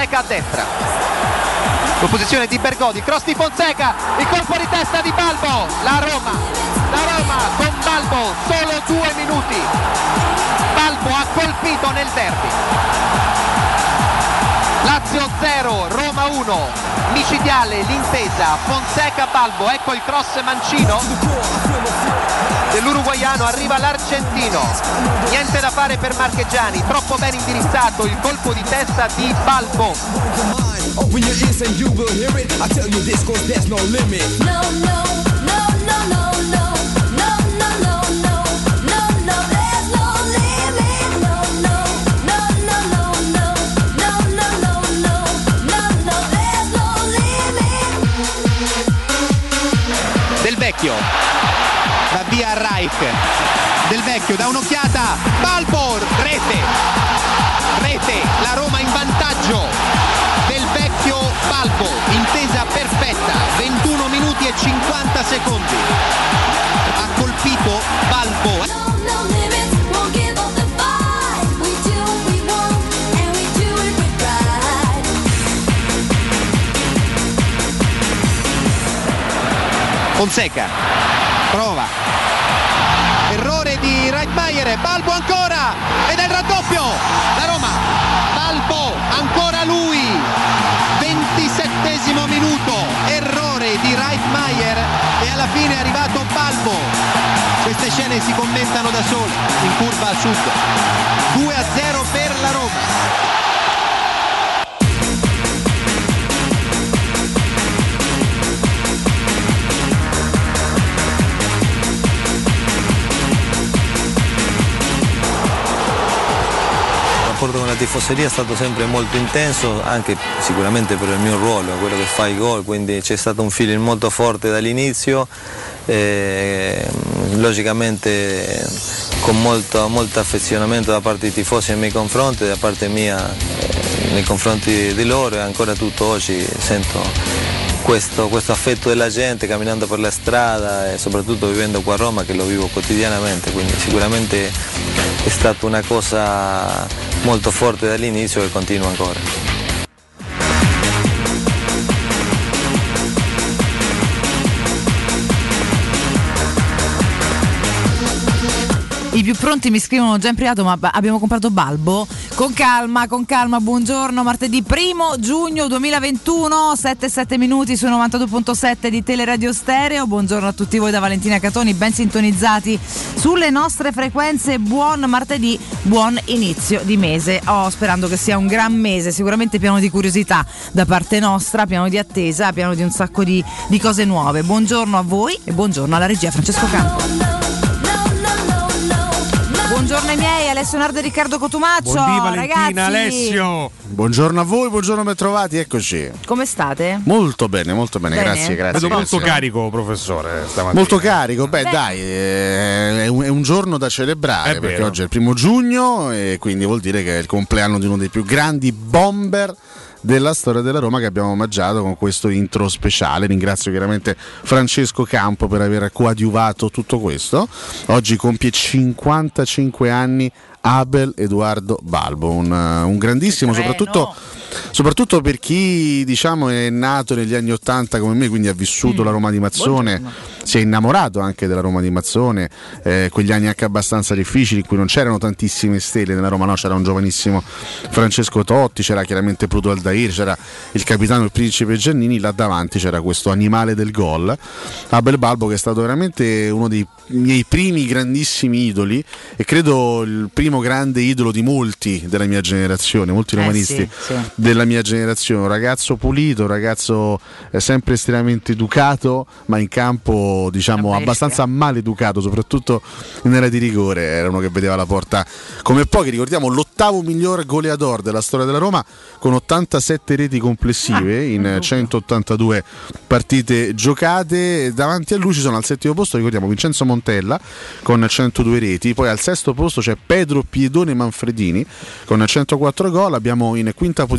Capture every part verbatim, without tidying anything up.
Fonseca a destra, l'opposizione di Bergodi, cross di Fonseca, il colpo di testa di Balbo, la Roma, la Roma con Balbo, solo due minuti, Balbo ha colpito nel derby. Lazio zero, Roma uno, micidiale l'intesa, Fonseca Balbo, ecco il cross mancino dell'uruguaiano, arriva l'argentino, niente da fare per Marchegiani, troppo ben indirizzato il colpo di testa di Balbo. Del Vecchio va via Reich, Del Vecchio dà un'occhiata, Balbo, rete, rete, la Roma in vantaggio, Del Vecchio Balbo, intesa perfetta, ventuno minuti e cinquanta secondi, ha colpito Balbo. Fonseca prova, errore di Reitmeier, Balbo ancora ed è il raddoppio, la Roma, Balbo ancora lui, ventisettesimo minuto, errore di Reitmeier e alla fine è arrivato Balbo. Queste scene si commentano da sole in curva a sud. Due a zero per la Roma. Il rapporto con la tifoseria è stato sempre molto intenso, anche sicuramente per il mio ruolo, quello che fa i gol, quindi c'è stato un feeling molto forte dall'inizio, eh, logicamente con molto, molto affezionamento da parte dei tifosi nei miei confronti, da parte mia eh, nei confronti di loro, e ancora tutto oggi sento questo, questo affetto della gente camminando per la strada e soprattutto vivendo qua a Roma, che lo vivo quotidianamente, quindi sicuramente è stata una cosa molto forte dall'inizio e continua ancora. I più pronti mi scrivono già in privato, ma abbiamo comprato Balbo? Con calma, con calma, buongiorno, martedì primo giugno duemilaventuno, sette e sette minuti su novantadue virgola sette di Teleradio Stereo. Buongiorno a tutti voi da Valentina Catoni, ben sintonizzati sulle nostre frequenze. Buon martedì, buon inizio di mese. Oh, sperando che sia un gran mese, sicuramente pieno di curiosità da parte nostra, pieno di attesa, pieno di un sacco di, di cose nuove. Buongiorno a voi e buongiorno alla regia Francesco Campo. Buongiorno ai miei, Alessio Nardo e Riccardo Cotumaccio. Buondì Valentina, ragazzi. Alessio. Buongiorno a voi, buongiorno, ben trovati, eccoci. Come state? Molto bene, molto bene, Bene. grazie, grazie. Vedo grazie. molto carico, professore, stamattina. Molto carico, beh, Beh. dai, eh, è un, è un giorno da celebrare, È perché vero. oggi è il primo giugno e quindi vuol dire che è il compleanno di uno dei più grandi bomber della storia della Roma, che abbiamo omaggiato con questo intro speciale. Ringrazio chiaramente Francesco Campo per aver coadiuvato tutto questo. Oggi compie cinquantacinque anni Abel Eduardo Balbo, un, un grandissimo, Treno. soprattutto, soprattutto per chi, diciamo, è nato negli anni Ottanta come me, quindi ha vissuto Mm. la Roma di Mazzone. Buongiorno. Si è innamorato anche della Roma di Mazzone, eh, quegli anni anche abbastanza difficili in cui non c'erano tantissime stelle nella Roma, no? C'era un giovanissimo Francesco Totti, c'era chiaramente Pruto Aldair, c'era il capitano il principe Giannini, là davanti c'era questo animale del gol, Abel Balbo, che è stato veramente uno dei miei primi grandissimi idoli e credo il primo grande idolo di molti della mia generazione, molti Eh, romanisti sì, sì. della mia generazione, un ragazzo pulito, un ragazzo eh, sempre estremamente educato, ma in campo, diciamo, Una bestia. abbastanza maleducato, soprattutto in area di rigore. Era uno che vedeva la porta come pochi. Ricordiamo l'ottavo miglior goleador della storia della Roma, con ottantasette reti complessive Ah, in non centottantadue partite giocate. Davanti a lui ci sono al settimo posto, ricordiamo, Vincenzo Montella con centodue reti, poi al sesto posto c'è Pedro Piedone Manfredini con centoquattro gol. Abbiamo in quinta posizione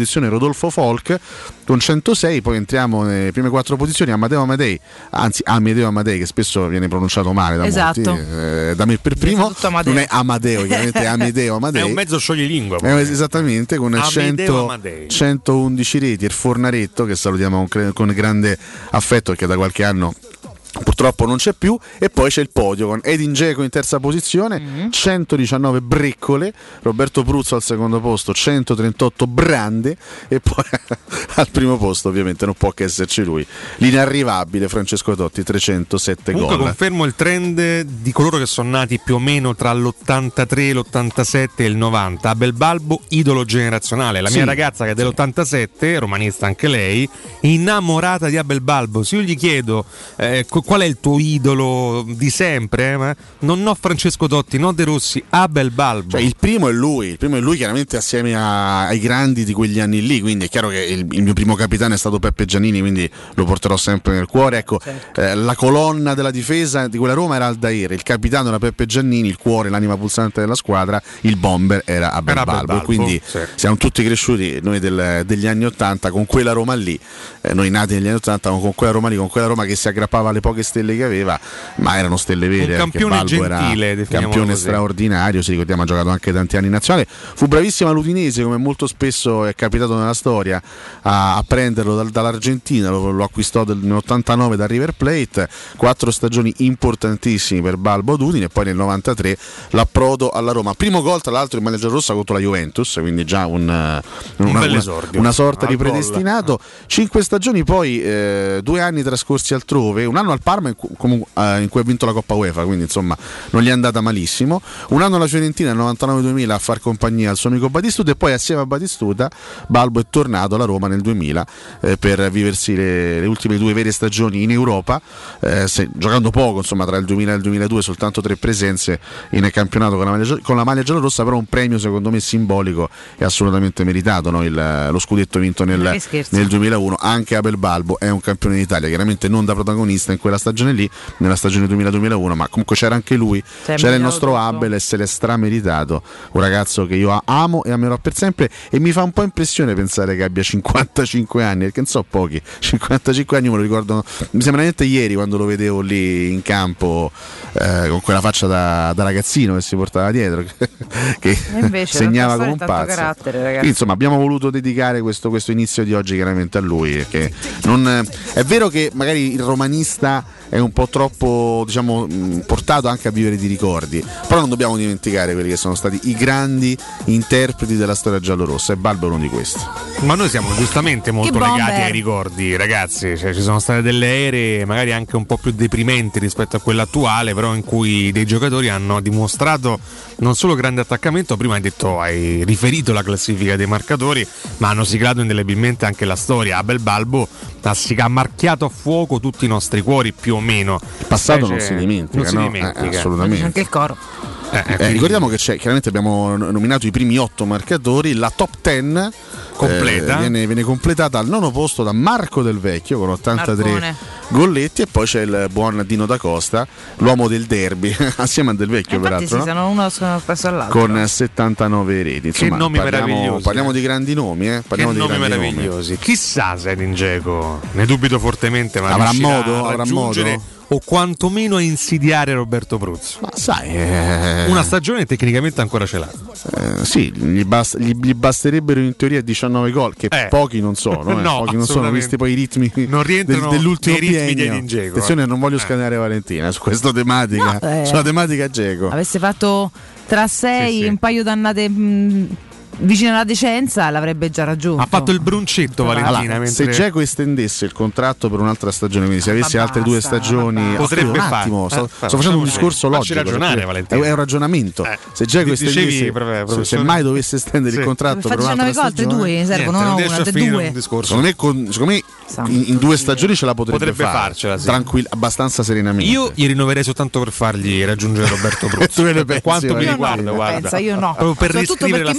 posizione Rodolfo Folk con centosei, poi entriamo nelle prime quattro posizioni Amadeo Amadei, anzi Amedeo Amadei, che spesso viene pronunciato male da esatto. molti, eh, da me per primo, non è Amadeo, chiaramente è Amedeo Amadei. È un mezzo scioglilingua. Eh, esattamente, con cento, centoundici reti, il Fornaretto, che salutiamo con, con grande affetto, perché da qualche anno purtroppo non c'è più, e poi c'è il podio con Edin Dzeko in terza posizione, mm-hmm. centodiciannove Breccole, Roberto Pruzzo al secondo posto, centotrentotto Brande, e poi al primo posto ovviamente non può che esserci lui, l'inarrivabile Francesco Totti, trecentosette Comunque gol. Confermo il trend di coloro che sono nati più o meno tra l'ottantatré, l'ottantasette e il novanta. Abel Balbo, idolo generazionale. La mia sì, ragazza, che è dell'ottantasette, romanista anche lei, innamorata di Abel Balbo. Se io gli chiedo eh, qual è il tuo idolo di sempre, eh? Non ho Francesco Totti, no De Rossi, Abel Balbo. Cioè, il primo è lui, il primo è lui chiaramente assieme a, ai grandi di quegli anni lì, quindi è chiaro che il, il mio primo capitano è stato Peppe Giannini, quindi lo porterò sempre nel cuore. Ecco, certo. eh, la colonna della difesa di quella Roma era Aldair, il capitano era Peppe Giannini, il cuore, l'anima pulsante della squadra, il bomber era Abel era Balbo, Balbo, quindi sì. Siamo tutti cresciuti noi del, degli anni ottanta con quella Roma lì, eh, noi nati negli anni ottanta con quella Roma lì, con quella Roma che si aggrappava alle poche stelle che aveva, ma erano stelle vere. Un campione Balbo gentile, era campione così. straordinario, si ricordiamo, ha giocato anche tanti anni in nazionale, fu bravissima all'Udinese, come molto spesso è capitato nella storia, a, a prenderlo dal, dall'Argentina, lo, lo acquistò del, nell'ottantanove da River Plate, quattro stagioni importantissime per Balbo ad Udine, e poi nel novantatré l'approdo alla Roma, primo gol tra l'altro in maglia giallorossa contro la Juventus, quindi già un, un una, una, una sorta di predestinato. Cinque stagioni poi, eh, due anni trascorsi altrove, un anno al Parma in, com, eh, in cui ha vinto la Coppa UEFA, quindi insomma non gli è andata malissimo, un anno alla Fiorentina nel novantanove duemila a far compagnia al suo amico Batistuta, e poi assieme a Batistuta Balbo è tornato alla Roma nel duemila eh, per viversi le, le ultime due vere stagioni in Europa, eh, se, giocando poco, insomma tra il duemila e il duemiladue soltanto tre presenze in campionato con la maglia, con la maglia giallorossa, però un premio secondo me simbolico e assolutamente meritato, no? il, lo scudetto vinto nel, nel duemilauno. Anche Abel Balbo è un campione d'Italia, chiaramente non da protagonista in quella stagione lì, nella stagione duemila duemilauno, ma comunque c'era anche lui, c'è c'era il nostro Abel, e se l'è strameritato, un ragazzo che io amo e amerò per sempre, e mi fa un po' impressione pensare che abbia cinquantacinque anni, perché non so pochi, cinquantacinque anni me lo ricordo, mi sembra niente ieri quando lo vedevo lì in campo eh, con quella faccia da, da ragazzino che si portava dietro, che segnava come un pazzo. Quindi, insomma, abbiamo voluto dedicare questo, questo inizio di oggi chiaramente a lui, perché non, è vero che magari il romanista è un po' troppo, diciamo, portato anche a vivere di ricordi, però non dobbiamo dimenticare quelli che sono stati i grandi interpreti della storia giallorossa, e Balbo è uno di questi. Ma noi siamo giustamente molto legati ai ricordi, ragazzi, cioè, ci sono state delle ere magari anche un po' più deprimenti rispetto a quella attuale, però in cui dei giocatori hanno dimostrato non solo grande attaccamento, prima hai detto, hai riferito la classifica dei marcatori, ma hanno siglato indelebilmente anche la storia. Abel Balbo ha marchiato a fuoco tutti i nostri cuori, più o meno. Il passato cioè, non si dimentica, non si no? dimentica. Eh, assolutamente. Anche il coro. Eh, eh, ricordiamo che c'è, chiaramente abbiamo nominato i primi otto marcatori, la top ten completa. Eh, viene, viene completata al nono posto da Marco Del Vecchio con ottantatré Marcone. Golletti, e poi c'è il buon Dino da Costa, l'uomo del derby, assieme a Del Vecchio, eh, peraltro, sì, no? sono uno spesso all'altro, con settantanove reti. Insomma, che nomi parliamo, meravigliosi, parliamo di grandi nomi, eh? parliamo che di nomi grandi meravigliosi. Nomi. Chissà se Edin Dzeko, ne dubito fortemente, ma avrà a modo, avrà modo. O quantomeno a insidiare Roberto Pruzzo. Ma sai, eh... una stagione tecnicamente ancora ce l'ha. Eh, sì, gli, bast- gli, gli basterebbero in teoria diciannove gol, che eh. pochi non sono, eh? no, pochi non sono, visti poi i ritmi non del, dell'ultimo nei ritmi biennio. di Edin Dzeko. Attenzione, non voglio eh. scatenare Valentina su questa tematica, no, eh. sulla tematica Dzeko. Avesse fatto tra sei sì, sì. un paio d'annate mh, vicino alla decenza, l'avrebbe già raggiunto. Ha fatto il bruncetto Valentina, allora, mentre... se Dzeko estendesse il contratto per un'altra stagione, quindi se avesse ma altre basta, due stagioni, potrebbe un attimo, fare. sto, sto facendo un discorso Facci logico, ragionare, Valentina. è un ragionamento. Eh. Se Dzeko estendesse, se, se mai dovesse estendere sì. il contratto per un'altra stagione, altre due servono, no, una, altre due. Secondo me, con, secondo me in, in due stagioni ce la potrebbe, potrebbe fare, farcela, sì. tranquill- abbastanza serenamente. Io gli rinnoverei soltanto per fargli raggiungere Roberto Pruzzo. Tu ne per pensi, quanto mi io riguarda, no, guarda. Pensa, io no. Proprio per soprattutto riscrivere perché la manco un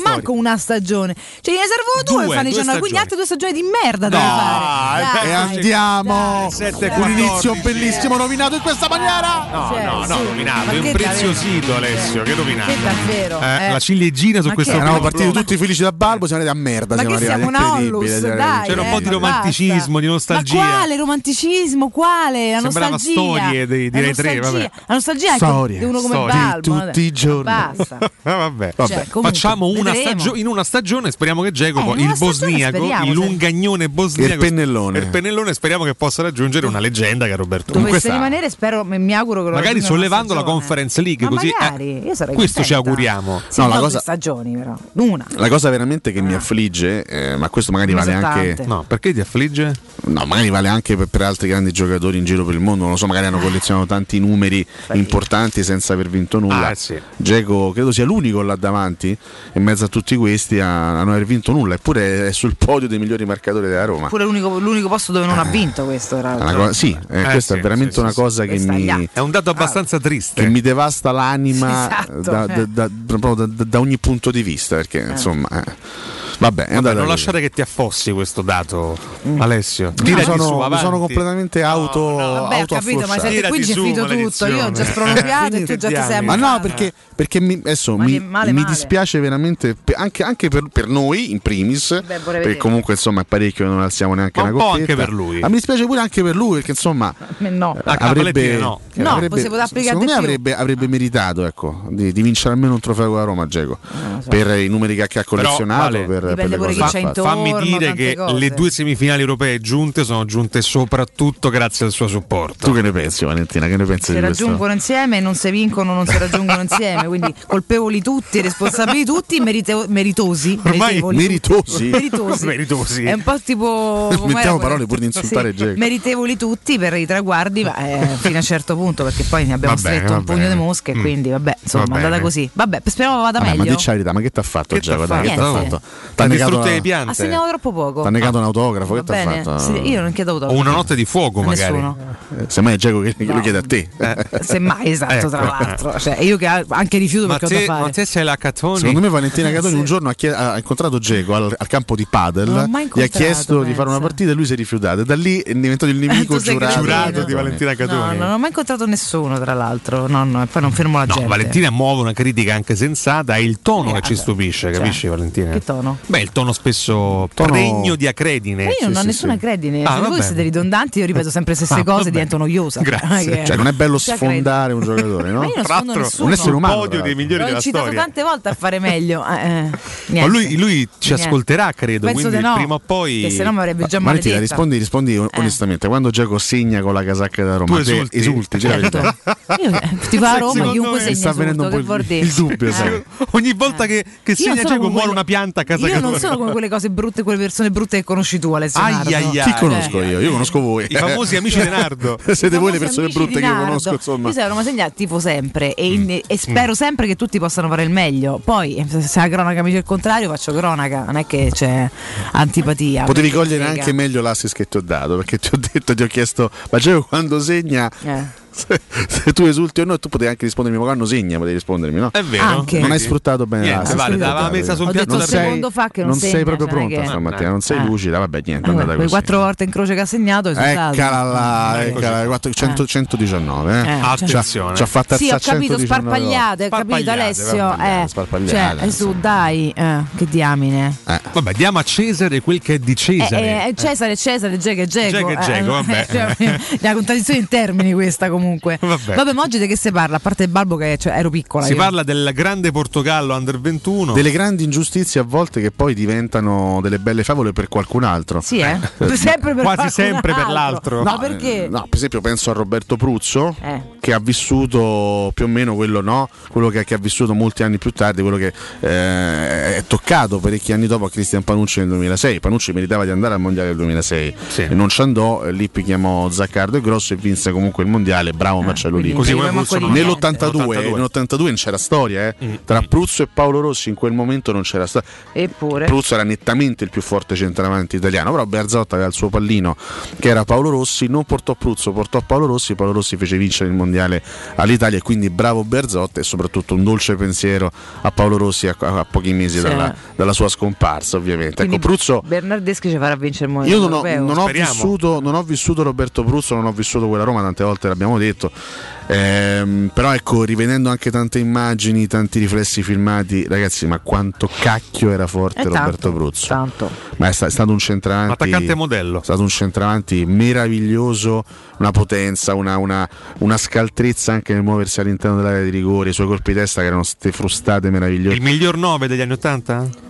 una stagione, cioè ne servono due, fanno diciannove, quindi altre due stagioni di merda no, deve fare. Dai, e andiamo dai, un inizio bellissimo rovinato in questa maniera. No, cioè, no, no, sì. rovinato, impreziosito Alessio, che rovinato. Che davvero? Eh, Eh. la ciliegina su Ma questo che- Eravamo blog. partiti tutti felici da Balbo, siamo andati a merda. Ma siamo che arrivati, siamo una incredibile, Onlus, cioè, dai, C'era un eh, po' di ma romanticismo, basta. di nostalgia. Ma quale romanticismo? Quale? La Sembrava nostalgia. storie dei- di La Rai tre, nostalgia. vabbè. La nostalgia è Storie, di uno come storie. Balbo. Tutti i giorni. Basta. Ah, vabbè. Vabbè. Cioè, comunque, Facciamo una vedremo. stagione in una stagione, speriamo che Dzeko, Eh, in il una stagione bosniaco, speriamo, il sì. lungagnone bosniaco, Il pennellone. il pennellone, speriamo che possa raggiungere una leggenda che è Roberto. Dovesse Comunque sta. rimanere, spero, mi mi auguro che lo Magari raggiunga una sollevando la stagione. Conference League, Ma così, eh, magari, io sarei questo ci contenta. auguriamo. Sì, No, no, la due cosa- stagioni però, una. La cosa veramente che mi affligge, eh, ma questo magari Non vale so anche. tante. No, perché ti affligge? No, magari vale anche per, per altri grandi giocatori in giro per il mondo, non lo so, magari hanno collezionato tanti numeri importanti senza aver vinto nulla. Ah, sì. Dzeko credo sia l'unico là davanti, in mezzo a tutti questi, a, a non aver vinto nulla, eppure è sul podio dei migliori marcatori della Roma. Pure l'unico, l'unico posto dove non ha vinto questo. Tra È una l'altro. cosa- sì, eh, Eh, questa sì, è veramente sì, una sì, cosa che Questa mi, gli ha- È un dato abbastanza triste. che mi devasta l'anima Esatto, da, eh. da- da- proprio da- da ogni punto di vista, perché insomma, eh, vabbè, è Vabbè, andata non così. lasciare che ti affossi questo dato, Mm. Alessio. Mi Tirati sono, su, mi avanti. sono completamente auto, Vabbè, ho capito, ma autoafflosciato. siete qui Tirati c'è su, finito tutto. Io ho già maledizione. spronopiato e tu già ti Finiti sei Ma no, ammazzato. perché, perché mi, adesso Ma mi, che male, mi male. dispiace veramente pe- anche, anche per, per noi in primis, Beh, vorrei perché vedere. comunque insomma è parecchio che non alziamo neanche Ma un una po' coppetta. anche per lui. Ma mi dispiace pure anche per lui, perché insomma Me no. Ah, avrebbe, Capoletti no. No, avrebbe- se poteva applicare secondo di me più. avrebbe, avrebbe meritato ecco, di, di vincere almeno un trofeo con la Roma, Dzeko, lo so. per i numeri che, che ha collezionato, vale, per, per dipende le pure cose chi che c'è ha fatto. intorno. Fammi dire tante che cose. le due semifinali europee giunte sono giunte soprattutto grazie al suo supporto. Tu che ne pensi, Valentina? Che ne pensi Si di questo? raggiungono insieme, non si vincono, non si raggiungono insieme, quindi colpevoli tutti, responsabili tutti, merite- meritosi. Ormai meritevoli meritosi. tutti. meritosi. Meritosi. È un po' tipo. Mettiamo com'era quello? parole pur di insultare Dzeko. Meritevoli tutti per i traguardi, ma eh, fino a un certo punto, perché poi ne abbiamo Va bene, stretto va un pugno bene. di mosche, Mm. quindi vabbè, insomma, Va è andata bene. così. Vabbè, speriamo vada Vabbè, ma meglio. dici la verità, ma che ti ha fatto Che Dzeko? t'ha Dai, che t'ha fatto? fatto? Ha T'ha negato distrutto una- le Ha piante. segnato troppo poco. T'ha negato un autografo, che Va ti ha bene, fatto? sì, io non chiedo O autografo. una notte di fuoco, A magari. nessuno. Eh, Semmai è Dzeko che, che lo chiede a te. Semmai, esatto, Ecco. tra l'altro. Cioè, io che anche rifiuto Ma perché ho da te, fare. ma te sei la Catoni. Secondo me Valentina Catoni Sì. un giorno ha, chie- ha incontrato Dzeko al, al campo di padel, Non l'ho mai gli ha incontrato, chiesto di pensa. fare una partita e lui si è rifiutato e da lì è diventato il nemico Tu sei giurato, cretino. Giurato di Valentina Catoni. No, non ho mai incontrato nessuno, tra l'altro. No, no, e poi non fermo la No, gente. Valentina muove una critica anche sensata, è il tono Eh, che ci vabbè. stupisce, Cioè, capisci Valentina? che tono? Beh, il tono spesso Tono- pregno di acredine. Ma io non sì, ho sì, nessuna sì. credine. Ah, Se voi vabbè. siete ridondanti, io ripeto sempre le stesse Ah, cose, vabbè. divento noiosa. Grazie. Non è che- Cioè non è bello Cioè, sfondare un giocatore, no? Ma io non Tra sfondo l'altro, nessuno. un essere umano, podio tra dei l'altro. migliori L'ho della incitato storia. tante volte a fare meglio. Eh, eh, Ma niente. lui, lui ci Niente. ascolterà, credo, Penso quindi di no, prima o poi che se no mi avrebbe già Valentina, maledetta. rispondi, rispondi on- Eh. onestamente. Quando Dzeko segna con la casacca della Roma, Tu te esulti? esulti, dici la verità. Io, eh, ti fa a Roma, Secondo chiunque me segna sta venendo un esulto, po' che il- vuol dire? il dubbio, Eh. sai. ogni volta che, che Io segna sono Dzeko come muore quelle- una pianta a casa Io non Catoni. sono come quelle cose brutte, quelle persone brutte che conosci tu, Alessio Ai, Nardo. ai, ai. Chi conosco Eh. io? Io conosco voi. I famosi amici di Nardo. Siete voi le Famosi persone amici brutte di che io Nardo. conosco, insomma. Io se la Roma segna tifo sempre e, Mm. e spero sempre che tutti possano fare il meglio. Poi se la cronaca mi dice il contrario faccio cronaca, non è che c'è antipatia. Potevi perché cogliere frega. anche meglio l'assist che ti ho dato, perché ti ho detto, ti ho chiesto, ma Dzeko quando segna, Eh. se, se tu esulti o no, tu potevi anche rispondermi, ma quando segna potevi rispondermi, no? È vero. Anche. Non hai Vedi? sfruttato bene Niente, l'assist. vale, che ti ho l'aveva dato, messa io. sul Ho piatto detto da un bere. secondo fa che non, non segna, sei proprio cioè, non è pronta che- stamattina, non sei Eh. lucida, vabbè, niente, è Eh, andata quelle così. quattro volte in croce che ha segnato è stato. Eccola là, Eccoci eccola, quattro- cento- centodiciannove. Eh. Eh, Attenzione. Ci ha fatto Sì, ho alzare capito, centodiciannove sparpagliate, ho capito Sparpagliate, Alessio. sparpagliate, Eh. sparpagliate, Cioè, su, dai, eh, che diamine. Eh. Vabbè, diamo a Cesare quel che è di Eh, Cesare. eh, Cesare, Cesare, Dzeko, Dzeko. Dzeko, Dzeko, vabbè. Cioè, la contraddizione in termini questa comunque. Vabbè. ma oggi di che si parla? A parte il Balbo che cioè, ero piccola. Si io. parla del grande Portogallo under ventuno. Delle grandi ingiustizie a volte che poi diventano delle belle favole per qualcun altro. Sì, eh? sempre per Quasi qualcun sempre per altro. l'altro. No, perché? Eh, no, per esempio penso a Roberto Pruzzo Eh. che ha vissuto più o meno quello, no? Quello che, che ha vissuto molti anni più tardi, quello che eh, è toccato parecchi anni dopo a Cristian Panucci nel duemilasei. Panucci meritava di andare al mondiale del duemilasei Sì. e non ci andò, eh, lì chiamò Zaccardo e Grosso e vinse comunque il mondiale mondiale, bravo Marcello Lippi. Così come Pruzzo non nell'ottantadue, nell'ottantadue non c'era storia, eh. mm. tra Pruzzo e Paolo Rossi in quel momento non c'era storia. Eppure Pruzzo era nettamente il più forte centravanti italiano, però Bearzot aveva il suo pallino che era Paolo Rossi, non portò Pruzzo, portò Paolo Rossi, Paolo Rossi fece vincere il mondiale all'Italia e quindi bravo Bearzot e soprattutto un dolce pensiero a Paolo Rossi a, a pochi mesi sì. dalla, dalla sua scomparsa, ovviamente. Quindi ecco, Pruzzo Bernardeschi ci farà vincere il mondiale. Io non ho, non ho vissuto non ho vissuto Roberto Pruzzo, non ho vissuto quella Roma, tante volte l'abbiamo detto. Ehm, però ecco, rivedendo anche tante immagini, tanti riflessi filmati, ragazzi, ma quanto cacchio era forte eh, Roberto tanto, Pruzzo. Tanto. Ma è, sta, è stato un centravanti, attaccante modello. È stato un centravanti meraviglioso, una potenza, una, una, una scaltrezza anche nel muoversi all'interno dell'area di rigore, i suoi colpi di testa che erano ste frustate meravigliose. Il miglior nove degli anni Ottanta?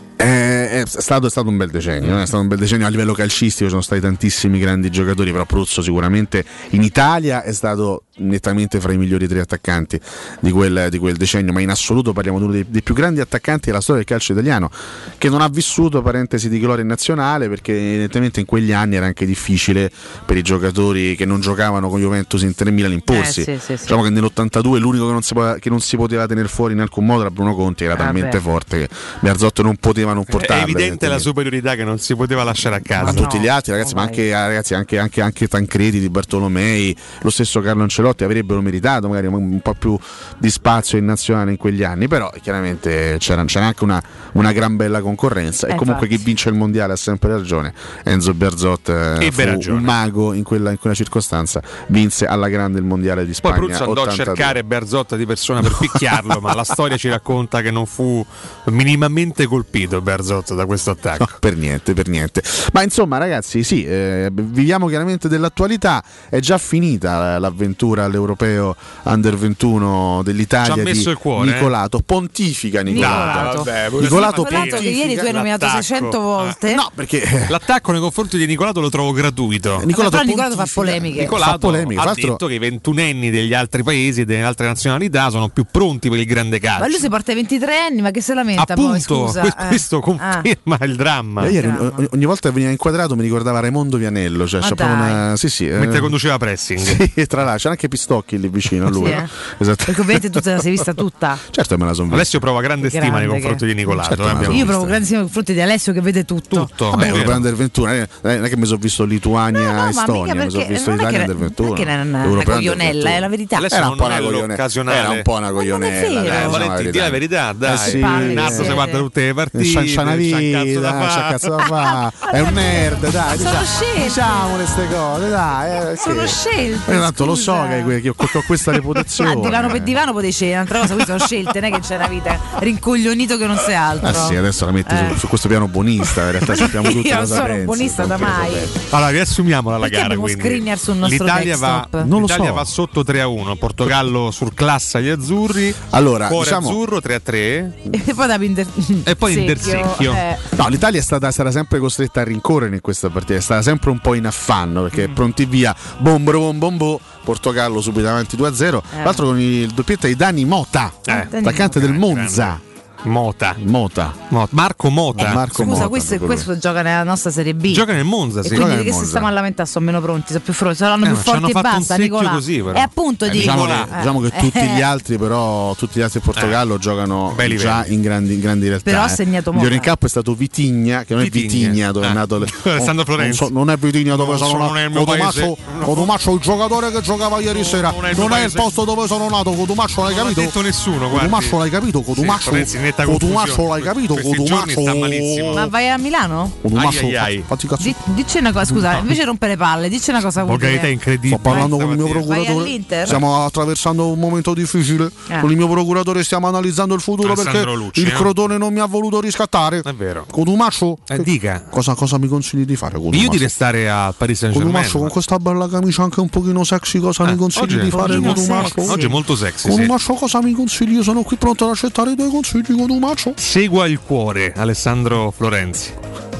È stato, è stato un bel decennio, è stato un bel decennio a livello calcistico, sono stati tantissimi grandi giocatori, però Pruzzo sicuramente in Italia è stato nettamente fra i migliori tre attaccanti di quel, di quel decennio, ma in assoluto parliamo di uno dei, dei più grandi attaccanti della storia del calcio italiano, che non ha vissuto parentesi di gloria nazionale perché evidentemente in quegli anni era anche difficile per i giocatori che non giocavano con Juventus, Inter e Milan imporsi. Eh, sì, sì, diciamo sì. che nell'ottantadue l'unico che non, si poteva, che non si poteva tenere fuori in alcun modo era Bruno Conti, che era ah, talmente beh. forte che Bearzot non poteva non portarlo. È evidente la superiorità che non si poteva lasciare a casa. Ma no, tutti gli altri ragazzi, no, ma anche, ragazzi, anche, anche, anche Tancredi, Di Bartolomei, lo stesso Carlo Ancelotti avrebbero meritato magari un po' più di spazio in nazionale in quegli anni, però chiaramente c'era, c'era anche una, una gran bella concorrenza e eh, comunque infatti. chi vince il mondiale ha sempre ragione. Enzo Bearzot eh, fu ragione. un mago in quella, in quella circostanza, vinse alla grande il mondiale di Spagna. Poi Pruzzo andò ottantadue. a cercare Bearzot di persona per picchiarlo, ma la storia ci racconta che non fu minimamente colpito Bearzot da questo attacco. No, per niente, per niente. Ma insomma, ragazzi, sì, eh, viviamo chiaramente dell'attualità. È già finita l'avventura all'europeo under ventuno dell'Italia. Ci ha messo di il cuore, Nicolato. Eh? Pontifica Nicolato. Nicolato. Vabbè, Nicolato Nicolato che ieri tu hai nominato L'attacco. seicento volte. No, perché L'attacco nei confronti di Nicolato lo trovo gratuito. Nicolato, però Nicolato fa pontifica- polemiche. Nicolato fa polemiche. ha Tra l'altro- detto che i ventunenni degli altri paesi e delle altre nazionalità sono più pronti per il grande calcio. Ma lui si porta ai ventitré anni, ma che se lamenta poi, Appunto, scusa. que- eh. questo conferma il dramma. Eh, ieri, Dramma. ogni, ogni volta che veniva inquadrato mi ricordava Raimondo Vianello, cioè Ma c'è proprio dai. una, sì, sì, eh, Mentre conduceva pressing. sì, tra l'altro c'era anche Pistocchi lì vicino a lui. Sì, no? eh. Esatto. Perché ovviamente tu te la sei vista tutta. Certo me la sono vista. Alessio prova grande stima Grande nei confronti che- di Nicolato. Certo, eh, ma abbiamo Io visto. provo grandissimo nei confronti di Alessio che vede tutto. tutto. Vabbè, è Europeo vero. under ventuno, eh, non è che mi sono visto Lituania, No, no, ma Estonia, mica mi sono perché- visto non è Italia che- under ventuno. non è che era una- una Europeo under coglionella, ventuno. è la verità. Alessio Era un non po' è una coglionella. l'occasionale. Era un po' una non è coglionella. vero. dai, Eh, diciamo Valentin, di la verità, dai. Eh sì, Nardo eh. si guarda tutte le partite. C'ha c'ha una c'ha un cazzo vita, da c'ha fare. cazzo da fa. È un nerd, dai, Sono diciamo, scelte. diciamo queste cose, dai. eh, sì. Sono scelte, Eh, tanto lo so scusa. che, que- che ho, che ho questa reputazione. Ah, divano per divano potevi scegliere un'altra cosa, queste sono scelte, non è che c'è una vita rincoglionito che non sei altro. Ah sì, adesso la metti Eh. su, su questo piano buonista, in realtà sappiamo tutti Io non cosa sono pensi, buonista da tranquillo, mai. sapete. Allora, riassumiamola la Perché gara. abbiamo Quindi. screener sul nostro L'Italia va, desktop? Non lo l'Italia so. va sotto tre a uno. Portogallo surclassa gli azzurri. Allora, Cuore diciamo- azzurro tre a tre. E poi da Pinder... E poi Intersecchio. eh. No, l'Italia è stata, sarà sempre costretta a rincorrere in questa partita, è stata sempre un po' in affanno perché Mm. pronti via, bom bom bom bom, Portogallo subito avanti due a zero, Eh. tra l'altro con il doppietta di Dani Mota, Eh, attaccante del Monza. Mota. Mota. Mo- Marco Mota. Marco Scusa, Mota, questo, proprio questo gioca nella nostra Serie B. Gioca nel Monza, E sì. quindi Gioca di nel che si Monza. stiamo a lamentare? Sono meno pronti, sono più forti, saranno Eh, più ma ci hanno forti e fatto un basta, secchio Nicolà. così, però. E appunto Eh, dico, Diciamo, eh, che, diciamo che tutti eh, gli altri però tutti gli altri Portogallo giocano bei livelli. già in grandi, in grandi realtà. Però ha eh. segnato Il migliore in Mota. campo è stato Vitigna, che non è Vitigna. Vitigna dove Ah. è nato le- Alessandro non- Florenzi. Non, so- non è Vitigna dove Non sono so, nato. non è il mio Cotumaccio, paese. No. Cotumaccio, il giocatore che giocava ieri sera. non è il Non mio è il paese. posto dove sono nato. Cotumaccio, l'hai Non l'ha capito? detto nessuno, guardi. Cotumaccio, l'hai capito? Sì, Cotumaccio, Florenzi, netta Cotumaccio, confusione. l'hai capito? Questi giorni sta malissimo. Ma vai a Milano? Cotumaccio, Ai, ai, ai. fatti cazzo. Di- dici una cosa, scusa, invece rompere palle, dici una cosa Volgarità utile. incredibile. Sto parlando con il mio Stamattina. Vai procuratore. all'Inter? Stiamo attraversando un momento difficile. Eh. Con il mio procuratore stiamo analizzando il futuro Alessandro perché Lucci, il eh. Crotone non mi ha voluto riscattare. È vero. Cotumaccio, Eh, che- dica. cosa, cosa mi consigli di fare? Cotumaccio? Io di restare a Paris Saint-Germain. Cotumaccio con questa bella camicia anche un pochino sexy, cosa Eh, mi consigli oggi- di fare? pochino Cotumaccio? sexy. Oggi è molto sexy. Sì. Cotumaccio, cosa mi consigli? Io sono qui pronto ad accettare i tuoi consigli, Cotumaccio. Segua il cuore, Alessandro Florenzi.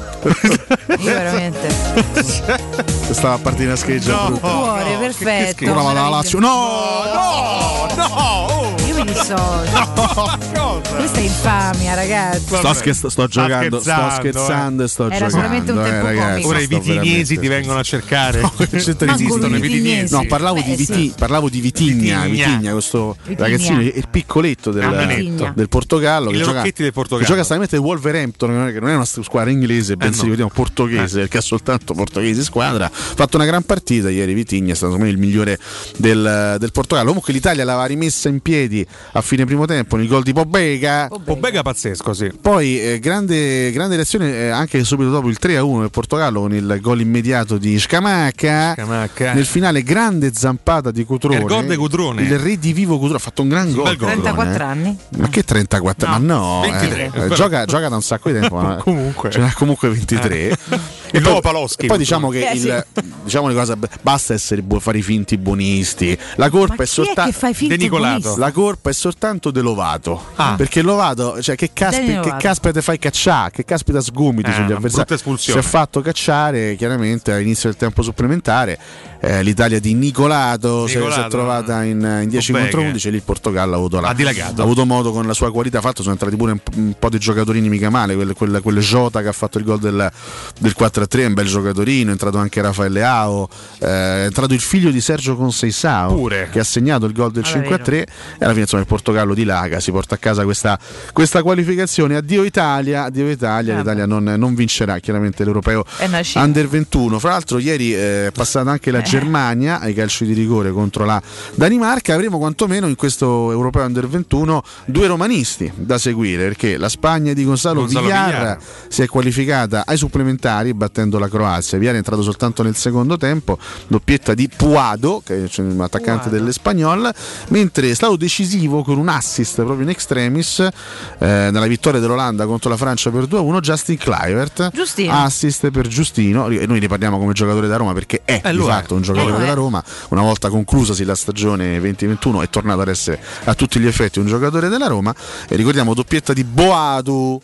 Io veramente. Stava a partire una scheggia brutta. Cuore, no, perfetto. Ora vado alla Lazio. No! No, no! Io mi mi dissocio. No, questa è infamia, ragazzi. Sto, scherz- sto giocando, sto scherzando e sto Era giocando. solamente un eh, tempo ragazzi, comico. ora i sto vitignesi ti veramente- vengono a cercare. No, Manco i vitignesi. No, parlavo, Beh, di Viti- sì. parlavo di Vitigna, Vitigna. Vitigna, questo Vitigna. ragazzino, il piccoletto del, Vitigna. del Portogallo I che gioca, Rocchetti del Portogallo. che gioca stabilmente il Wolverhampton, che non è una squadra inglese, bensì no. vediamo portoghese, Eh. perché ha soltanto portoghesi squadra. Ha fatto una gran partita ieri. Vitigna è stato secondo me il migliore del, del Portogallo. Comunque l'Italia l'aveva rimessa in piedi a fine primo tempo nel gol di Pobega. Pobega pazzesco, sì. Poi eh, grande, grande reazione eh, anche subito dopo il tre a uno del Portogallo con il gol immediato di Scamacca. Scamacca. Nel finale grande zampata di Cutrone. Il gol di Cutrone. Il redivivo Cutrone ha fatto un gran gol. bel gol. trentaquattro Cutrone, eh. anni. Ma che trentaquattro? No. Ma no, ventitré. eh, eh, gioca, gioca da un sacco di tempo. ma Comunque. ce n'ha comunque ventitré. Il E nuovo poi- Paloschi, e poi Cutrone. diciamo che Eh, il, diciamo le cose, basta essere bu- fare i finti buonisti. La colpa Ma è chi è soltanto che fa i finti Denicolato. buonisti? la colpa è soltanto De Lovato. Ah. Perché Lovato, cioè, che, caspi- Dani che Lovato. caspita te fai cacciare, che caspita sgomiti Eh, sugli una avversari. brutta espulsione. Si è fatto cacciare chiaramente all'inizio del tempo supplementare. Eh, L'Italia di Nicolato, si è- si è Nicolato, trovata in, in dieci Pobega. contro undici e lì il Portogallo ha avuto, la- Ha dilagato. ha avuto modo con la sua qualità. Tra l'altro sono entrati pure un, p- un po' di giocatori mica male, quel, quel, quel Jota che ha fatto il gol del, del quattro a tre, è un bel giocatorino, è entrato anche Raffaele Ao, eh, è entrato il figlio di Sergio Conceição Pure. che ha segnato il gol del Ah, cinque a vero. tre e alla fine insomma il Portogallo dilaga, si porta a casa questa, questa qualificazione. Addio Italia, addio Italia, Ah, l'Italia non, non vincerà chiaramente l'Europeo È una scimmia. Under ventuno. Fra l'altro ieri eh, è passata anche la Eh. Germania ai calci di rigore contro la Danimarca. Avremo quantomeno in questo Europeo Under ventuno due romanisti da seguire, perché la Spagna di Gonzalo, Gonzalo Villar, Villar. si è qualificata ai supplementari battendo la Croazia. Villar è entrato soltanto nel secondo tempo, doppietta di Puado, che è un attaccante Puado. dell'Espagnol, mentre è stato decisivo con un assist proprio in extremis eh, nella vittoria dell'Olanda contro la Francia per due a uno Justin Kluivert. Giustino. Assist per Giustino, e noi ne parliamo come giocatore da Roma perché è Eh, di lo è. fatto un giocatore Eh, lo della è. Roma. Una volta conclusasi la stagione venti ventuno è tornato ad essere a tutti gli effetti un giocatore della Roma. E ricordiamo doppietta di Boadu,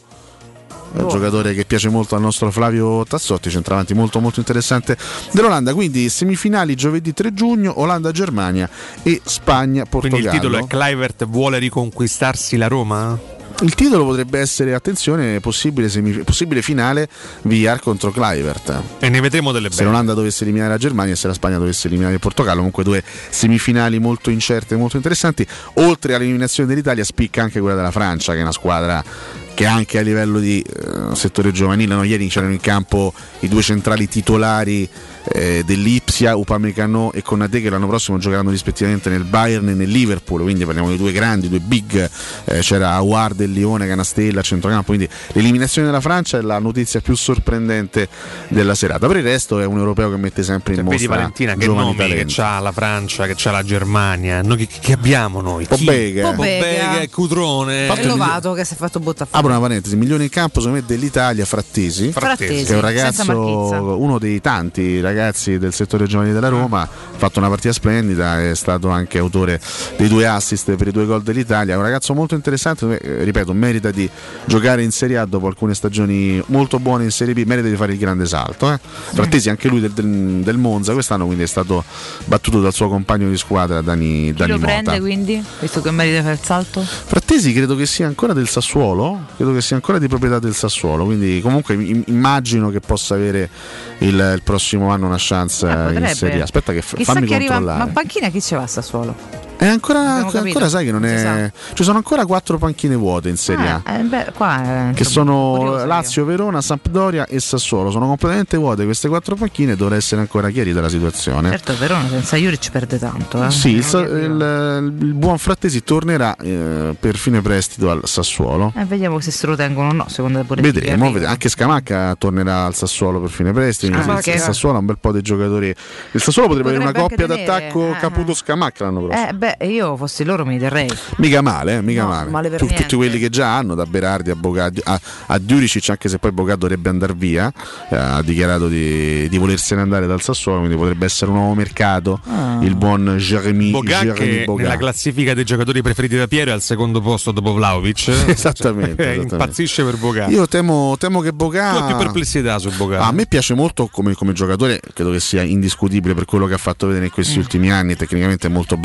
un Boh. giocatore che piace molto al nostro Flavio Tassotti, centravanti molto molto interessante dell'Olanda. Quindi semifinali giovedì tre giugno, Olanda-Germania e Spagna-Portogallo. Quindi il titolo è Kluivert vuole riconquistarsi la Roma? Il titolo potrebbe essere, attenzione, possibile, semif- possibile finale Villar contro Kluivert. E ne vedremo delle Se belle. l'Olanda dovesse eliminare la Germania e se la Spagna dovesse eliminare il Portogallo, comunque due semifinali molto incerte e molto interessanti. Oltre all'eliminazione dell'Italia spicca anche quella della Francia, che è una squadra che anche a livello di eh, settore giovanile, no? Ieri c'erano in campo i due centrali titolari eh, dell'Ipsia, Upamecano e Konaté, che l'anno prossimo giocheranno rispettivamente nel Bayern e nel Liverpool, quindi parliamo di due grandi, due big. Eh, c'era Aouar del Lione, Canastella a centrocampo, quindi l'eliminazione della Francia è la notizia più sorprendente della serata. Per il resto è un europeo che mette sempre in Se vedi mostra Valentina che giovani nomi che talenti. c'ha la Francia, che c'ha la Germania, noi che, che abbiamo noi? Chi? Pobega. Pobega. e Cutrone. Fatto E Lovato che si è fatto buttare fuori. Apro una parentesi, migliore in campo secondo me dell'Italia Frattesi, Frattesi, che è un senza ragazzo, marchizza. uno dei tanti ragazzi del settore giovanile della Roma, ha fatto una partita splendida, è stato anche autore dei due assist per i due gol dell'Italia, è un ragazzo molto interessante, eh, ripeto, merita di giocare in Serie A dopo alcune stagioni molto buone in Serie B, merita di fare il grande salto. Eh. Frattesi anche lui del, del, del Monza quest'anno, quindi è stato battuto dal suo compagno di squadra Dani, Chi Dani lo Mota. prende quindi? Visto che merita di fare il salto? Frattesi credo che sia ancora del Sassuolo, credo che sia ancora di proprietà del Sassuolo, quindi comunque im- immagino che possa avere il, il prossimo anno una chance Eh, in potrebbe. Serie A. Aspetta che f- Chissà fammi chi arriva. controllare. Ma panchina chi ce va a Sassuolo? È ancora, Abbiamo capito. ancora sai che non Non si è. Ci sono ancora quattro panchine vuote in Serie A. Ah, eh, beh, qua è, Che insomma, sono curioso io. Lazio, Verona, Sampdoria e Sassuolo. Sono completamente vuote queste quattro panchine e dovrà essere ancora chiarita la situazione. Certo, Verona senza Juric perde tanto. Eh. Sì, il, Sa- Devo dire. il- il buon Frattesi tornerà eh, per fine prestito al Sassuolo. Eh, vediamo se se lo tengono o no, secondo me pure chi Vedremo, arriva. vedremo. Anche Scamacca tornerà al Sassuolo per fine prestito. Scamacca. Il Sassuolo ha un bel po' di giocatori. Il Sassuolo potrebbe, avere una Potrebbe coppia anche tenere, d'attacco eh. Caputo-Scamacca l'anno prossimo. Eh, beh, io fossi loro mi terrei. Mica male, eh, mica No, male. male per Tu- niente. tutti quelli che già hanno, da Berardi a Bogardi a, a Djuricic, anche se poi Bogardi dovrebbe andare via, eh, ha dichiarato di, di volersene andare dal Sassuolo, quindi potrebbe essere un nuovo mercato. Ah. Il buon Jeremy, Boga Jeremy che Boga. nella classifica dei giocatori preferiti da Piero è al secondo posto dopo Vlahovic. Esattamente, Eh, esattamente. Impazzisce per Boga. Io temo, temo che Boga. Tu hai più perplessità su Boga. A me piace molto come, come giocatore, credo che sia indiscutibile per quello che ha fatto vedere in questi Mm. ultimi anni, tecnicamente è molto bravo,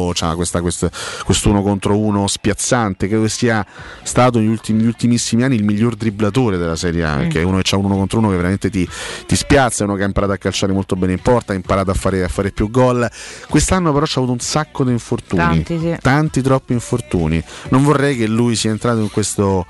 Danilo c'ha questa, questa, quest'uno contro uno spiazzante, credo che sia stato negli ultimi, ultimissimi anni il miglior dribblatore della Serie A, mm. che è uno che c'ha un uno contro uno che veramente ti, ti spiazza, è uno che ha imparato a calciare molto bene in porta, ha imparato a fare, a fare più gol. Quest'anno però c'ha avuto un sacco di infortuni, tanti, sì. tanti troppi infortuni, non vorrei che lui sia entrato in questo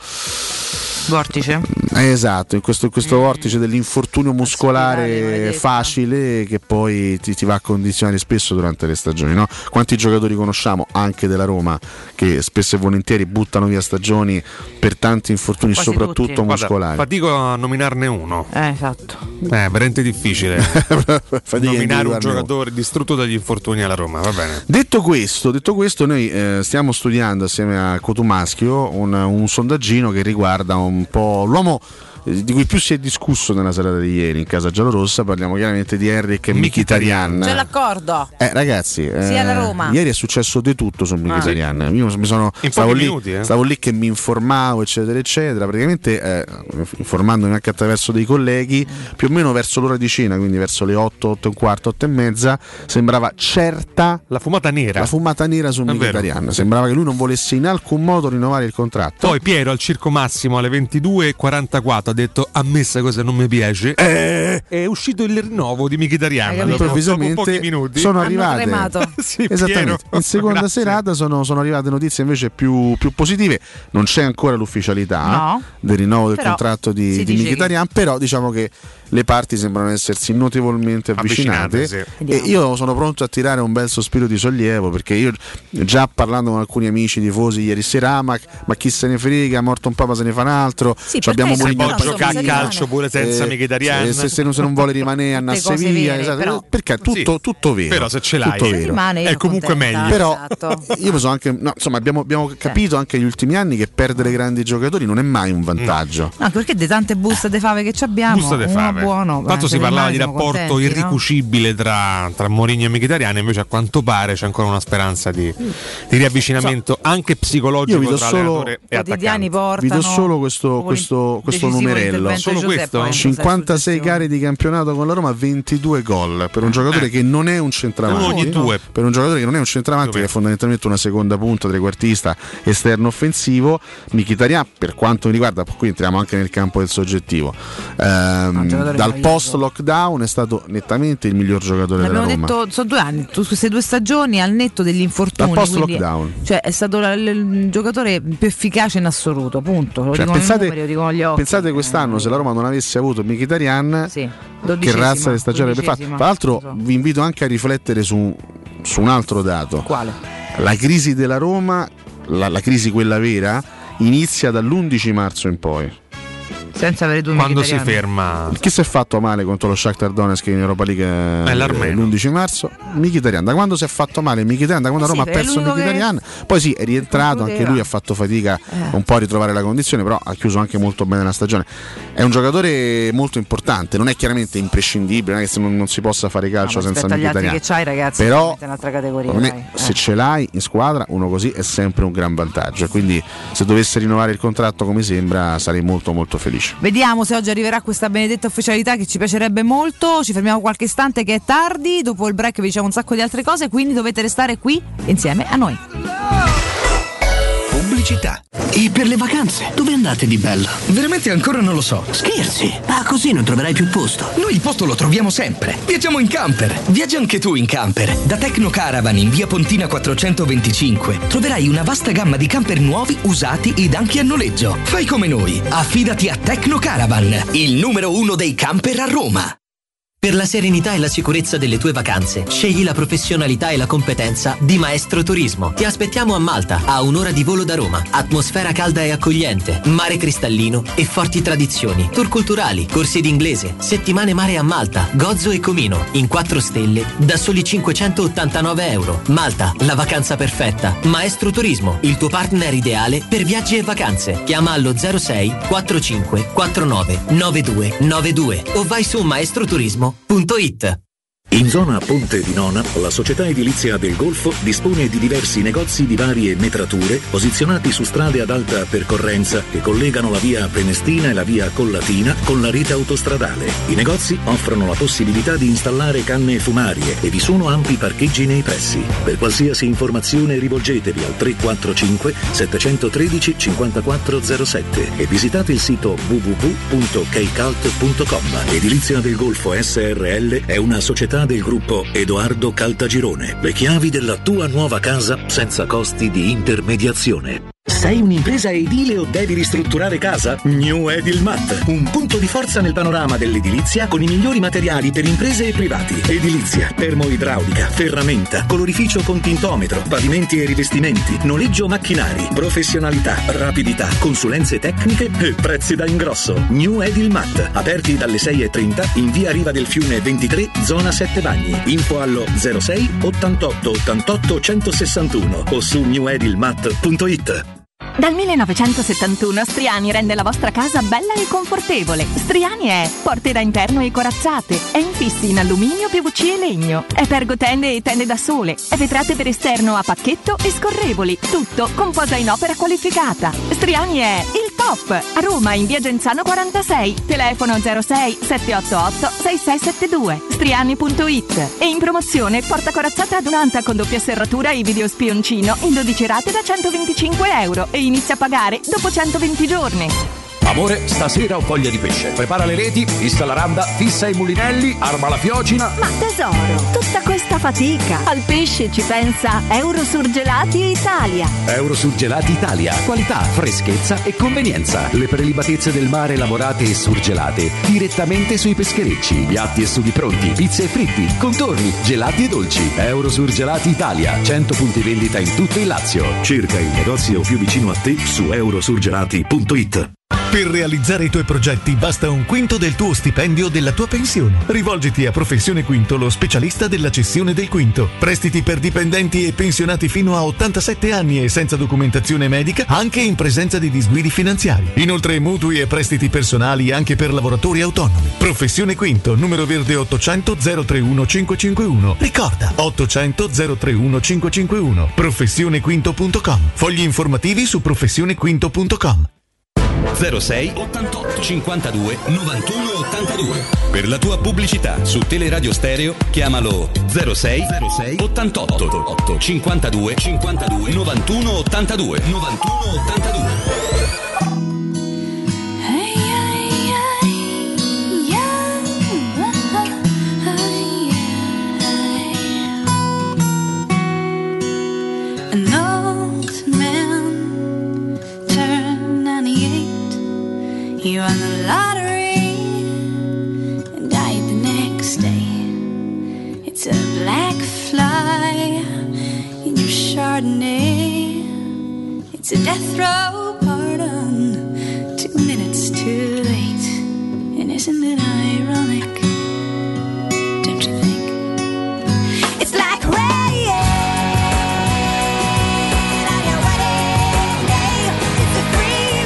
vortice, eh, esatto, in questo, in questo mm. vortice dell'infortunio muscolare facile che poi ti, ti va a condizionare spesso durante le stagioni, no? Quanti giocatori conosciamo anche della Roma che spesso e volentieri buttano via stagioni per tanti infortuni, quasi soprattutto tutti. muscolari. Guarda, fatico a nominarne uno. Eh, esatto. Eh, veramente difficile nominare un giocatore distrutto dagli infortuni alla Roma, va bene. Detto questo, detto questo noi eh, stiamo studiando assieme a Cotumaschio un, un sondaggino che riguarda un po' l'uomo di cui più si è discusso nella serata di ieri in casa giallorossa. Parliamo chiaramente di Henrik e Mkhitaryan. C'è l'accordo. Eh ragazzi, eh, alla Roma. Ieri è successo di tutto su Mkhitaryan. Ah, sì. Io mi sono stavo lì, minuti, eh. stavo lì che mi informavo eccetera eccetera. Praticamente eh, informandomi anche attraverso dei colleghi, più o meno verso l'ora di cena, quindi verso le otto, otto e un quarto, otto e mezza, sembrava certa la fumata nera. La fumata nera su Mkhitaryan. Sembrava che lui non volesse in alcun modo rinnovare il contratto. Poi Piero al Circo Massimo alle ventidue e quarantaquattro ha detto: a me questa cosa non mi piace, eh, è uscito il rinnovo di Mkhitaryan. Improvvisamente sono arrivate sì, esattamente in seconda Grazie. serata sono, sono arrivate notizie invece più, più positive. Non c'è ancora l'ufficialità no. del rinnovo del però contratto di, di Mkhitaryan, che... però diciamo che le parti sembrano essersi notevolmente avvicinate, avvicinate sì. E io sono pronto a tirare un bel sospiro di sollievo, perché io già parlando con alcuni amici tifosi ieri sera, ah, ma, ma chi se ne frega, morto un papa se ne fa un altro, sì, abbiamo Mourinho a giocare a calcio pure senza eh, Mkhitaryan, se, se, non, se non vuole rimanere a Sevilla, esatto, però, perché tutto, sì, tutto vero, però se ce l'hai tutto vero. Rimane, è comunque contenta, meglio, però esatto. io mi sono anche no, insomma abbiamo, abbiamo capito anche negli ultimi anni che perdere grandi giocatori non è mai un vantaggio, no, perché di tante buste de fave che ci abbiamo, busta de fave. Buono, tanto si parlava di rapporto contenti, irricucibile, no? tra, tra Mourinho e Mkhitaryan, invece a quanto pare c'è ancora una speranza di, di riavvicinamento so, anche psicologico tra solo, allenatore e attaccante. Vi do solo questo, questo, questo numerello, solo questo? cinquantasei gare di campionato con la Roma, ventidue gol per un giocatore eh. che non è un centravanti, ogni due. per un giocatore che non è un centravanti, che è fondamentalmente una seconda punta, trequartista, esterno offensivo. Mkhitaryan, per quanto mi riguarda, qui entriamo anche nel campo del soggettivo, ehm, dal post lockdown è stato nettamente il miglior giocatore L'abbiamo della Roma. Detto, sono due anni, queste due stagioni al netto degli infortuni, dal post lockdown, cioè è stato l- l- il giocatore più efficace in assoluto, punto. Lo cioè, dico pensate, numeri, lo dico con gli occhi. Pensate quest'anno eh, se la Roma non avesse avuto Mkhitaryan, sì, che razza di stagione avrebbe fatto. Tra l'altro so. vi invito anche a riflettere su, su un altro dato. Quale? La crisi della Roma, la, la crisi quella vera, inizia dall'undici marzo in poi. Senza avere due quando si ferma. Chi si è fatto male contro lo Shakhtar Donetsk in Europa League eh, l'undici marzo? Mkhitaryan. Da quando si è fatto male Mkhitaryan, da quando eh sì, Roma ha perso Mkhitaryan, che... poi sì, è rientrato, anche lui ha fatto fatica eh. un po' a ritrovare la condizione, però ha chiuso anche molto bene la stagione. È un giocatore molto importante, non è chiaramente imprescindibile, non è che non, non si possa fare calcio no, senza Mkhitaryan. Che c'hai, ragazzi, però è un'altra categoria, me, eh. se ce l'hai in squadra, uno così è sempre un gran vantaggio, quindi se dovesse rinnovare il contratto come sembra sarei molto molto felice. Vediamo se oggi arriverà questa benedetta ufficialità, che ci piacerebbe molto. Ci fermiamo qualche istante che è tardi, dopo il break vi diciamo un sacco di altre cose, quindi dovete restare qui insieme a noi. Pubblicità. E per le vacanze, dove andate di bello? Veramente ancora non lo so. Scherzi? Ma così non troverai più posto. Noi il posto lo troviamo sempre. Viaggiamo in camper. Viaggia anche tu in camper. Da Tecno Caravan in via Pontina quattrocentoventicinque troverai una vasta gamma di camper nuovi, usati ed anche a noleggio. Fai come noi. Affidati a Tecno Caravan, il numero uno dei camper a Roma. Per la serenità e la sicurezza delle tue vacanze, scegli la professionalità e la competenza di Maestro Turismo. Ti aspettiamo a Malta, a un'ora di volo da Roma. Atmosfera calda e accogliente, mare cristallino e forti tradizioni. Tour culturali, corsi d'inglese, settimane mare a Malta, Gozo e Comino, in quattro stelle, da soli cinquecentottantanove euro. Malta, la vacanza perfetta. Maestro Turismo, il tuo partner ideale per viaggi e vacanze. Chiama allo zero sei quarantacinque quarantanove novantadue novantadue o vai su maestroturismo punto it. In zona Ponte di Nona, la società edilizia del Golfo dispone di diversi negozi di varie metrature posizionati su strade ad alta percorrenza che collegano la via Prenestina e la via Collatina con la rete autostradale. I negozi offrono la possibilità di installare canne fumarie e vi sono ampi parcheggi nei pressi. Per qualsiasi informazione rivolgetevi al tre quattro cinque sette uno tre cinque zero sette e visitate il sito w w w punto keicalt punto com. Edilizia del Golfo S R L è una società del gruppo Edoardo Caltagirone. Le chiavi della tua nuova casa senza costi di intermediazione. Sei un'impresa edile o devi ristrutturare casa? New Edilmat, un punto di forza nel panorama dell'edilizia con i migliori materiali per imprese e privati. Edilizia, termoidraulica, ferramenta, colorificio con tintometro, pavimenti e rivestimenti, noleggio macchinari, professionalità, rapidità, consulenze tecniche e prezzi da ingrosso. New Edilmat, aperti dalle sei e trenta in via Riva del Fiume ventitré, zona Sette Bagni. Info allo zero sei ottantotto ottantotto centosessantuno o su new edilmat punto it. Dal millenovecentosettantuno Striani rende la vostra casa bella e confortevole. Striani è porte da interno e corazzate, è infissi in alluminio, P V C e legno, è pergotende e tende da sole, è vetrate per esterno a pacchetto e scorrevoli, tutto con posa in opera qualificata. Striani è il top! A Roma in via Genzano quarantasei, telefono zero sei sette otto otto sei sei sette due, striani punto it. E in promozione porta corazzata adunata con doppia serratura e video spioncino in dodici rate da centoventicinque euro e inizia a pagare dopo centoventi giorni. Amore, stasera ho voglia di pesce. Prepara le reti, fissa la randa, fissa i mulinelli, arma la fiocina. Ma tesoro, tutta questa fatica. Al pesce ci pensa Eurosurgelati Italia. Eurosurgelati Italia. Qualità, freschezza e convenienza. Le prelibatezze del mare lavorate e surgelate direttamente sui pescherecci. Piatti e sughi pronti, pizze e fritti, contorni, gelati e dolci. Eurosurgelati Italia. cento punti vendita in tutto il Lazio. Cerca il negozio più vicino a te su eurosurgelati punto it. Per realizzare i tuoi progetti basta un quinto del tuo stipendio o della tua pensione. Rivolgiti a Professione Quinto, lo specialista della cessione del quinto. Prestiti per dipendenti e pensionati fino a ottantasette anni e senza documentazione medica, anche in presenza di disguidi finanziari. Inoltre mutui e prestiti personali anche per lavoratori autonomi. Professione Quinto, numero verde ottocento zero trentuno cinquecentocinquantuno. Ricorda, ottocento zero trentuno cinquecentocinquantuno. professione quinto punto com. Fogli informativi su professione quinto punto com. zero sei ottantotto cinquantadue novantuno ottantadue. Per la tua pubblicità su Teleradio Stereo chiamalo zero sei ottantotto cinquantadue cinquantadue novantuno ottantadue novantuno ottantadue. He won the lottery and died the next day. It's a black fly in your Chardonnay. It's a death row pardon, two minutes too late. And isn't it ironic? Don't you think? It's like rain on your wedding day. It's a free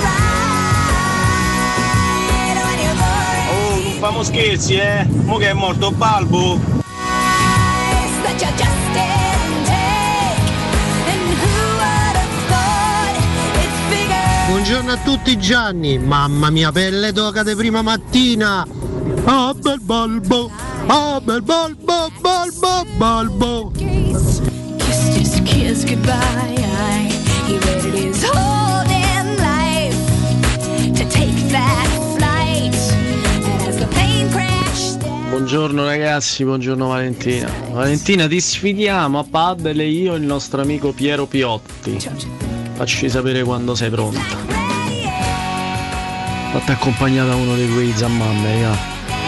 ride when you're born. Oh, non famo scherzi, eh! Mo che è morto Balbo! That you just didn't take. And who would have thought it's bigger? Buongiorno a tutti Gianni, mamma mia pelle d'oca di prima mattina. Ah bel balbo, ah bel balbo, balbo, balbo. Kissed his kiss goodbye. He waited his whole damn life to take that flight. And as the plane crashed down. Buongiorno ragazzi, buongiorno Valentina. Valentina, ti sfidiamo a paddle e io e il nostro amico Piero Piotti. Facci sapere quando sei pronta. Fatti accompagnata da uno dei tuoi zammamme, raga.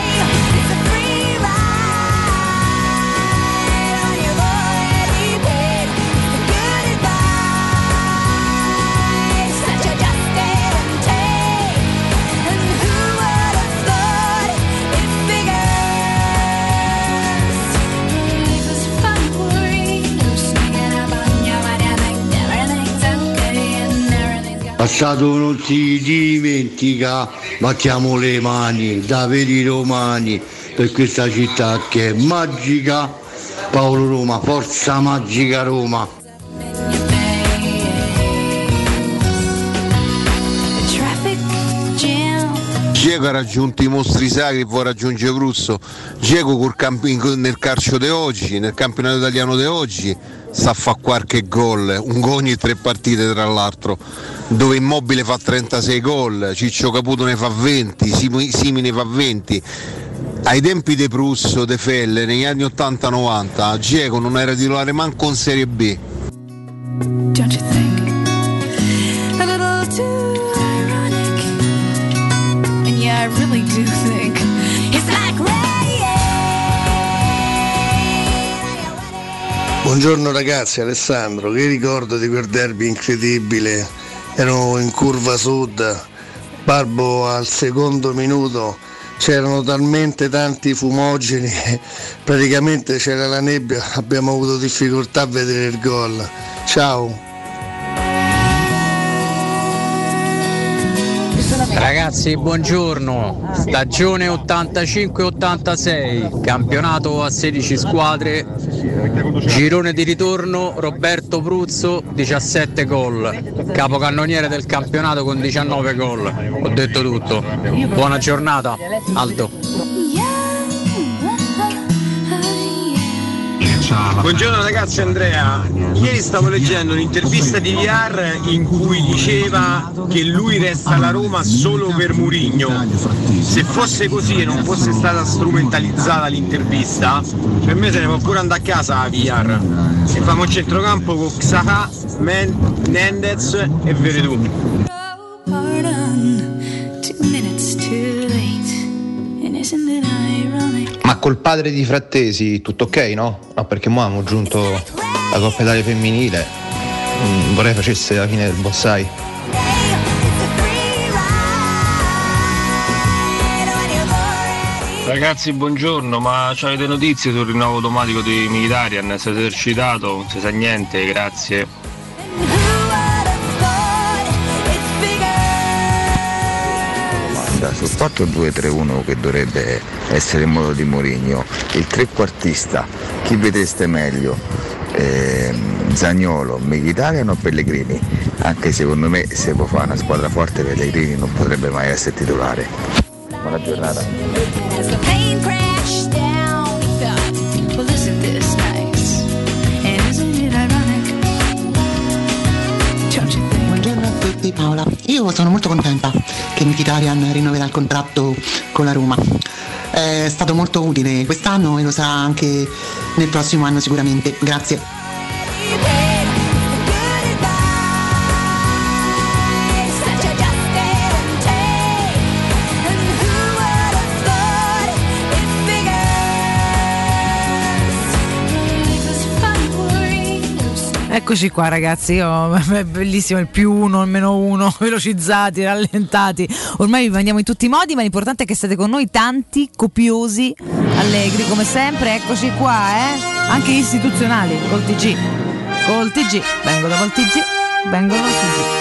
Passato non si dimentica, battiamo le mani da veri romani per questa città che è magica. Paolo Roma, forza magica Roma. Diego ha raggiunto i mostri sacri, può raggiungere Pruzzo. Diego col camp- nel calcio di oggi, nel campionato italiano di oggi, sta a fare qualche gol, un gol ogni tre partite tra l'altro, dove Immobile fa trentasei gol, Ciccio Caputo ne fa venti, Simi, Simi ne fa venti. Ai tempi di Prusso, De Felle, negli anni ottanta novanta, Diego non era titolare manco in Serie B. Don't you think? A little too ironic. And yeah, I really do think it's like rain. Buongiorno ragazzi, Alessandro, che ricordo di quel derby incredibile. Ero in curva sud, Barbo al secondo minuto. C'erano talmente tanti fumogeni che praticamente c'era la nebbia, abbiamo avuto difficoltà a vedere il gol. Ciao. Ragazzi, buongiorno. Stagione ottantacinque ottantasei, campionato a sedici squadre, girone di ritorno, Roberto Pruzzo diciassette gol, capocannoniere del campionato con diciannove gol. Ho detto tutto. Buona giornata, Aldo. Buongiorno ragazzi, Andrea. Ieri stavo leggendo un'intervista di V R in cui diceva che lui resta alla Roma solo per Mourinho. Se fosse così e non fosse stata strumentalizzata l'intervista, per me se ne può pure andare a casa a V R. E famo un centrocampo con Xhaka, Nendez e Veretout. Ma col padre di Frattesi tutto ok, no? No, perché mo abbiamo aggiunto la Coppa Italia femminile. Mm, vorrei facesse la fine del Bossai. Ragazzi, buongiorno, ma c'avete notizie sul rinnovo automatico di Mkhitaryan? Si è esercitato? Non si sa niente, grazie. Sul quattro due tre uno che dovrebbe essere il modo di Mourinho, il trequartista, chi vedeste meglio? Eh, Zaniolo, Mkhitaryan o Pellegrini? Anche secondo me se può fare una squadra forte Pellegrini non potrebbe mai essere titolare. Buona giornata. Paola, io sono molto contenta che Mkhitaryan rinnoverà il contratto con la Roma. È stato molto utile quest'anno e lo sarà anche nel prossimo anno sicuramente. Grazie. Eccoci qua ragazzi, oh, è bellissimo il più uno, il meno uno, velocizzati, rallentati, ormai vi mandiamo in tutti i modi, ma l'importante è che siete con noi tanti, copiosi, allegri come sempre. Eccoci qua, eh? Anche istituzionali, col T G, col T G, vengo dal T G, vengo dal T G.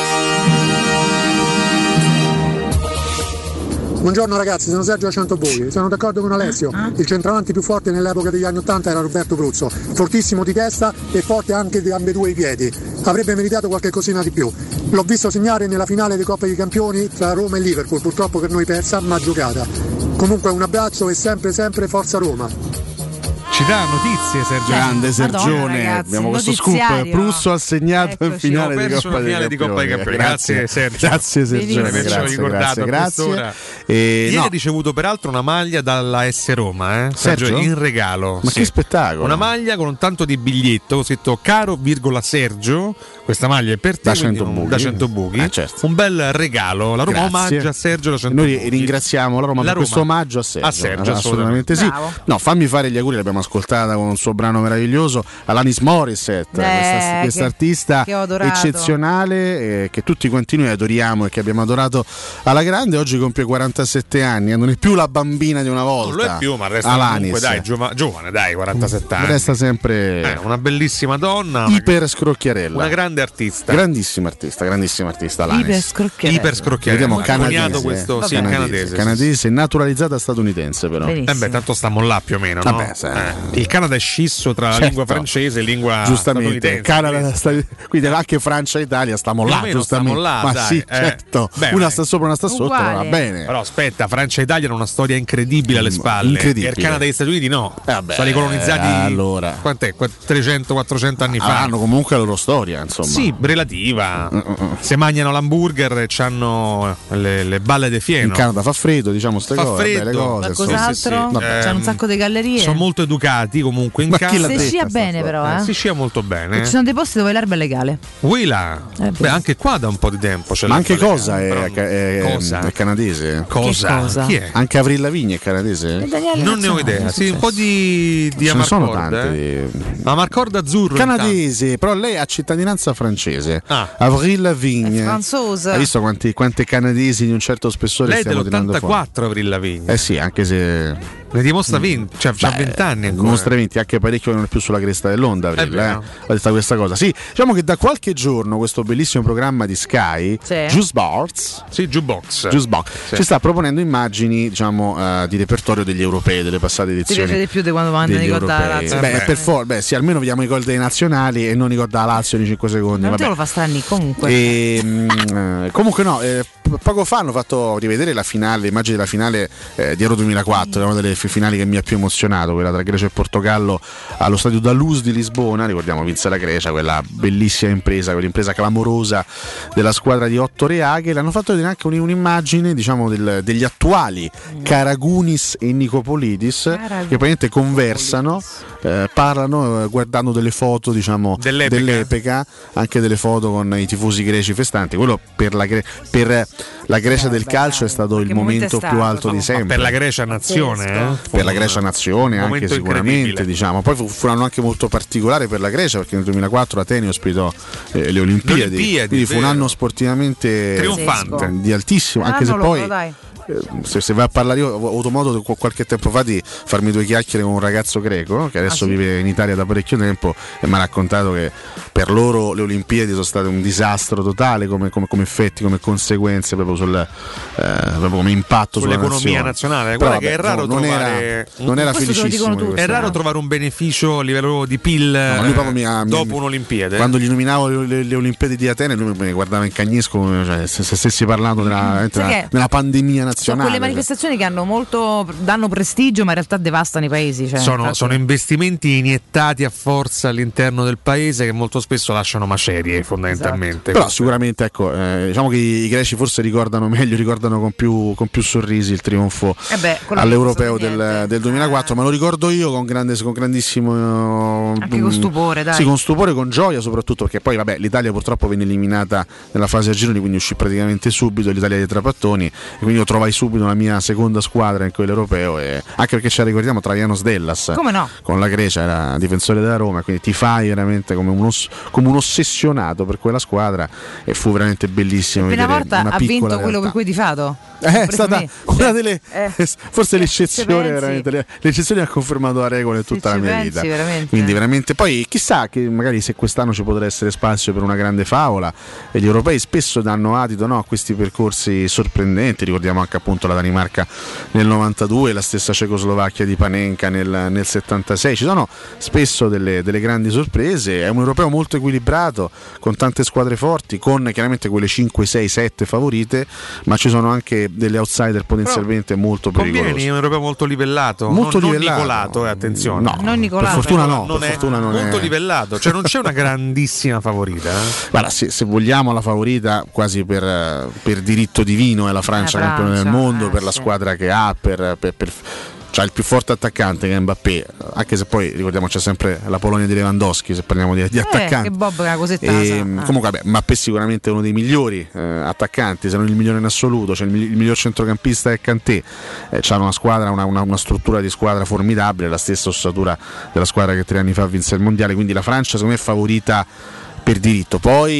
Buongiorno ragazzi, sono Sergio Centoboghi, sono d'accordo con Alessio, il centravanti più forte nell'epoca degli anni ottanta era Roberto Pruzzo, fortissimo di testa e forte anche di ambedue i piedi, avrebbe meritato qualche cosina di più. L'ho visto segnare nella finale di Coppa dei Campioni tra Roma e Liverpool, purtroppo per noi persa, ma giocata. Comunque un abbraccio e sempre sempre forza Roma. Ci dà notizie Sergio. Grande Sergione, Madonna, abbiamo questo scoop. Prusso ha segnato il finale di Coppa dei Campioni. Coppa dei Campioni. Grazie, grazie Sergio. Grazie Sergione, grazie, grazie, grazie. E ieri no. ha ricevuto peraltro una maglia dalla S Roma, eh? Sergio, Sergio in regalo. Ma sì. Che spettacolo! Una maglia con un tanto di biglietto, ho scritto caro virgola Sergio, questa maglia è per te da cento buchi, da cento buchi. Ah, certo. Un bel regalo. La Roma grazie. omaggia a Sergio da cento Noi buchi. ringraziamo la Roma la per Roma. questo omaggio a Sergio. A Sergio assolutamente sì. Bravo. No, fammi fare gli auguri, l'abbiamo ascoltata con un suo brano meraviglioso, Alanis Morissette, eh, questa artista eccezionale eh, che tutti quanti noi adoriamo e che abbiamo adorato alla grande. Oggi compie quarantasette anni, non è più la bambina di una volta. Non lo è più, ma resta Alanis. comunque dai, giova- giovane, dai, quarantasette anni. Resta sempre eh, una bellissima donna, iper scrocchiarella, una grande artista, grandissima artista, grandissima artista. Alanis. Iper scrocchiarella, iper scrocchiarella. Vediamo canadese, questo, eh. sì, canadese, canadese, canadese naturalizzata statunitense però. Eh beh, tanto stiamo là più o meno, no? Vabbè, sì. eh, il Canada è scisso tra certo. lingua francese e lingua giustamente Canada, sta, quindi anche Francia e Italia stiamo là, giustamente. Stiamo là, ma dai, sì, eh. certo. Beh, una beh. sta sopra, una sta sotto, Uguale. va bene. Però aspetta, Francia e Italia hanno una storia incredibile alle spalle. Incredibile. E il Canada e gli Stati Uniti no. Eh vabbè, sono colonizzati allora. Quant'è? trecento quattrocento anni fa. Ah, hanno comunque la loro storia, insomma. Sì, relativa. Mm-mm. Se mangiano l'hamburger e c'hanno le, le balle di fieno. In Canada fa freddo, diciamo ste Fa cose, freddo. belle cose. Qualcos'altro? Sì, sì, sì. C'hanno un sacco di gallerie. Sono molto educati comunque in Ma chi Canada. l'ha Si scia detta, bene sta però, eh. Si scia molto bene. E ci sono dei posti dove l'erba è legale. Willa. Eh, Beh, anche qua da un po' di tempo c'è Ma la anche legale, cosa è, però- è, cosa? è canadese? Cosa? Che cosa? Chi è? Anche Avril Lavigne è canadese? E Daniele Non ne ho Nazionale, idea. che è Sì, un po' di, di Ce ne sono Amarcord, tante. eh. di- Amarcord azzurro. Canadese, però lei ha cittadinanza francese. Ah. Avril Lavigne. È franzosa. Hai visto quanti, quante canadesi di un certo spessore Lei è stiamo tirando fuori? dell'ottantaquattro Avril Lavigne. Eh sì, anche se Ne dimostra venti, cioè c'ha Beh, venti anni ancora. dimostra venti, anche parecchio che non è più sulla cresta dell'onda. Avril, È vero. eh. Ho detto questa cosa. Sì, diciamo che da qualche giorno questo bellissimo programma di Sky, Sì. Juice Box, Sì, jukebox. Juice Box, Sì. ci sta proponendo immagini, diciamo, eh, di repertorio degli europei, delle passate Ti edizioni. piace di più di quando mandano degli i gol da europei. Lazio. Beh, Eh, per forza, beh, sì, almeno vediamo i gol dei nazionali e non i gol da Lazio di cinque secondi. Non te Vabbè. lo fa strani comunque. E, mh, comunque no, eh, p- poco fa hanno fatto rivedere la finale, l'immagine della finale eh, di Euro duemilaquattro, una delle f- finali che mi ha più emozionato, quella tra Grecia e Portogallo allo stadio Daluz di Lisbona. Ricordiamo, vinse la Grecia, quella bellissima impresa, quell'impresa clamorosa della squadra di Otto Reaghe. L'hanno fatto vedere anche un- un'immagine, diciamo, del- degli attuali Karagounis e Nicopolidis che praticamente conversano, eh, parlano eh, guardando delle foto, diciamo, Dell'epica. dell'epica, anche delle foto con i tifosi greci festanti. Quello per la, Gre- per la Grecia del calcio è stato il che momento momento è più stato? alto di Ma sempre. per la Grecia nazione, eh? Per la Grecia nazione Un anche momento sicuramente, incredibile. diciamo. Poi fu, fu un anno anche molto particolare per la Grecia, perché nel duemilaquattro Atene ospitò eh, le Olimpiadi, Le Olimpiadi, quindi fu un vero. anno sportivamente Trionfante. di altissimo, anche Ah, se non lo poi so, dai. eh, se, se vai a parlare, io ho avuto modo qu- qualche tempo fa di farmi due chiacchiere con un ragazzo greco che adesso Ah, sì? vive in Italia da parecchio tempo e mi ha raccontato che per loro le Olimpiadi sono state un disastro totale come, come- come effetti, come conseguenze, proprio, sul, eh, proprio come impatto Sull'economia sulla nazione. nazionale. Però, Guarda che è vabbè, raro no, non trovare era, non era Questo te lo felicissimo dicono di tutti. questa È raro cosa. trovare un beneficio a livello di P I L No, lui proprio mi ha- eh, mi- dopo un'Olimpiade. Quando gli nominavo le, le- le Olimpiadi di Atene, lui mi guardava in cagnesco, cioè, se, se stessi parlando della, veramente Sai della- che della pandemia Sono nazionale. quelle manifestazioni che hanno molto danno prestigio, ma in realtà devastano i paesi. Cioè, sono, infatti- sono investimenti iniettati a forza all'interno del paese che molto spesso lasciano macerie fondamentalmente. Però sicuramente ecco, eh, diciamo che i, i greci forse ricordano meglio, ricordano con più, con più sorrisi il trionfo Eh beh, quello all'europeo che non so del, del duemilaquattro, ma lo ricordo io con, grande, con grandissimo Anche con stupore, dai. Sì, con stupore, con gioia soprattutto, perché poi vabbè, l'Italia purtroppo venne eliminata nella fase a gironi, quindi uscì praticamente subito l'Italia dei trapattoni, e quindi io trovai subito la mia seconda squadra in quell'europeo, e anche perché ce la ricordiamo, Traianos Dellas Come no? con la Grecia, era difensore della Roma, quindi ti fai veramente come, uno, come un ossessionato per quella squadra, e fu veramente bellissimo La prima vedere volta una ha piccola vinto quello realtà. per cui hai tifato. Eh, è Preso stata me. una Cioè, delle eh, forse se l'eccezione pensi. veramente, le- l'eccezione ha confermato la regola in tutta Se la ci mia pensi, vita, veramente. quindi veramente poi chissà che magari se quest'anno ci potrà essere spazio per una grande favola, e gli europei spesso danno adito, no, a questi percorsi sorprendenti. Ricordiamo anche appunto la Danimarca nel novantadue, la stessa Cecoslovacchia di Panenka nel, nel settantasei. Ci sono spesso delle, delle grandi sorprese. È un europeo molto equilibrato, con tante squadre forti, con chiaramente quelle cinque, sei, sette favorite, ma ci sono anche delle outsider potenzialmente molto pericolose. Conviene, è un europeo molto livellato, Molto non, livellato. non nicolato, eh, attenzione. No, Non Nicolato. per fortuna no, non per è fortuna non molto è. livellato, cioè non c'è una grandissima favorita. eh. Guarda, se, se vogliamo la favorita quasi per, eh, per diritto divino è la Francia, La campione del Francia, mondo, eh, per la sì. squadra che ha, per, per- per- c'ha il più forte attaccante che è Mbappé, anche se poi ricordiamo c'è sempre la Polonia di Lewandowski se parliamo di, di Eh, attaccanti. che Bob è una cosetta. E, sa. Ah. comunque vabbè, Mbappé sicuramente è uno dei migliori eh, attaccanti, se non il migliore in assoluto, c'è il, il miglior centrocampista è Kanté, eh, c'ha una squadra, una, una, una struttura di squadra formidabile, la stessa ossatura della squadra che tre anni fa vinse il mondiale, quindi la Francia secondo me è favorita per diritto.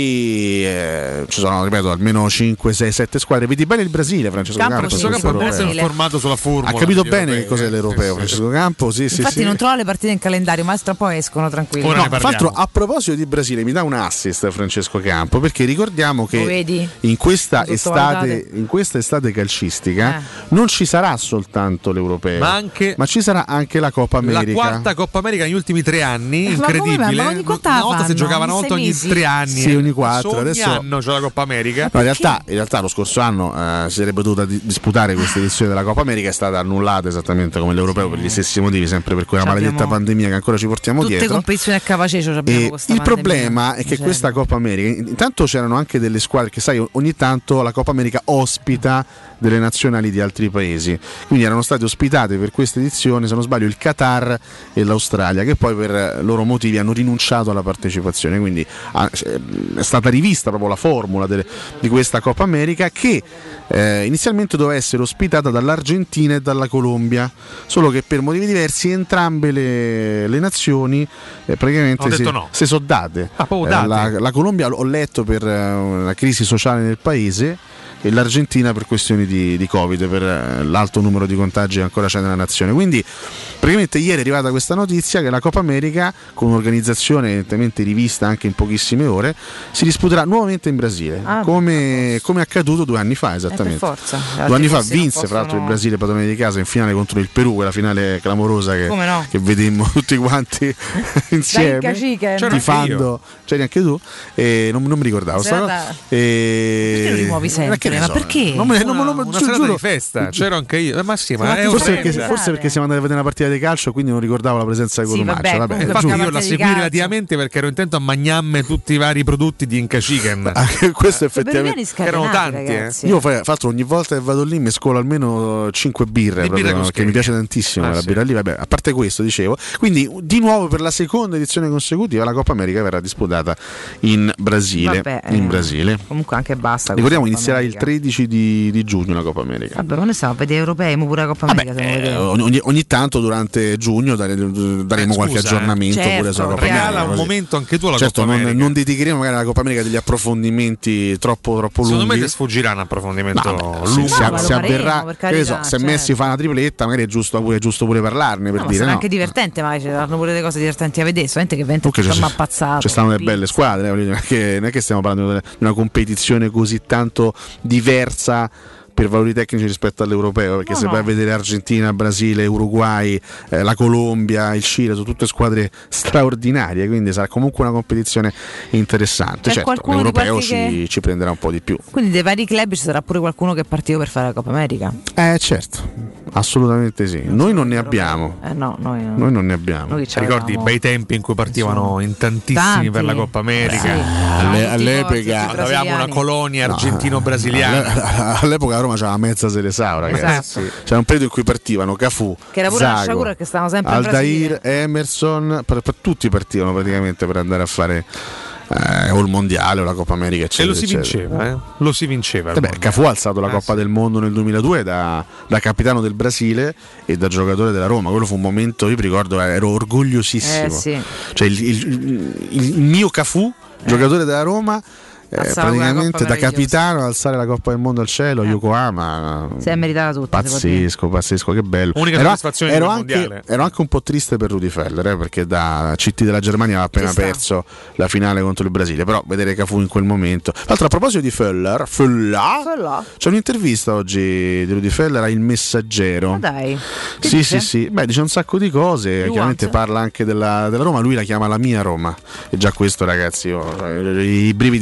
Poi eh, ci sono, ripeto, almeno cinque, sei, sette squadre. Vedi bene il Brasile, Francesco Campo, Campo. sì, Francesco Campo Campo è informato sulla formula. ha capito degli bene europei, che cos'è eh, l'europeo, sì, Francesco Campo. Sì, sì, Infatti sì. non trova le partite in calendario, ma tra un po' escono tranquilli. No, tra l'altro, a proposito di Brasile, mi dà un assist Francesco Campo, perché ricordiamo Lo che vedi? in questa, Lo estate, sottovalutate. in questa estate calcistica Eh. non ci sarà soltanto l'europeo, Ma anche- ma ci sarà anche la Coppa America. La quarta Coppa America negli ultimi tre anni, Eh, ma come, incredibile. ma ogni quanta Una volta fanno? si giocava una Ogni volta sei ogni mesi? tre anni. Sì, ogni quattro. Ogni Adesso anno c'è la Coppa America. No, in, realtà, in realtà lo scorso anno eh, si sarebbe dovuta di- disputare questa edizione della Coppa America, è stata annullata esattamente come l'europeo per gli stessi motivi, sempre per quella Ci maledetta abbiamo pandemia che ancora ci portiamo Tutte dietro. competizioni a cavacecio abbiamo E questa il pandemia. problema è che questa Coppa America, intanto c'erano anche delle squadre che, sai, ogni tanto la Coppa America ospita delle nazionali di altri paesi, quindi erano state ospitate per questa edizione, se non sbaglio, il Qatar e l'Australia, che poi per loro motivi hanno rinunciato alla partecipazione, quindi ah, è stata rivista proprio la formula delle, di questa Coppa America, che eh, inizialmente doveva essere ospitata dall'Argentina e dalla Colombia, solo che per motivi diversi entrambe le, le nazioni eh, praticamente Hanno si, detto no. si sono date. Ah, proprio Eh, date. la, la Colombia ho letto per eh, la crisi sociale nel paese e l'Argentina per questioni di, di Covid, per eh, l'alto numero di contagi che ancora c'è nella nazione. Quindi praticamente ieri è arrivata questa notizia che la Coppa America, con un'organizzazione evidentemente rivista anche in pochissime ore, si disputerà nuovamente in Brasile, Ah, come, come è accaduto due anni fa esattamente. Eh, per forza. Due anni fa Altri vinse non fra l'altro il possono- Brasile padrone di casa in finale contro il Perù, quella finale clamorosa che, Come no? che vedemmo tutti quanti insieme, Dai, Caciche. C'ero tifando. C'eri anche tu? E non, non mi ricordavo sta Serata- cosa. E... Perché li muovi sempre? che ne Ma so, perché? Non me, non me lo Una giuro, serata giuro. di festa, c'ero anche io. Eh, ma sì, ma Ma è Forse un perché, Sì, forse perché siamo andati a vedere una partita di calcio, quindi non ricordavo la presenza di Sì, Cotumaccio. vabbè, vabbè, comunque giuro. Infatti io partita la di seguì calcio. relativamente perché ero intento a mangiarmi tutti i vari prodotti di Inca Chicken. Anche questo I peruviani effettivamente. scatenati, erano tanti, eh. ragazzi. Io fra l'altro ogni volta che vado lì mi scolo almeno cinque birre, Di proprio, birra con perché scheglia. mi piace tantissimo Ah, la sì. birra lì. Vabbè, a parte questo, dicevo, quindi di nuovo per la seconda edizione consecutiva la Coppa America verrà disputata in Brasile. Vabbè, in eh, Brasile. Comunque anche basta. Ricordiamo questa inizierà Coppa il America. tredici di, di giugno la Coppa America. Vabbè, ma noi stiamo a vedere europei, ma pure la Coppa America. stiamo a Eh, vedere. ogni, ogni- ogni tanto durante giugno dare- daremo Eh, qualche scusa, aggiornamento Certo, pure sulla Coppa regala America. un così. momento anche tu alla Certo, Coppa non, America. non dedicheremo magari alla Coppa America degli approfondimenti troppo, troppo Secondo lunghi. me ti sfuggerà un approfondimento No, vabbè, lungo. se, No, ma se lo faremo, avverrà, per che ne so, carità, se certo. Messi fa una tripletta, magari è giusto pure, è giusto pure parlarne per No, ma dire sarà no. anche divertente, magari ci saranno pure delle cose divertenti a vedere. Solamente che vento Comunque ci ci- ammazzato. ci stanno delle belle squadre, eh, voglio dire, non è che, non è che stiamo parlando di una competizione così tanto diversa per valori tecnici rispetto all'europeo, perché No, se no. vai a vedere Argentina, Brasile, Uruguay, eh, la Colombia, il Cile, sono tutte squadre straordinarie, quindi sarà comunque una competizione interessante. C'è Certo, qualcuno di l'europeo questi ci, che- ci prenderà un po' di più. Quindi dei vari club ci sarà pure qualcuno che è partito per fare la Coppa America. Eh certo, assolutamente sì. Noi non ne abbiamo. Eh no, noi, Noi non ne abbiamo. Noi ce Ricordi i l'avevamo. bei tempi in cui partivano in tantissimi Tanti. per la Coppa America? Sì. Alle- Tutti all'epoca- forti, tutti Quando avevamo una brasiliani. colonia argentino-brasiliana. Alle- All'epoca a Roma c'era mezza Seresau, ragazzi. Esatto. C'era un periodo in cui partivano Cafu, Che era pure una Zago, sciagura che stavano sempre in Aldair, Brasile. Emerson, per, per tutti partivano praticamente per andare a fare eh, o il mondiale o la Coppa America, E eccetera. lo si eccetera. vinceva, eh? Lo si vinceva. il Eh beh, mondiale. Cafu ha alzato la Ah, Coppa sì. del Mondo nel duemiladue da, da capitano del Brasile e da giocatore della Roma. Quello fu un momento, io mi ricordo, ero orgogliosissimo. Eh, sì. Cioè il, il- il mio Cafu, giocatore della Roma, eh, Alzava quella praticamente Coppa da meravigliosa. capitano alzare la Coppa del Mondo al cielo, Eh. Yokohama. Si è meritata tutta. si può dire. Pazzesco, pazzesco, che bello. Unica ero, soddisfazione ero del anche, mondiale. ero anche un po' triste per Rudi Feller, eh, perché da C T della Germania aveva appena Ci sta. perso la finale contro il Brasile. Però vedere Cafu in quel momento. Tra l'altro, a proposito di Feller, Feller Quello. c'è un'intervista oggi di Rudi Feller a Il Messaggero. Ma dai. Che Sì, dice? sì, sì. Beh, dice un sacco di cose. You Chiaramente want? parla anche della, della Roma. Lui la chiama la mia Roma. E già questo, ragazzi, io, i brividi sparsi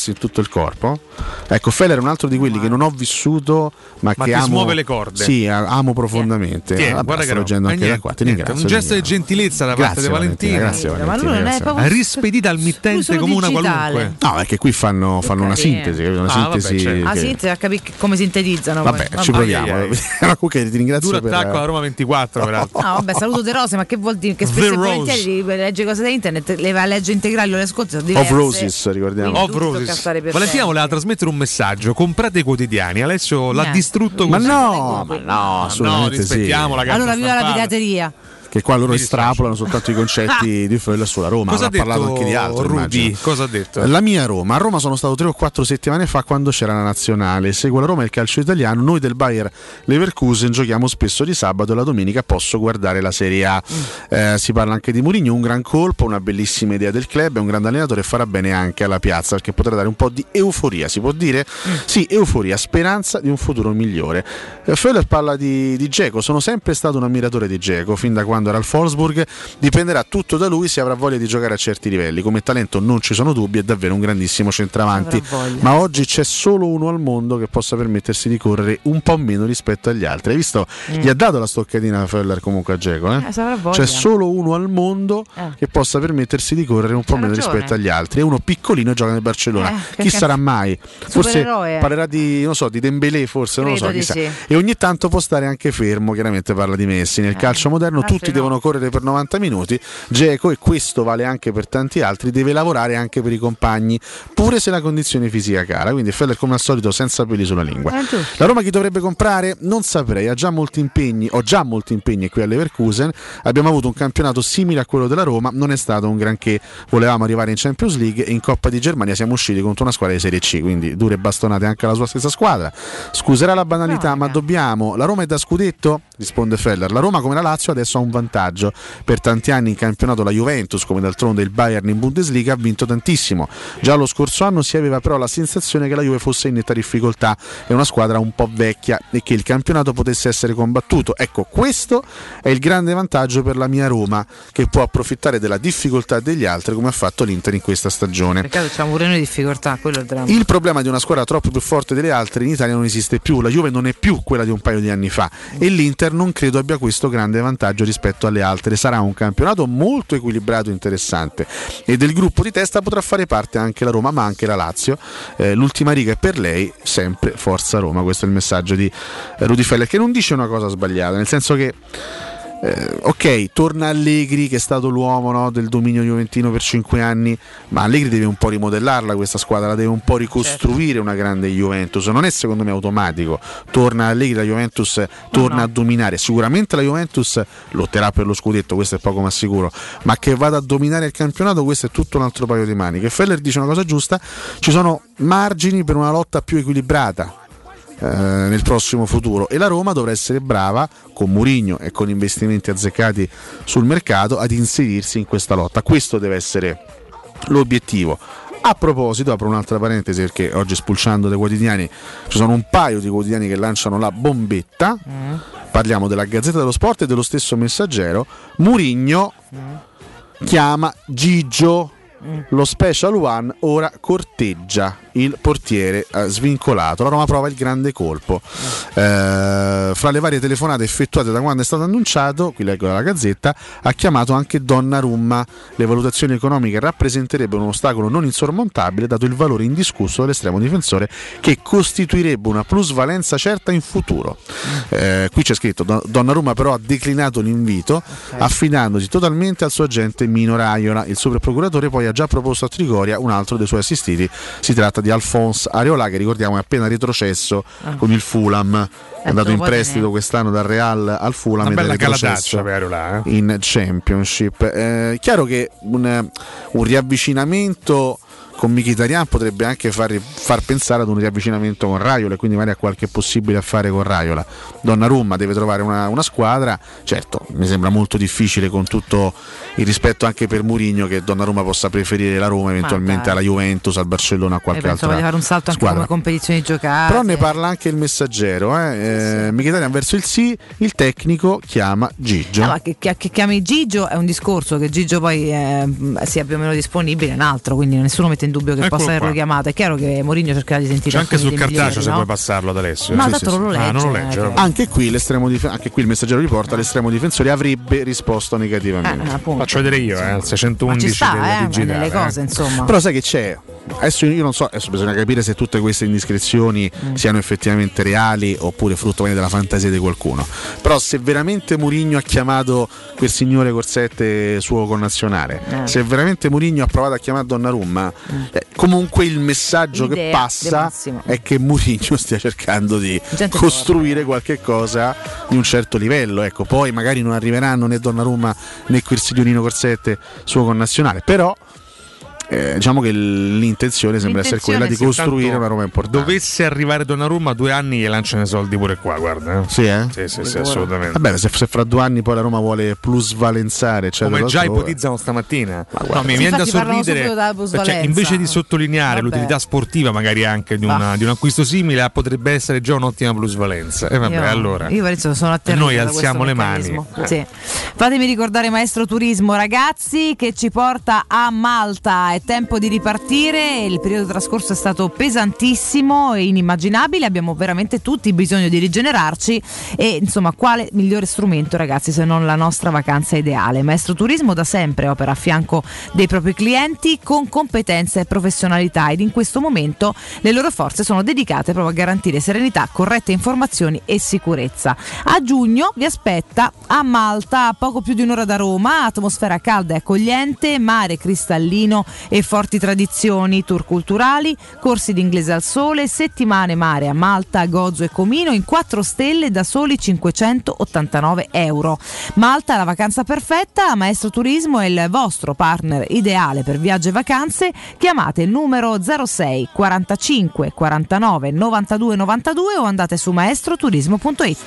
muoversi in tutto il corpo. Ecco, Feller è un altro di quelli che non ho vissuto, ma, ma che ti amo. smuove le corde. Sì, amo profondamente. Tieni, Vabbè, guarda sto che leggendo no. anche Eh, da qua. Ti niente, ringrazio. un gesto di gentilezza da parte Grazie, di Valentina. Grazie, Ma Valentina, lui non è grazie. proprio rispedita al mittente come una digitale. qualunque. No, perché qui fanno, fanno una carino. sintesi, capito? Una Ah, vabbè, sintesi. certo. Ah, che- sì, a capire come sintetizzano. Vabbè, poi. ci proviamo. Ai, ai. No, comunque ti ringrazio Duro per attacco alla Roma ventiquattro, peraltro. No, vabbè, saluto De Rose, ma che vuol dire? Che The spesso e Rose. volentieri legge cose da internet, le va a leggere integrali o le ascolti, sono Of diverse. Roses, ricordiamo. Quindi Of tutto Roses. tocca stare per Valentina tempo. voleva trasmettere un messaggio: comprate i quotidiani. Alessio l'ha Niente. distrutto Ma così. no, ma no, assolutamente sì. rispettiamo la carta Allora viva la stampata. pirateria. Che qua loro Mi dispiace. estrapolano soltanto i concetti di Feller sulla Roma. Cosa ha ha parlato detto anche di altro. Rudy? immagino. Cosa ha detto? La mia Roma. A Roma sono stato tre o quattro settimane fa quando c'era la nazionale. Seguo la Roma e il calcio italiano. Noi del Bayer Leverkusen giochiamo spesso di sabato e la domenica posso guardare la Serie A. Mm. Eh, si parla anche di Mourinho, un gran colpo, una bellissima idea del club, è un grande allenatore e farà bene anche alla piazza perché potrà dare un po' di euforia, si può dire? Mm. Sì, euforia, speranza di un futuro migliore. Eh, Feller parla di, di Dzeko, sono sempre stato un ammiratore di Dzeko, fin da quando era al Wolfsburg. Dipenderà tutto da lui se avrà voglia di giocare a certi livelli. Come talento non ci sono dubbi, è davvero un grandissimo centravanti, ma oggi c'è solo uno al mondo che possa permettersi di correre un po' meno rispetto agli altri. Hai visto? Mm. Gli ha dato la stoccatina Feller comunque a Dzeko, eh? Eh, se avrà voglia. C'è solo uno al mondo Eh. che possa permettersi di correre un po' C'ha meno ragione. rispetto agli altri. È uno piccolino e gioca nel Barcellona. Eh, che Chi cazzo- sarà mai? Forse Supereroe. parlerà di, non so, di Dembélé, forse, non lo so, Credo di chissà. sì. E ogni tanto può stare anche fermo, chiaramente parla di Messi. Nel calcio moderno altri tutti no. devono correre per novanta minuti. Dzeko, e questo vale anche per tanti altri, deve lavorare anche per i compagni, pure se la condizione fisica cala. Quindi Feller come al solito senza peli sulla lingua. Eh, giusto. La Roma chi dovrebbe comprare? Non saprei, ha già molti impegni, ho già molti impegni qui a Leverkusen. Abbiamo avuto un campionato simile a quello della Roma, non è stato un granché. Volevamo arrivare in Champions League e in Coppa di Germania siamo usciti contro una squadra di Serie C, quindi dure bastonate anche alla sua stessa squadra. Scuserà la banalità, ma dobbiamo. La Roma è da scudetto? Risponde Feller. La Roma come la Lazio adesso ha un vantaggio. Per tanti anni in campionato la Juventus, come d'altronde il Bayern in Bundesliga, ha vinto tantissimo. Già lo scorso anno si aveva però la sensazione che la Juve fosse in netta difficoltà, è una squadra un po' vecchia e che il campionato potesse essere combattuto. Ecco, questo è il grande vantaggio per la mia Roma, che può approfittare della difficoltà degli altri come ha fatto l'Inter in questa stagione. Peccato, c'è pure noi difficoltà, quello è il dramma. Il problema di una squadra troppo più forte delle altre in Italia non esiste più, la Juve non è più quella di un paio di anni fa e l'Inter non credo abbia questo grande vantaggio rispetto alle altre. Sarà un campionato molto equilibrato e interessante e del gruppo di testa potrà fare parte anche la Roma ma anche la Lazio. Eh, l'ultima riga è per lei, sempre forza Roma. Questo è il messaggio di eh, Rudy Feller, che non dice una cosa sbagliata, nel senso che Eh, ok, torna Allegri che è stato l'uomo, no, del dominio juventino per cinque anni, ma Allegri deve un po' rimodellarla questa squadra, la deve un po' ricostruire, certo. Una grande Juventus, non è secondo me automatico. Torna Allegri, la Juventus torna no, no. a dominare, sicuramente la Juventus lotterà per lo scudetto, questo è poco ma sicuro, ma che vada a dominare il campionato questo è tutto un altro paio di maniche. Feller dice una cosa giusta, ci sono margini per una lotta più equilibrata Eh, nel prossimo futuro e la Roma dovrà essere brava con Mourinho e con investimenti azzeccati sul mercato ad inserirsi in questa lotta. Questo deve essere l'obiettivo. A proposito, apro un'altra parentesi perché oggi spulciando dei quotidiani ci sono un paio di quotidiani che lanciano la bombetta. Mm. Parliamo della Gazzetta dello Sport e dello stesso Messaggero. Mourinho mm. chiama Gigio. Mm. Lo Special One ora corteggia il portiere eh, svincolato. La Roma prova il grande colpo. Mm. Eh, fra le varie telefonate effettuate da quando è stato annunciato, qui leggo dalla Gazzetta, ha chiamato anche Donnarumma. Le valutazioni economiche rappresenterebbero un ostacolo non insormontabile dato il valore indiscusso dell'estremo difensore che costituirebbe una plusvalenza certa in futuro. Mm. Eh, qui c'è scritto Donnarumma però ha declinato l'invito, okay. affidandosi totalmente al suo agente Mino Raiola. Il suo procuratore poi ha già proposto a Trigoria un altro dei suoi assistiti, si tratta di Alphonse Areola che ricordiamo è appena retrocesso ah. con il Fulham, è andato in prestito quest'anno dal Real al Fulham, una bella retrocesso per Areola, eh? in Championship. Eh, chiaro che un, un riavvicinamento con Mkhitaryan potrebbe anche far, far pensare ad un riavvicinamento con Raiola e quindi magari a qualche possibile affare con Raiola. Donnarumma deve trovare una, una squadra, certo mi sembra molto difficile con tutto il rispetto anche per Mourinho che Donnarumma possa preferire la Roma eventualmente alla Juventus, al Barcellona, a qualche altra squadra. Voglia fare un salto anche squadra. come competizioni giocate. Però ne parla anche il Messaggero, eh? Eh, sì. Mkhitaryan verso il sì, il tecnico chiama Gigio. No, ma che, che, che chiami Gigio è un discorso, che Gigio poi eh, sia più o meno disponibile è un altro, quindi nessuno mette in in dubbio che Eccolo possa averlo qua. chiamato. È chiaro che Mourinho cercherà di sentire C'è anche alcuni sul dei cartaceo migliori, se no? puoi passarlo ad Alessio. No, Sì, tanto sì, non lo sì. legge. Ah, non lo legge. eh, vabbè. Anche qui l'estremo dif- anche qui il messaggero riporta l'estremo difensore avrebbe risposto negativamente. Eh, appunto. Faccio vedere io, eh, il Ma seicentoundici ci sta, del eh, digitale. nelle cose, eh. insomma. Però sai che c'è? Adesso io non so, adesso bisogna capire se tutte queste indiscrezioni Mm. siano effettivamente reali oppure frutto della fantasia di qualcuno. Però se veramente Mourinho ha chiamato quel signore Corsette suo connazionale, Eh. se veramente Mourinho ha provato a chiamare Donnarumma, eh, comunque il messaggio che L'idea passa De Massimo. è che Mourinho stia cercando di Gente costruire qualche cosa di un certo livello. Ecco, poi magari non arriveranno né Donnarumma né quel signorino Corsette suo connazionale, però Eh, diciamo che l'intenzione sembra essere quella di costruire una Roma importante. Dovesse arrivare Donnarumma, due anni gli lanciano i soldi pure qua, guarda. eh. Sì, eh? Sì, sì, sì, assolutamente. Vabbè, se, se fra due anni poi la Roma vuole plusvalenzare, eccetera, Come già altrove. ipotizzano stamattina. guarda. No, mi Sì, viene da infatti parlano sorridere, subito della cioè, plusvalenza. invece di sottolineare Vabbè. l'utilità sportiva magari anche di, una- Ah. di un acquisto simile, eh, potrebbe essere già un'ottima plusvalenza. E vabbè, Io- allora io Lorenzo, sono atterrita noi da alziamo questo le mani. meccanismo. Sì. Fatemi ricordare Maestro Turismo, ragazzi, che ci porta a Malta. È tempo di ripartire. Il periodo trascorso è stato pesantissimo e inimmaginabile. Abbiamo veramente tutti bisogno di rigenerarci. E insomma, quale migliore strumento, ragazzi, se non la nostra vacanza ideale? Maestro Turismo da sempre opera a fianco dei propri clienti con competenza e professionalità, ed in questo momento le loro forze sono dedicate proprio a garantire serenità, corrette informazioni e sicurezza. A giugno vi aspetta a Malta, a poco più di un'ora da Roma, atmosfera calda e accogliente, mare cristallino e forti tradizioni, tour culturali, corsi di inglese al sole, settimane mare a Malta, Gozo e Comino in quattro stelle da soli cinquecentottantanove euro. Malta, la vacanza perfetta. Maestro Turismo è il vostro partner ideale per viaggi e vacanze. Chiamate il numero zero sei quarantacinque quarantanove novantadue novantadue o andate su maestroturismo punto it.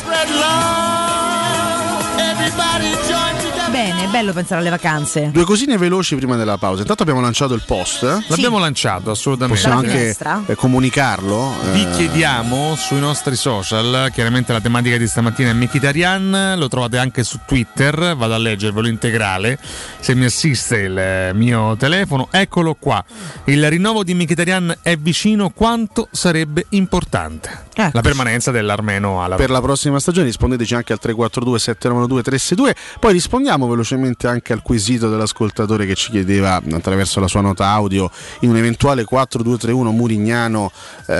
Bene, è bello pensare alle vacanze. Due cosine veloci prima della pausa. Intanto abbiamo lanciato il post. L'abbiamo lanciato assolutamente. Possiamo Dalla anche finestra? eh, comunicarlo. Vi eh, chiediamo sui nostri social, chiaramente la tematica di stamattina è Mkhitaryan, lo trovate anche su Twitter, vado a leggervelo integrale, se mi assiste il eh, mio telefono, eccolo qua. Il rinnovo di Mkhitaryan è vicino, quanto sarebbe importante? Ecco. La permanenza dell'armeno alla per la prossima stagione rispondeteci anche al tre quattro due sette nove due tre sei due. Poi rispondiamo velocemente anche al quesito dell'ascoltatore che ci chiedeva attraverso la sua nota audio, in un eventuale quattro due tre uno murignano,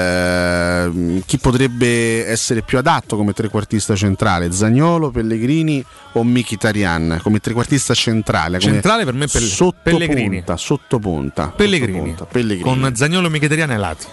eh, chi potrebbe essere più adatto come trequartista centrale, Zaniolo, Pellegrini o Mkhitaryan come trequartista centrale, come centrale per me Pel- sottopunta, Pellegrini. sottopunta, Pellegrini. sottopunta, Pellegrini. Con Zaniolo, Mkhitaryan ai lati.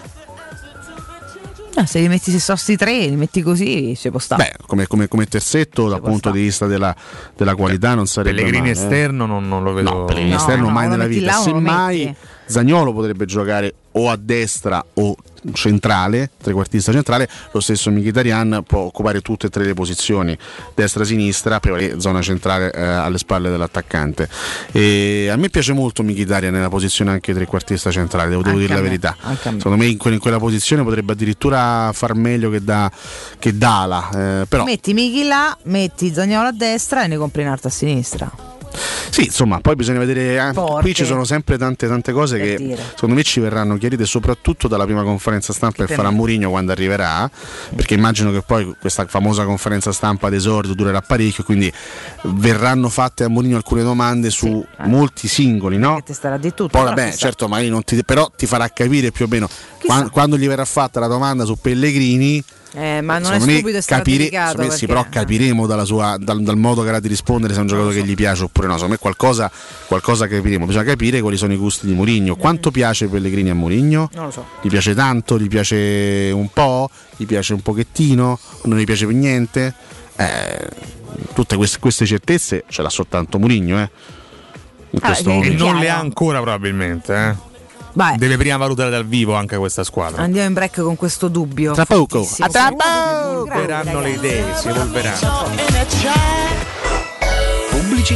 Eh, se li metti se sosti tre, li metti così, si può stare. Beh, come, come, come terzetto dal punto di vista della, della qualità non sarebbe Pellegrini male, eh. esterno non, non lo vedo. No, Pellegrini No, esterno no, mai lo nella metti vita. là o non lo Semmai metti? Zaniolo potrebbe giocare o a destra o centrale, trequartista centrale, lo stesso Mkhitaryan può occupare tutte e tre le posizioni, destra-sinistra, poi zona centrale eh, alle spalle dell'attaccante. E a me piace molto Mkhitaryan nella posizione anche trequartista centrale, devo, devo Anche dire la a me, verità. anche a me. Secondo me in, que- in quella posizione potrebbe addirittura far meglio che da che Dala, eh, però Metti Michi là, metti Zaniolo a destra e ne compri un altro a sinistra. sì, insomma, poi bisogna vedere. eh, Forte. Qui ci sono sempre tante tante cose Per che dire. secondo me ci verranno chiarite soprattutto dalla prima conferenza stampa che per farà me. Mourinho quando arriverà, perché immagino che poi questa famosa conferenza stampa d'esordio durerà parecchio, quindi verranno fatte a Mourinho alcune domande su molti singoli, no? Che ti starà di tutto. Poi però vabbè, chissà. certo, magari non ti, però ti farà capire più o meno quan- quando gli verrà fatta la domanda su Pellegrini. Eh, ma non è Secondo me stupido e capire- stratificato, secondo me sì, perché- però capiremo dalla sua, dal, dal modo che ha di rispondere se è un giocatore che gli piace oppure no. Secondo me qualcosa, qualcosa capiremo. Bisogna capire quali sono i gusti di Mourinho. Quanto piace Pellegrini a Mourinho? Non lo so. Gli piace tanto? Gli piace un po'? Gli piace un pochettino? O non gli piace per niente? Eh, tutte queste, queste certezze ce l'ha soltanto Mourinho, eh. In Ah, questo che- E momento. non le ha ancora probabilmente, eh. Vai, Deve prima valutare dal vivo anche questa squadra. andiamo in break con questo dubbio. Tra poco. Fortissimo. A tra poco. Evolveranno le idee, si evolveranno. Pubblicità.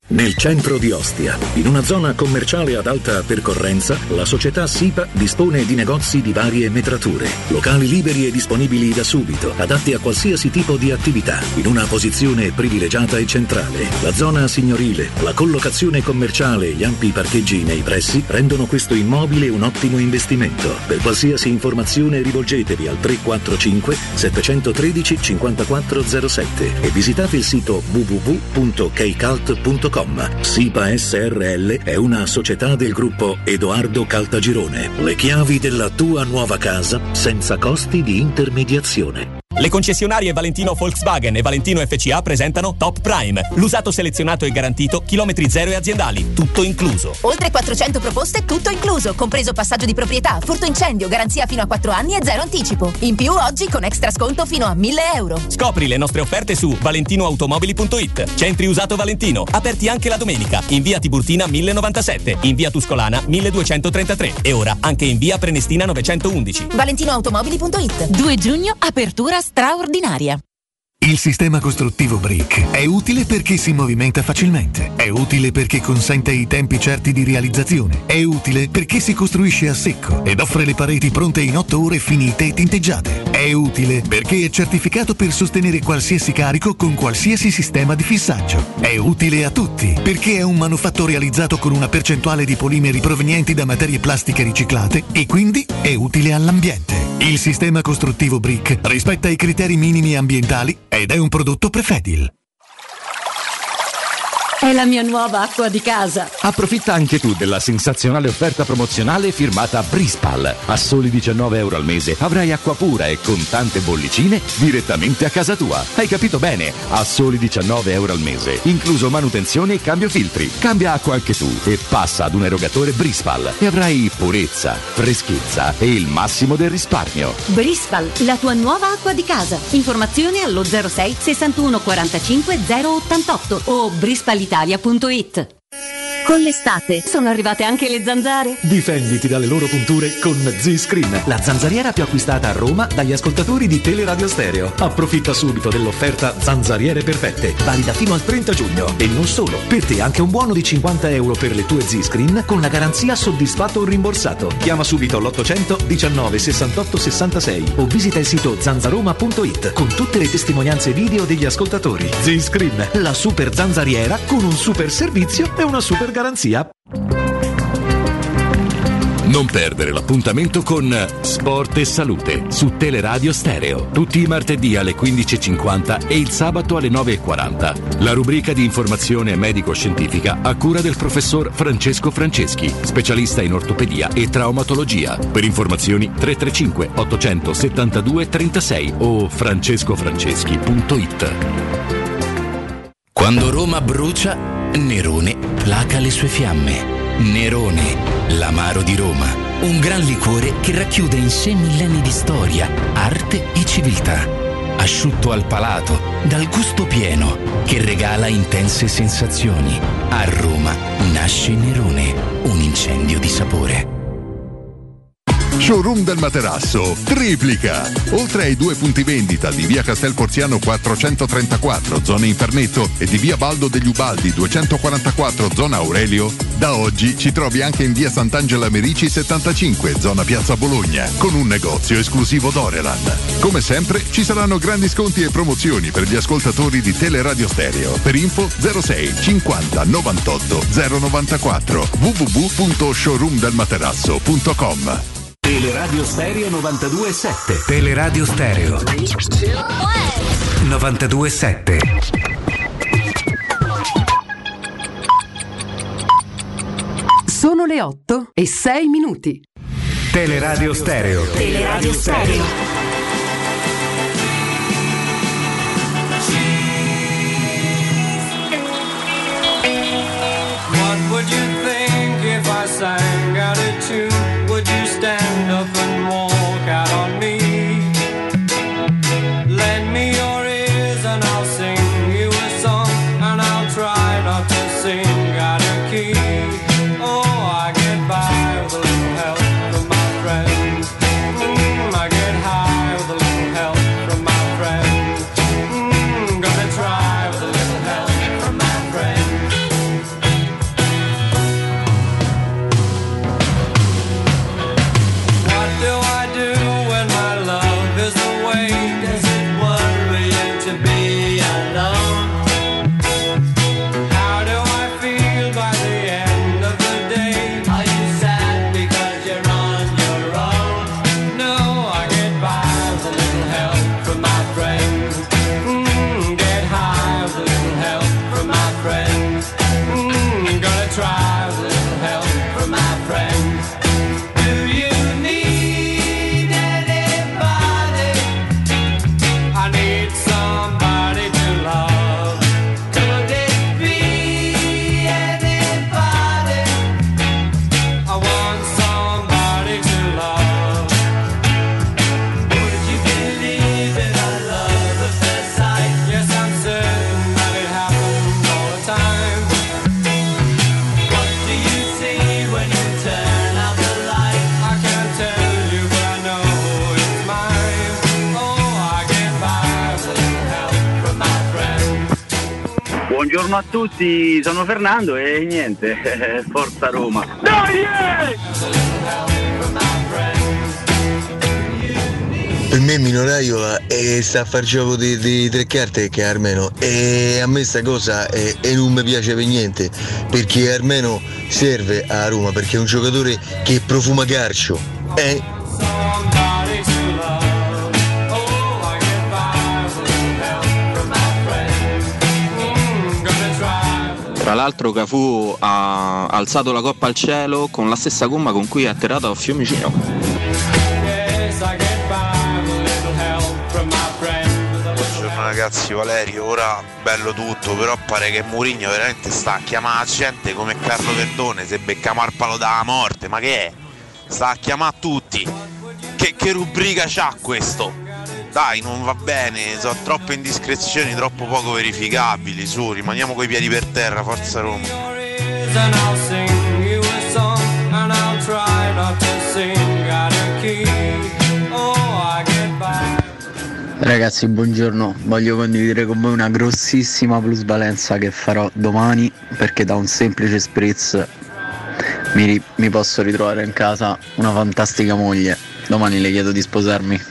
Nel centro di Ostia, in una zona commerciale ad alta percorrenza, la società SIPA dispone di negozi di varie metrature, locali liberi e disponibili da subito, adatti a qualsiasi tipo di attività, in una posizione privilegiata e centrale. La zona signorile, la collocazione commerciale e gli ampi parcheggi nei pressi rendono questo immobile un ottimo investimento. Per qualsiasi informazione rivolgetevi al tre quattro cinque sette uno tre cinquantaquattro zero sette e visitate il sito w w w punto keicalt punto com. SIPA S R L è una società del gruppo Edoardo Caltagirone. Le chiavi della tua nuova casa senza costi di intermediazione. Le concessionarie Valentino Volkswagen e Valentino F C A presentano Top Prime, l'usato selezionato e garantito, chilometri zero e aziendali, tutto incluso. Oltre quattrocento proposte, tutto incluso, compreso passaggio di proprietà, furto incendio, garanzia fino a quattro anni e zero anticipo. In più oggi con extra sconto fino a mille euro. Scopri le nostre offerte su valentinoautomobili punto it. Centri usato Valentino, aperti anche la domenica, in via Tiburtina mille novantasette, in via Tuscolana milleduecentotrentatré e ora anche in via Prenestina novecentoundici. valentinoautomobili punto it. due giugno, apertura straordinaria. Il sistema costruttivo Brick è utile perché si movimenta facilmente, è utile perché consente i tempi certi di realizzazione, è utile perché si costruisce a secco ed offre le pareti pronte in otto ore finite e tinteggiate, è utile perché è certificato per sostenere qualsiasi carico con qualsiasi sistema di fissaggio, è utile a tutti perché è un manufatto realizzato con una percentuale di polimeri provenienti da materie plastiche riciclate e quindi è utile all'ambiente. Il sistema costruttivo Brick rispetta i criteri minimi ambientali ed è un prodotto Prefedil. È la mia nuova acqua di casa. Approfitta anche tu della sensazionale offerta promozionale firmata Brispal. A soli diciannove euro al mese avrai acqua pura e con tante bollicine direttamente a casa tua. Hai capito bene? A soli diciannove euro al mese, incluso manutenzione e cambio filtri. Cambia acqua anche tu e passa ad un erogatore Brispal e avrai purezza, freschezza e il massimo del risparmio. Brispal, la tua nuova acqua di casa. Informazioni allo zero sei sessantuno quarantacinque zero ottantotto o brispal italia punto it. Con l'estate sono arrivate anche le zanzare. Difenditi dalle loro punture con Z-Screen, la zanzariera più acquistata a Roma dagli ascoltatori di Teleradio Stereo. Approfitta subito dell'offerta Zanzariere Perfette, valida fino al trenta giugno. E non solo, per te anche un buono di cinquanta euro per le tue Z-Screen con la garanzia soddisfatto o rimborsato. Chiama subito l'ottocento diciannove sessantotto sessantasei o visita il sito zanzaroma punto it con tutte le testimonianze video degli ascoltatori. Z-Screen, la super zanzariera con un super servizio e una super garanzia. Non perdere l'appuntamento con Sport e Salute su Teleradio Stereo, tutti i martedì alle quindici e cinquanta e il sabato alle nove e quaranta. La rubrica di informazione medico-scientifica a cura del professor Francesco Franceschi, specialista in ortopedia e traumatologia. Per informazioni tre tre cinque ottocentosettantadue trentasei o francescofranceschi punto it. Quando Roma brucia, Nerone placa le sue fiamme. Nerone, l'amaro di Roma, un gran liquore che racchiude in sé millenni di storia, arte e civiltà. Asciutto al palato, dal gusto pieno, che regala intense sensazioni. A Roma nasce Nerone, un incendio di sapore. Showroom del Materasso triplica. Oltre ai due punti vendita di via Castel Porziano quattrocentotrentaquattro, zona Infernetto, e di via Baldo degli Ubaldi duecentoquarantaquattro, zona Aurelio, da oggi ci trovi anche in via Sant'Angela Merici settantacinque, zona Piazza Bologna, con un negozio esclusivo Doreland. Come sempre ci saranno grandi sconti e promozioni per gli ascoltatori di Teleradio Stereo. Per info zero sei cinquanta novantotto zero novantaquattro w w w punto showroom del materasso punto com. Teleradio Stereo novantadue e sette. Teleradio Stereo novantadue e sette. Sono le otto e sei minuti. Teleradio Stereo. Teleradio Stereo. What would you think if I sang out a tune? Would you stand up and walk out on me? Lend me your ears and I'll sing you a song, and I'll try not to sing out of key. Oh, I get by with a little help from my friends. Mm, I get high with a little help from my friends. Mm, gonna try with a little help from my friends. buongiorno a tutti, sono Fernando e niente, forza Roma. Dai! Per me minoraio è sta a far gioco di, di tre carte che è armeno, e a me sta cosa è, e non mi piace per niente, perché armeno serve a Roma perché è un giocatore che profuma calcio. Eh? Tra l'altro Cafù ha alzato la coppa al cielo con la stessa gomma con cui è atterrato a Fiumicino. Ragazzi, Valerio, ora bello tutto, però pare che Mourinho veramente sta a chiamare la gente come Carlo Verdone se becchiamo al palo dalla morte. Ma che è? Sta a chiamare tutti. Che, che rubrica c'ha questo? Dai, non va bene, sono troppe indiscrezioni, troppo poco verificabili. Su, rimaniamo coi piedi per terra, forza Roma. Ragazzi, buongiorno, voglio condividere con voi una grossissima plusvalenza che farò domani, perché da un semplice spritz mi, ri- mi posso ritrovare in casa una fantastica moglie. Domani le chiedo di sposarmi.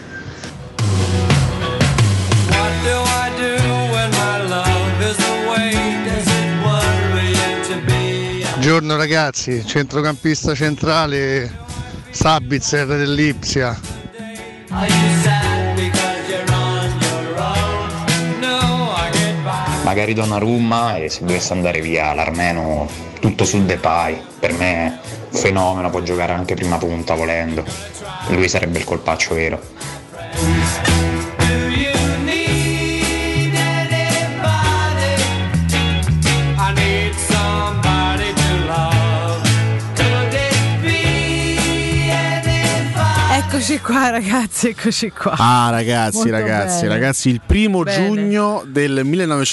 Buongiorno ragazzi, centrocampista centrale Sabitzer dell'Ipsia. Magari Donnarumma, e se dovesse andare via l'Armeno tutto sul Depay, per me un fenomeno, può giocare anche prima punta volendo, lui sarebbe il colpaccio vero. Eccoci qua ragazzi, eccoci qua. Ah ragazzi, Molto ragazzi, bene. ragazzi, il primo Bene. giugno del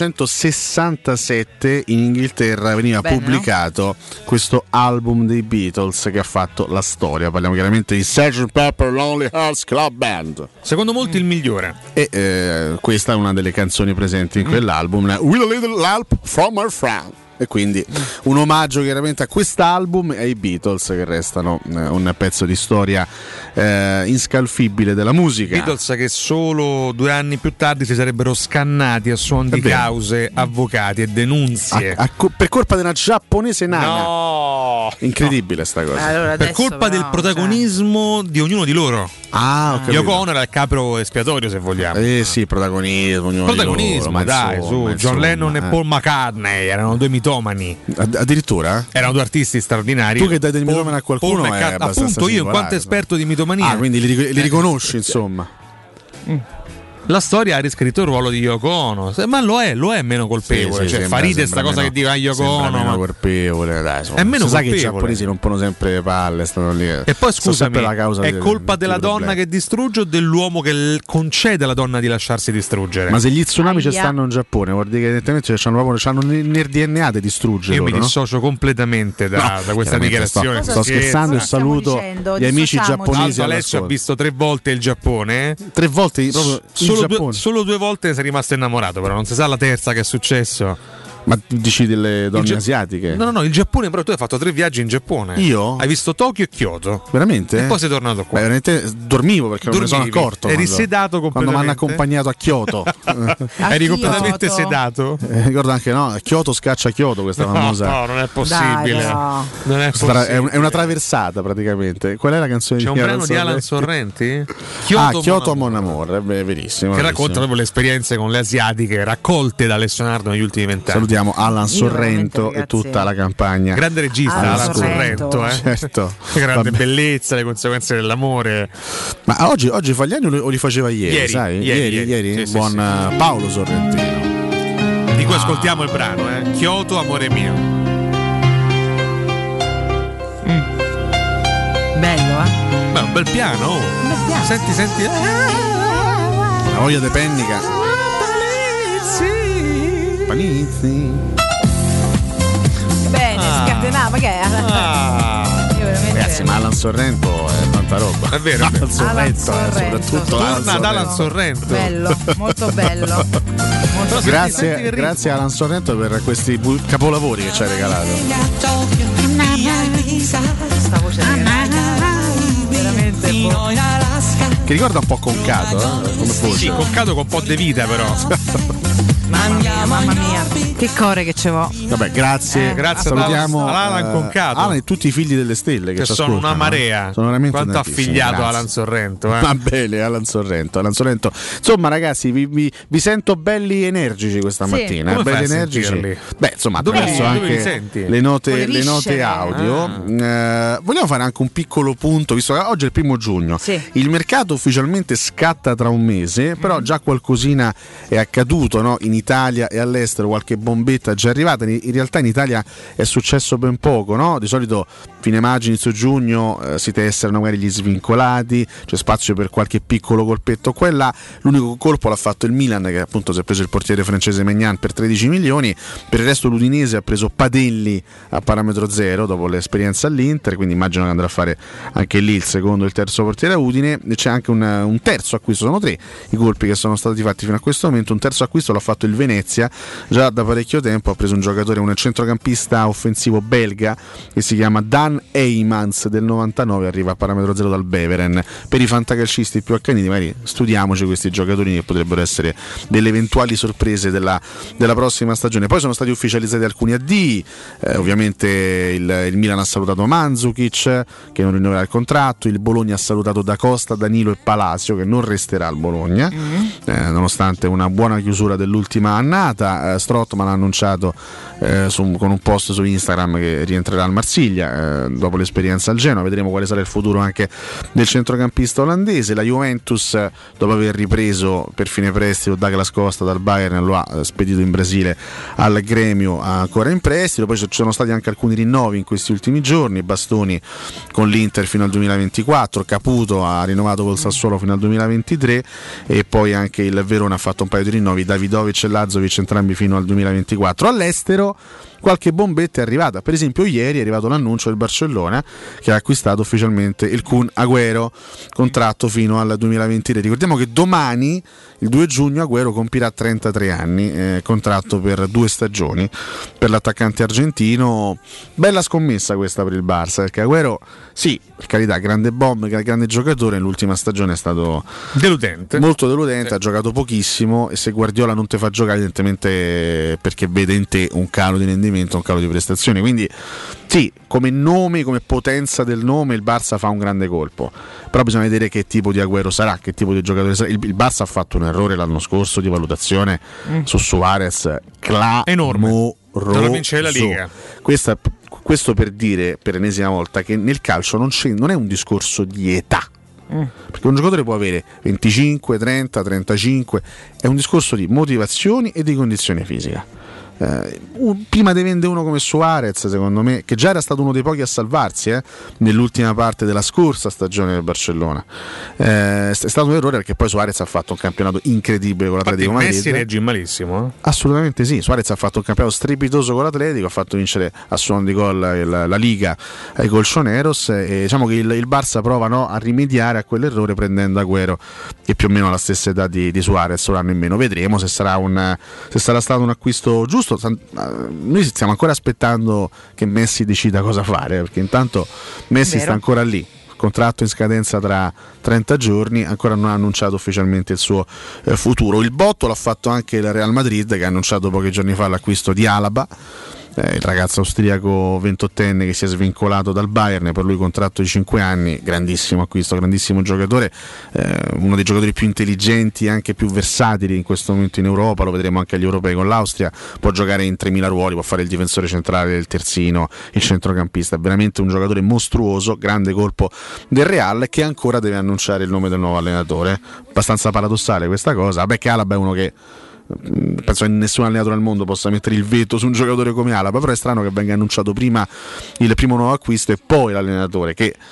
millenovecentosessantasette in Inghilterra veniva Bene, pubblicato no? questo album dei Beatles che ha fatto la storia. Parliamo chiaramente di sergeant Pepper Lonely Hearts Club Band. Secondo molti il migliore. E eh, questa è una delle canzoni presenti in quell'album, With a Little Help from Our Friend. E quindi un omaggio chiaramente a quest'album e ai Beatles, che restano eh, un pezzo di storia eh, inscalfibile della musica. Beatles che solo due anni più tardi si sarebbero scannati a suon di cause, avvocati e denunzie. A, a, per colpa di una giapponese nana. No! Incredibile sta cosa. Allora, per colpa però, del protagonismo cioè... di ognuno di loro. Ah, ho capito. Yoko Ono era il capro espiatorio, se vogliamo. Eh sì, protagonismo. Protagonismo, di loro, dai, insomma, su. insomma, John Lennon eh. e Paul McCartney erano due mitomani. Addirittura? Erano due artisti straordinari. Tu che dai del mitomane a qualcuno Paul è McCart- abbastanza appunto io in singolare, quanto esperto di mitomania. Ah, quindi li, li riconosci insomma. Mm. La storia ha riscritto il ruolo di Yoko Ono, ma lo è, lo è meno colpevole. Sì, sì, cioè, sembra, fa ridere sta sembra cosa meno, che dica Yoko Ono. meno Ma... colpevole, dai, è meno si colpevole. sa che i giapponesi rompono sempre le palle, stanno lì. E poi scusami, la causa è dei, colpa dei della problemi. donna che distrugge o dell'uomo che l- concede alla donna di lasciarsi distruggere? Ma se gli tsunami ci Aia. stanno in Giappone, vuol dire che evidentemente c'hanno proprio c'hanno nel D N A di distruggere. Io loro, mi no? dissocio completamente da, No, da questa chiaramente dichiarazione. Sto, sto scherzando e saluto dicendo? gli amici Dissociamoci. giapponesi. Aldo Alessio ha visto tre volte il Giappone. Tre volte proprio il Solo Giappone. due, solo due volte si è rimasto innamorato, però non si sa la terza che è successo. Ma dici delle donne Gia- asiatiche? No, no, no, il Giappone, però tu hai fatto tre viaggi in Giappone. Io? Hai visto Tokyo e Kyoto. Veramente? E poi sei tornato qua. Beh, veramente dormivo perché non me ne sono Dormivi. accorto. Eri quando- sedato Quando mi hanno completamente? accompagnato a Kyoto. Eri Kyoto. completamente sedato? Eh, ricordo anche no, Kyoto scaccia Kyoto, questa No, famosa. no, non è possibile. Dai, però. Non è Stra- possibile. è, un- è una traversata praticamente. Qual è la canzone C'è un di brano di Alan Sorrenti? Kyoto, ah, Kyoto Mon Mon Amour, è verissimo. che verissimo. racconta proprio le esperienze con le asiatiche raccolte da Leonardo negli ultimi vent'anni. Salutiamo Alan Sorrento veramente, e ragazzi. tutta la campagna. Grande regista Alan Alan Sorrento. Sorrento, eh? Certo. Grande Vabbè. bellezza, le conseguenze dell'amore. Ma oggi, oggi fa gli anni o li- o li faceva ieri? Ieri, sai? ieri, ieri. ieri. Sì, sì, Buon sì. eh, Paolo Sorrentino. Di cui ascoltiamo il brano, eh? Kyoto, amore mio. Bello, eh? Beh, un bel piano. Oh. Bel piano. Senti, senti. La voglia de pennica. Panizzi. Bene, Ah. scatenava, ma che è? Ah. Io veramente. Ragazzi, Sì, ma Alan Sorrento è tanta roba. È vero, Alan Sorrento, Alan eh, Sorrento. soprattutto Torna ad Alan Sorrento. Bello, molto bello. Molto Grazie, bello. grazie a Alan Sorrento per questi bu- capolavori che ci hai regalato. Questa voce veramente boh. Che ricorda un po' Concato, eh? Come voce. Sì, Concato con un po' di vita però. Mamma mia, mamma mia, che core che ce vo. Vabbè, grazie, Eh, grazie salutiamo ad Alan eh, Concato. Alan e tutti i figli delle stelle che, Che ci sono ascoltano, una marea. Sono veramente Quanto ha tantissimi, figliato grazie. Alan Sorrento, eh? Va bene, Alan Sorrento, Alan Sorrento. Insomma, ragazzi, vi, vi, vi sento belli energici questa Sì. mattina. Come belli fai a energici. sentirli? Beh, insomma, Dove attraverso li- dove li anche senti? le note, Con le le note viscere. audio. Eh, vogliamo fare anche un piccolo punto, visto che oggi è il primo giugno. Sì. Il mercato ufficialmente scatta tra un mese, però già qualcosina è accaduto, no? In Italia e all'estero, qualche bombetta è già arrivata. In in realtà in Italia è successo ben poco, no? Di solito fine maggio, inizio giugno eh, si tesserano magari gli svincolati, c'è spazio per qualche piccolo colpetto qua e là. L'unico colpo l'ha fatto il Milan, che appunto si è preso il portiere francese Maignan per tredici milioni. Per il resto l'Udinese ha preso Padelli a parametro zero dopo l'esperienza all'Inter, quindi immagino che andrà a fare anche lì il secondo e il terzo portiere a Udine. E c'è anche un, un terzo acquisto, sono tre i colpi che sono stati fatti fino a questo momento. Un terzo acquisto l'ha fatto il Venezia già da parecchio tempo, ha preso un giocatore, un centrocampista offensivo belga che si chiama Dan Heymans del novantanove, arriva a parametro zero dal Beveren. Per i fantacalcisti più accaniti magari studiamoci questi giocatori che potrebbero essere delle eventuali sorprese della, della prossima stagione. Poi sono stati ufficializzati alcuni addii, eh, ovviamente il, il Milan ha salutato Mandzukic che non rinnoverà il contratto, il Bologna ha salutato Da Costa, Danilo e Palacio che non resterà al Bologna, mm. eh, nonostante una buona chiusura dell'ultima annata. eh, Strootman ha annunciato eh, su, con un post su Instagram che rientrerà al Marsiglia eh, dopo l'esperienza al Genoa. Vedremo quale sarà il futuro anche del centrocampista olandese. La Juventus, dopo aver ripreso per fine prestito Douglas Costa dal Bayern, lo ha eh, spedito in Brasile al Gremio ancora in prestito. Poi ci sono stati anche alcuni rinnovi in questi ultimi giorni, Bastoni con l'Inter fino al duemilaventiquattro, Caputo ha rinnovato col Sassuolo fino al duemilaventitré e poi anche il Verona ha fatto un paio di rinnovi, Davidovic e Lazovic entrambi fino al duemilaventiquattro. All'estero qualche bombetta è arrivata, per esempio ieri è arrivato l'annuncio del Barcellona che ha acquistato ufficialmente il Kun Agüero, contratto fino al duemilaventitré. Ricordiamo che domani, il due giugno, Agüero compirà trentatré anni, eh, contratto per due stagioni per l'attaccante argentino. Bella scommessa questa per il Barça, perché Agüero, sì, per carità, grande bomb, grande giocatore, nell'ultima stagione è stato deludente, molto deludente, sì. Ha giocato pochissimo e se Guardiola non te fa giocare evidentemente perché vede in te un calo di rendimento, un calo di prestazioni. Quindi sì, come nome, come potenza del nome il Barça fa un grande colpo, però bisogna vedere che tipo di Agüero sarà, che tipo di giocatore sarà. Il, il Barça ha fatto un errore l'anno scorso di valutazione mm. su Suarez clamoroso, enorme, non vince la Liga. Questa, questo per dire per l'ennesima volta che nel calcio non, c'è, non è un discorso di età, mm. perché un giocatore può avere venticinque, trenta, trentacinque, è un discorso di motivazioni e di condizione fisica. Eh, prima di vendere uno come Suarez, secondo me, che già era stato uno dei pochi a salvarsi eh, nell'ultima parte della scorsa stagione del Barcellona, eh, è stato un errore perché poi Suarez ha fatto un campionato incredibile con l'Atletico Madrid. Messi regge malissimo eh? Assolutamente sì, Suarez ha fatto un campionato strepitoso con l'Atletico, ha fatto vincere a suono di gol la, la Liga ai Colchoneros e diciamo che il, il Barça prova no, a rimediare a quell'errore prendendo Agüero che più o meno ha la stessa età di, di Suarez, un anno in meno. Vedremo se sarà, un, se sarà stato un acquisto giusto. Noi stiamo ancora aspettando che Messi decida cosa fare, perché intanto Messi Vero. sta ancora lì, contratto in scadenza tra trenta giorni, ancora non ha annunciato ufficialmente il suo eh, futuro. Il botto l'ha fatto anche il Real Madrid, che ha annunciato pochi giorni fa l'acquisto di Alaba, eh, il ragazzo austriaco ventottenne che si è svincolato dal Bayern, per lui contratto di cinque anni, grandissimo acquisto, grandissimo giocatore, eh, uno dei giocatori più intelligenti e anche più versatili in questo momento in Europa, lo vedremo anche agli europei con l'Austria, può giocare in tremila ruoli, può fare il difensore centrale, il terzino, il centrocampista, è veramente un giocatore mostruoso, grande colpo del Real che ancora deve annunciare il nome del nuovo allenatore. Abbastanza paradossale questa cosa, vabbè che Alaba è uno che penso che nessun allenatore al mondo possa mettere il veto su un giocatore come Alaba, però è strano che venga annunciato prima il primo nuovo acquisto e poi l'allenatore che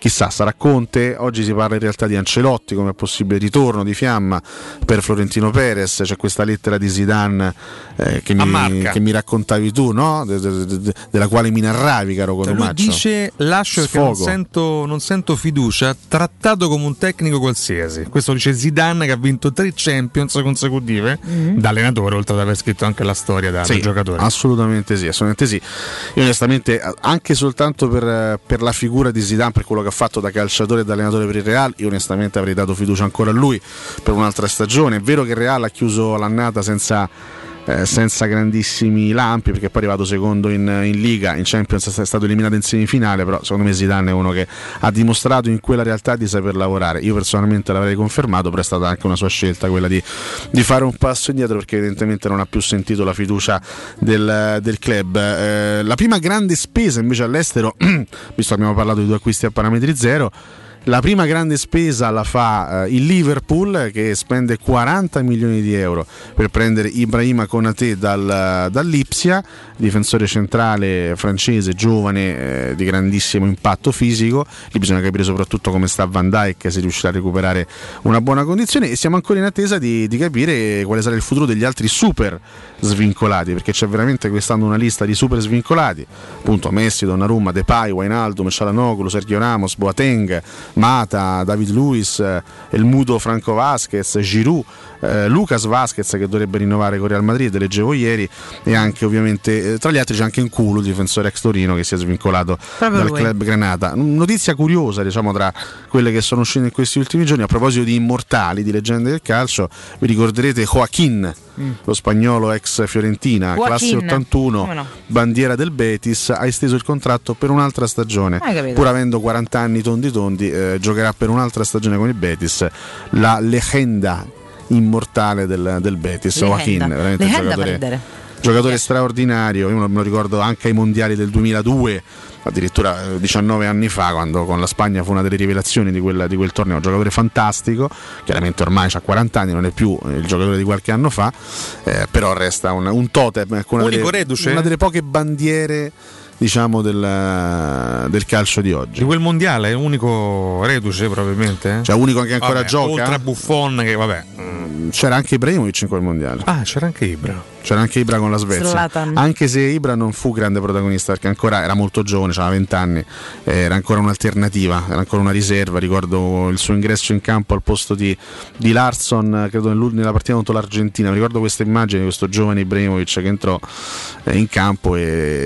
chissà, sarà Conte. Oggi si parla in realtà di Ancelotti come possibile ritorno di fiamma per Florentino Perez. C'è questa lettera di Zidane eh, che, mi, che mi raccontavi tu, no? De, de, de, de, della quale mi narravi, caro Cotumaccio. Lui dice: lascio perché non sento, non sento fiducia, trattato come un tecnico qualsiasi. Questo dice Zidane, che ha vinto tre Champions consecutive mm-hmm. da allenatore, oltre ad aver scritto anche la storia da, sì, da giocatore. Assolutamente sì, assolutamente sì. Io onestamente, anche soltanto per, per la figura di Zidane, per quello che ha fatto da calciatore e da allenatore per il Real, io onestamente avrei dato fiducia ancora a lui per un'altra stagione. È vero che il Real ha chiuso l'annata senza Eh, senza grandissimi lampi, perché poi è arrivato secondo in, in Liga, in Champions è stato eliminato in semifinale, però secondo me Zidane è uno che ha dimostrato in quella realtà di saper lavorare. Io personalmente l'avrei confermato, però è stata anche una sua scelta quella di, di fare un passo indietro, perché evidentemente non ha più sentito la fiducia del, del club. Eh, la prima grande spesa invece all'estero, visto che abbiamo parlato di due acquisti a parametri zero, la prima grande spesa la fa uh, il Liverpool, che spende quaranta milioni di euro per prendere Ibrahima Konaté dal, dall'Ipsia, difensore centrale francese, giovane, eh, di grandissimo impatto fisico. Lì bisogna capire soprattutto come sta Van Dijk, se riuscirà a recuperare una buona condizione, e siamo ancora in attesa di, di capire quale sarà il futuro degli altri super svincolati, perché c'è veramente quest'anno una lista di super svincolati, appunto Messi, Donnarumma, Depay, Wijnaldum, Çalhanoğlu, Sergio Ramos, Boateng, Mata, David Luiz, eh, El Mudo, Franco Vasquez, Giroud, eh, Lucas Vasquez, che dovrebbe rinnovare con Real Madrid, leggevo ieri, e anche ovviamente eh, tra gli altri c'è anche N'Koulou, difensore ex Torino, che si è svincolato proprio dal lui. Club Granata. Notizia curiosa, diciamo, tra quelle che sono uscite in questi ultimi giorni, a proposito di immortali, di leggende del calcio. Vi ricorderete Joaquín, mm. lo spagnolo ex Fiorentina, Joaquín, classe ottantuno, no? Bandiera del Betis, ha esteso il contratto per un'altra stagione, pur avendo quaranta anni tondi tondi. eh, giocherà per un'altra stagione con il Betis, la leggenda immortale del, del Betis, Joaquín, veramente un giocatore, giocatore straordinario. Io me lo ricordo anche ai mondiali del duemiladue, addirittura diciannove anni fa, quando con la Spagna fu una delle rivelazioni di, quella, di quel torneo. Un giocatore fantastico, chiaramente ormai ha quaranta anni, non è più il giocatore di qualche anno fa, eh, però resta un, un totem, una delle, una delle poche bandiere, diciamo, del, del calcio di oggi. Di quel mondiale è unico reduce probabilmente, eh? Cioè unico che ancora vabbè, gioca, oltre a Buffon, che vabbè, c'era anche Ibrahimovic in quel mondiale. Ah, c'era anche Ibra. C'era anche Ibra con la Svezia. Zlatan. Anche se Ibra non fu grande protagonista, perché ancora era molto giovane, aveva venti anni, era ancora un'alternativa, era ancora una riserva. Ricordo il suo ingresso in campo al posto di, di Larsson, credo nella partita contro l'Argentina. Mi ricordo questa immagine di questo giovane Ibrahimovic che entrò eh, in campo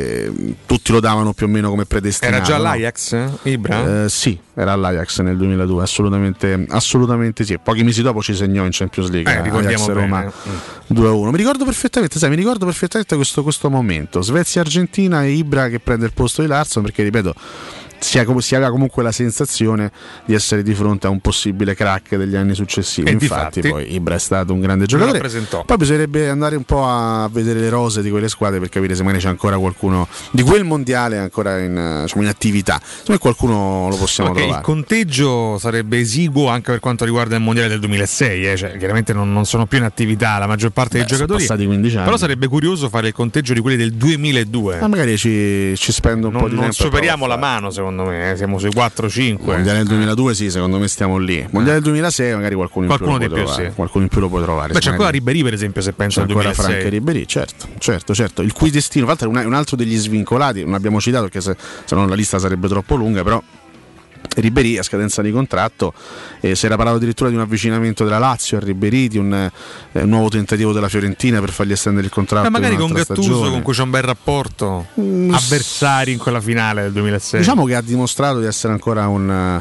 e tutti lo davano più o meno come predestinato. Era già all'Ajax, no? Ibra? Eh, sì, era all'Ajax nel duemiladue, assolutamente, assolutamente sì. Pochi mesi dopo ci segnò in Champions League, eh, Ajax Roma due a uno. Mi ricordo perfettamente, sai, mi ricordo perfettamente questo, questo momento, Svezia-Argentina e Ibra che prende il posto di Larsson, perché ripeto, si, ha, si aveva comunque la sensazione di essere di fronte a un possibile crack degli anni successivi. E infatti difatti, poi Ibra è stato un grande giocatore. Poi bisognerebbe andare un po' a vedere le rose di quelle squadre per capire se magari c'è ancora qualcuno di quel mondiale ancora in, diciamo, in attività. Secondo me qualcuno lo possiamo okay, trovare. Il conteggio sarebbe esiguo anche per quanto riguarda il mondiale del duemilasei, eh? Cioè, chiaramente non, non sono più in attività la maggior parte Beh, dei giocatori, sono passati quindici anni. Però sarebbe curioso fare il conteggio di quelli del duemiladue. Ma magari ci, ci spendo un non, po' di non tempo. Non superiamo la mano, secondo me, eh? Siamo sui quattro cinque. Mondiale del duemiladue sì, secondo me stiamo lì. Mondiale del duemilasei magari qualcuno in qualcuno più lo può più, trovare. Sì. Qualcuno in più lo può trovare. Beh, c'è ancora Ribéry, per esempio, se penso c'è al ancora duemilasei. Frank Ribéry, certo, certo, certo. Il cui destino, tra l'altro, è un altro degli svincolati, non abbiamo citato perché se, se no la lista sarebbe troppo lunga, però Ribéry a scadenza di contratto, eh, si era parlato addirittura di un avvicinamento della Lazio a Ribéry, di un, eh, un nuovo tentativo della Fiorentina per fargli estendere il contratto. Ma magari con Gattuso stagione, con cui c'è un bel rapporto, mm, avversari in quella finale del duemilasei. Diciamo che ha dimostrato di essere ancora un,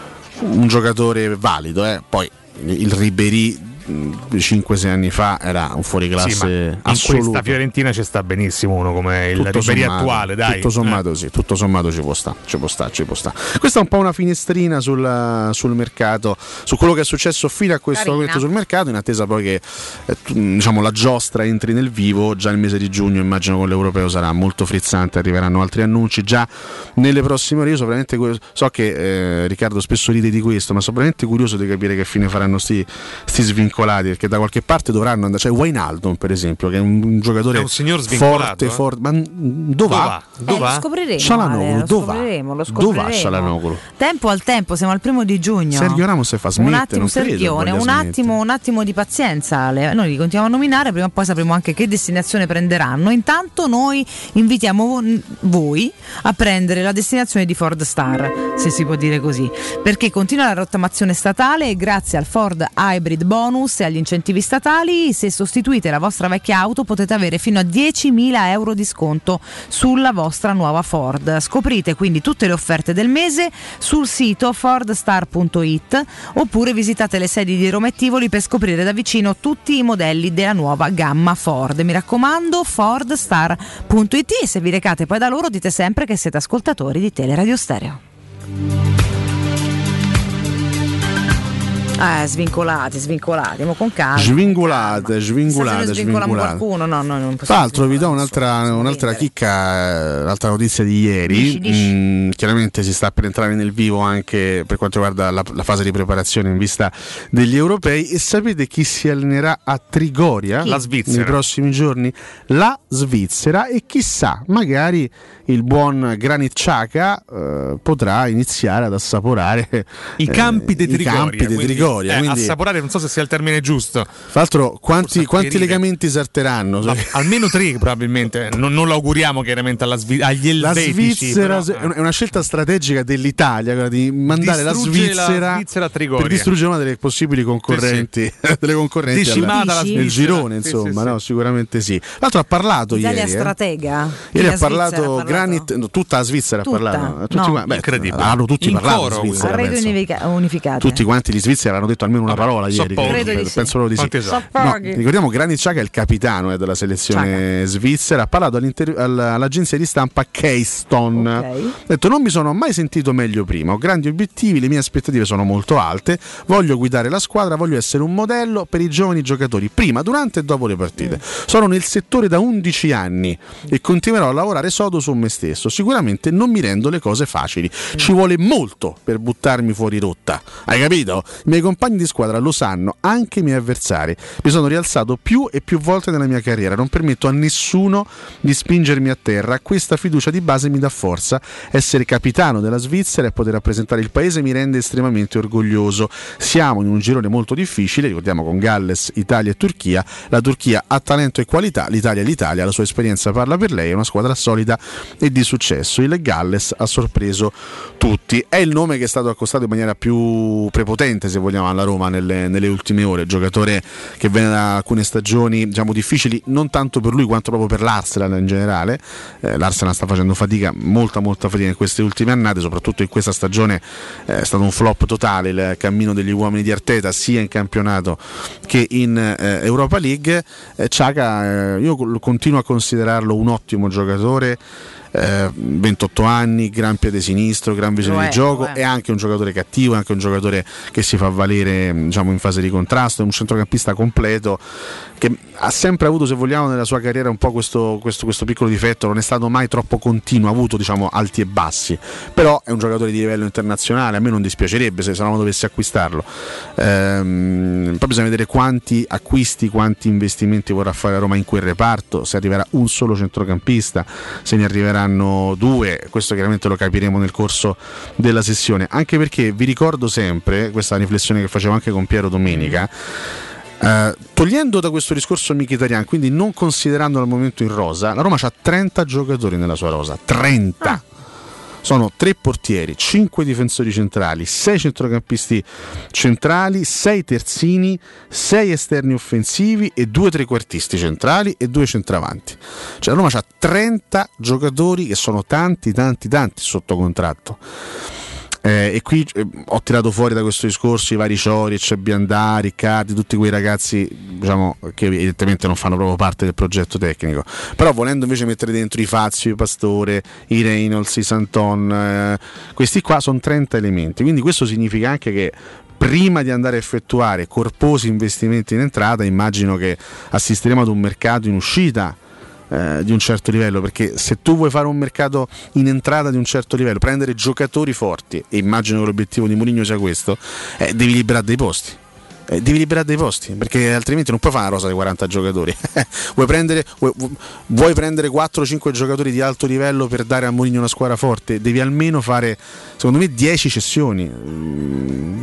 un giocatore valido, eh. Poi il Ribéry cinque sei anni fa era un fuoriclasse sì, in assoluto. Questa Fiorentina ci sta benissimo uno come il Ribéry attuale, dai. Tutto sommato, eh. sì, tutto sommato ci può sta, ci può sta, ci può sta. Questa è un po' una finestrina sul, sul mercato, su quello che è successo fino a questo momento sul mercato, in attesa poi che eh, diciamo la giostra entri nel vivo. Già il mese di giugno, immagino, con l'Europeo sarà molto frizzante, arriveranno altri annunci già nelle prossime ore. Io so veramente so che eh, Riccardo spesso ride di questo, ma sono veramente curioso di capire che fine faranno sti, sti svincolati svincolati, perché da qualche parte dovranno andare. C'è Wijnaldum, per esempio, che è un, un giocatore è un signor svincolato, forte, eh? forte. Ma dove va? Eh, lo scopriremo. Cialanoglu, Ale, lo dove va? scopriremo, lo Dove va scopriremo. Cialanoglu? Tempo al tempo, siamo al primo di giugno. Sergio Ramos fa smette, un attimo, non credo Sergione, voglia un smettere. attimo, un attimo di pazienza, Ale. Noi li continuiamo a nominare, prima o poi sapremo anche che destinazione prenderanno. Intanto noi invitiamo vo- voi a prendere la destinazione di Ford Star, se si può dire così, perché continua la rottamazione statale e grazie al Ford Hybrid Bonus e agli incentivi statali, se sostituite la vostra vecchia auto potete avere fino a diecimila euro di sconto sulla vostra nuova Ford. Scoprite quindi tutte le offerte del mese sul sito fordstar punto it oppure visitate le sedi di Roma e Tivoli per scoprire da vicino tutti i modelli della nuova gamma Ford. Mi raccomando, fordstar punto it, e se vi recate poi da loro dite sempre che siete ascoltatori di Teleradio Stereo. Eh, svincolati, svincolati, ma con calma. Svingolate, svingolate, Se svincoliamo svingolate. qualcuno, no, no, non Tra possiamo. l'altro vi do un'altra, un'altra chicca, eh, un'altra notizia di ieri. Dici, dici. Mm, chiaramente si sta per entrare nel vivo anche per quanto riguarda la, la fase di preparazione in vista degli europei, e sapete chi si allenerà a Trigoria? Chi? La Svizzera. Nei prossimi giorni? La Svizzera, e chissà, magari il buon Granit Xhaka eh, potrà iniziare ad assaporare I campi di i Trigoria, campi di quindi, Trigoria, eh, quindi- assaporare, non so se sia il termine giusto. Tra l'altro, quanti, quanti acquirire. legamenti salteranno? Ma almeno tre probabilmente, non, non lo auguriamo chiaramente alla Svi- agli La elvetici. Svizzera però, è una scelta strategica dell'Italia, quella di mandare la Distrugge Svizzera, la Svizzera a Trigoria. per distruggere una delle possibili concorrenti, delle concorrenti Decimata alla- la nel Svizzera. girone, Sì, insomma, sì, no, sicuramente sì. Tra l'altro ha parlato Italia ieri. eh. stratega. Ieri La ha Svizzera parlato Granit, no, tutta la Svizzera Tutta? ha parlato. Tutti No. qua- beh, Incredibile. hanno tutti In parlato coro, in Svizzera, A rete penso. unifica- unificate. Tutti quanti gli svizzeri hanno detto almeno una parola so ieri. pochi. credo, Credo di sì. penso proprio di Quanti sì. so? No, pochi. ricordiamo Granit Xhaka è il capitano eh, della selezione svizzera. Ha parlato all'inter- all- all'agenzia di stampa Keystone. Ok. Ha detto: non mi sono mai sentito meglio prima. Ho grandi obiettivi, le mie aspettative sono molto alte. Voglio guidare la squadra, voglio essere un modello per i giovani giocatori, prima, durante e dopo le partite. Sono nel settore da undici anni e continuerò a lavorare sodo su me stesso. Sicuramente non mi rendo le cose facili. Ci vuole molto per buttarmi fuori rotta. Hai capito? I miei compagni di squadra lo sanno, anche i miei avversari. Mi sono rialzato più e più volte nella mia carriera. Non permetto a nessuno di spingermi a terra. Questa fiducia di base mi dà forza. Essere capitano della Svizzera e poter rappresentare il paese mi rende estremamente orgoglioso. Siamo in un girone molto difficile, ricordiamo, con Galles, Italia e Turchia. La Turchia ha talento e qualità, l'Italia è l'Italia, la sua esperienza parla per lei, è una squadra solida e di successo. Il Galles ha sorpreso tutti. È il nome che è stato accostato in maniera più prepotente, se vogliamo, alla Roma nelle, nelle ultime ore. Giocatore che viene da alcune stagioni, diciamo, difficili, non tanto per lui quanto proprio per l'Arsenal in generale. Eh, L'Arsenal sta facendo fatica, molta molta fatica in queste ultime annate, soprattutto in questa stagione eh, è stato un flop totale il cammino degli uomini di Arteta, sia in campionato che in eh, Europa League. eh, Xhaka, eh, io continuo a considerarlo un ottimo giocatore. Eh, ventotto anni, gran piede sinistro, gran visione Lo di è, gioco, lo è. è anche un giocatore cattivo, è anche un giocatore che si fa valere, diciamo, in fase di contrasto, è un centrocampista completo che ha sempre avuto, se vogliamo, nella sua carriera un po' questo, questo, questo piccolo difetto, non è stato mai troppo continuo, ha avuto, diciamo, alti e bassi, però è un giocatore di livello internazionale, a me non dispiacerebbe se Roma dovesse acquistarlo. Ehm, poi bisogna vedere quanti acquisti, quanti investimenti vorrà fare la Roma in quel reparto, se arriverà un solo centrocampista, se ne arriveranno due, questo chiaramente lo capiremo nel corso della sessione, anche perché vi ricordo sempre, questa è una riflessione che facevo anche con Piero domenica, Uh, togliendo da questo discorso Mkhitaryan, quindi non considerando al momento in rosa, la Roma ha trenta giocatori nella sua rosa, trenta. Ah. Sono tre portieri, cinque difensori centrali, sei centrocampisti centrali, sei terzini, sei esterni offensivi e due trequartisti centrali e due centravanti. Cioè la Roma ha trenta giocatori che sono tanti tanti tanti sotto contratto. Eh, e qui eh, ho tirato fuori da questo discorso i vari Cioric, Biandà, Riccardi, tutti quei ragazzi, diciamo, che evidentemente non fanno proprio parte del progetto tecnico, però volendo invece mettere dentro i Fazio, i Pastore, i Reynolds, i Santon, eh, questi qua sono trenta elementi, quindi questo significa anche che prima di andare a effettuare corposi investimenti in entrata, immagino che assisteremo ad un mercato in uscita Eh, di un certo livello, perché se tu vuoi fare un mercato in entrata di un certo livello, prendere giocatori forti, e immagino che l'obiettivo di Mourinho sia questo, eh, devi liberare dei posti. eh, devi liberare dei posti, perché altrimenti non puoi fare una rosa di quaranta giocatori. vuoi, prendere, vuoi, vuoi prendere quattro cinque giocatori di alto livello per dare a Mourinho una squadra forte, devi almeno fare, secondo me, dieci cessioni, mm,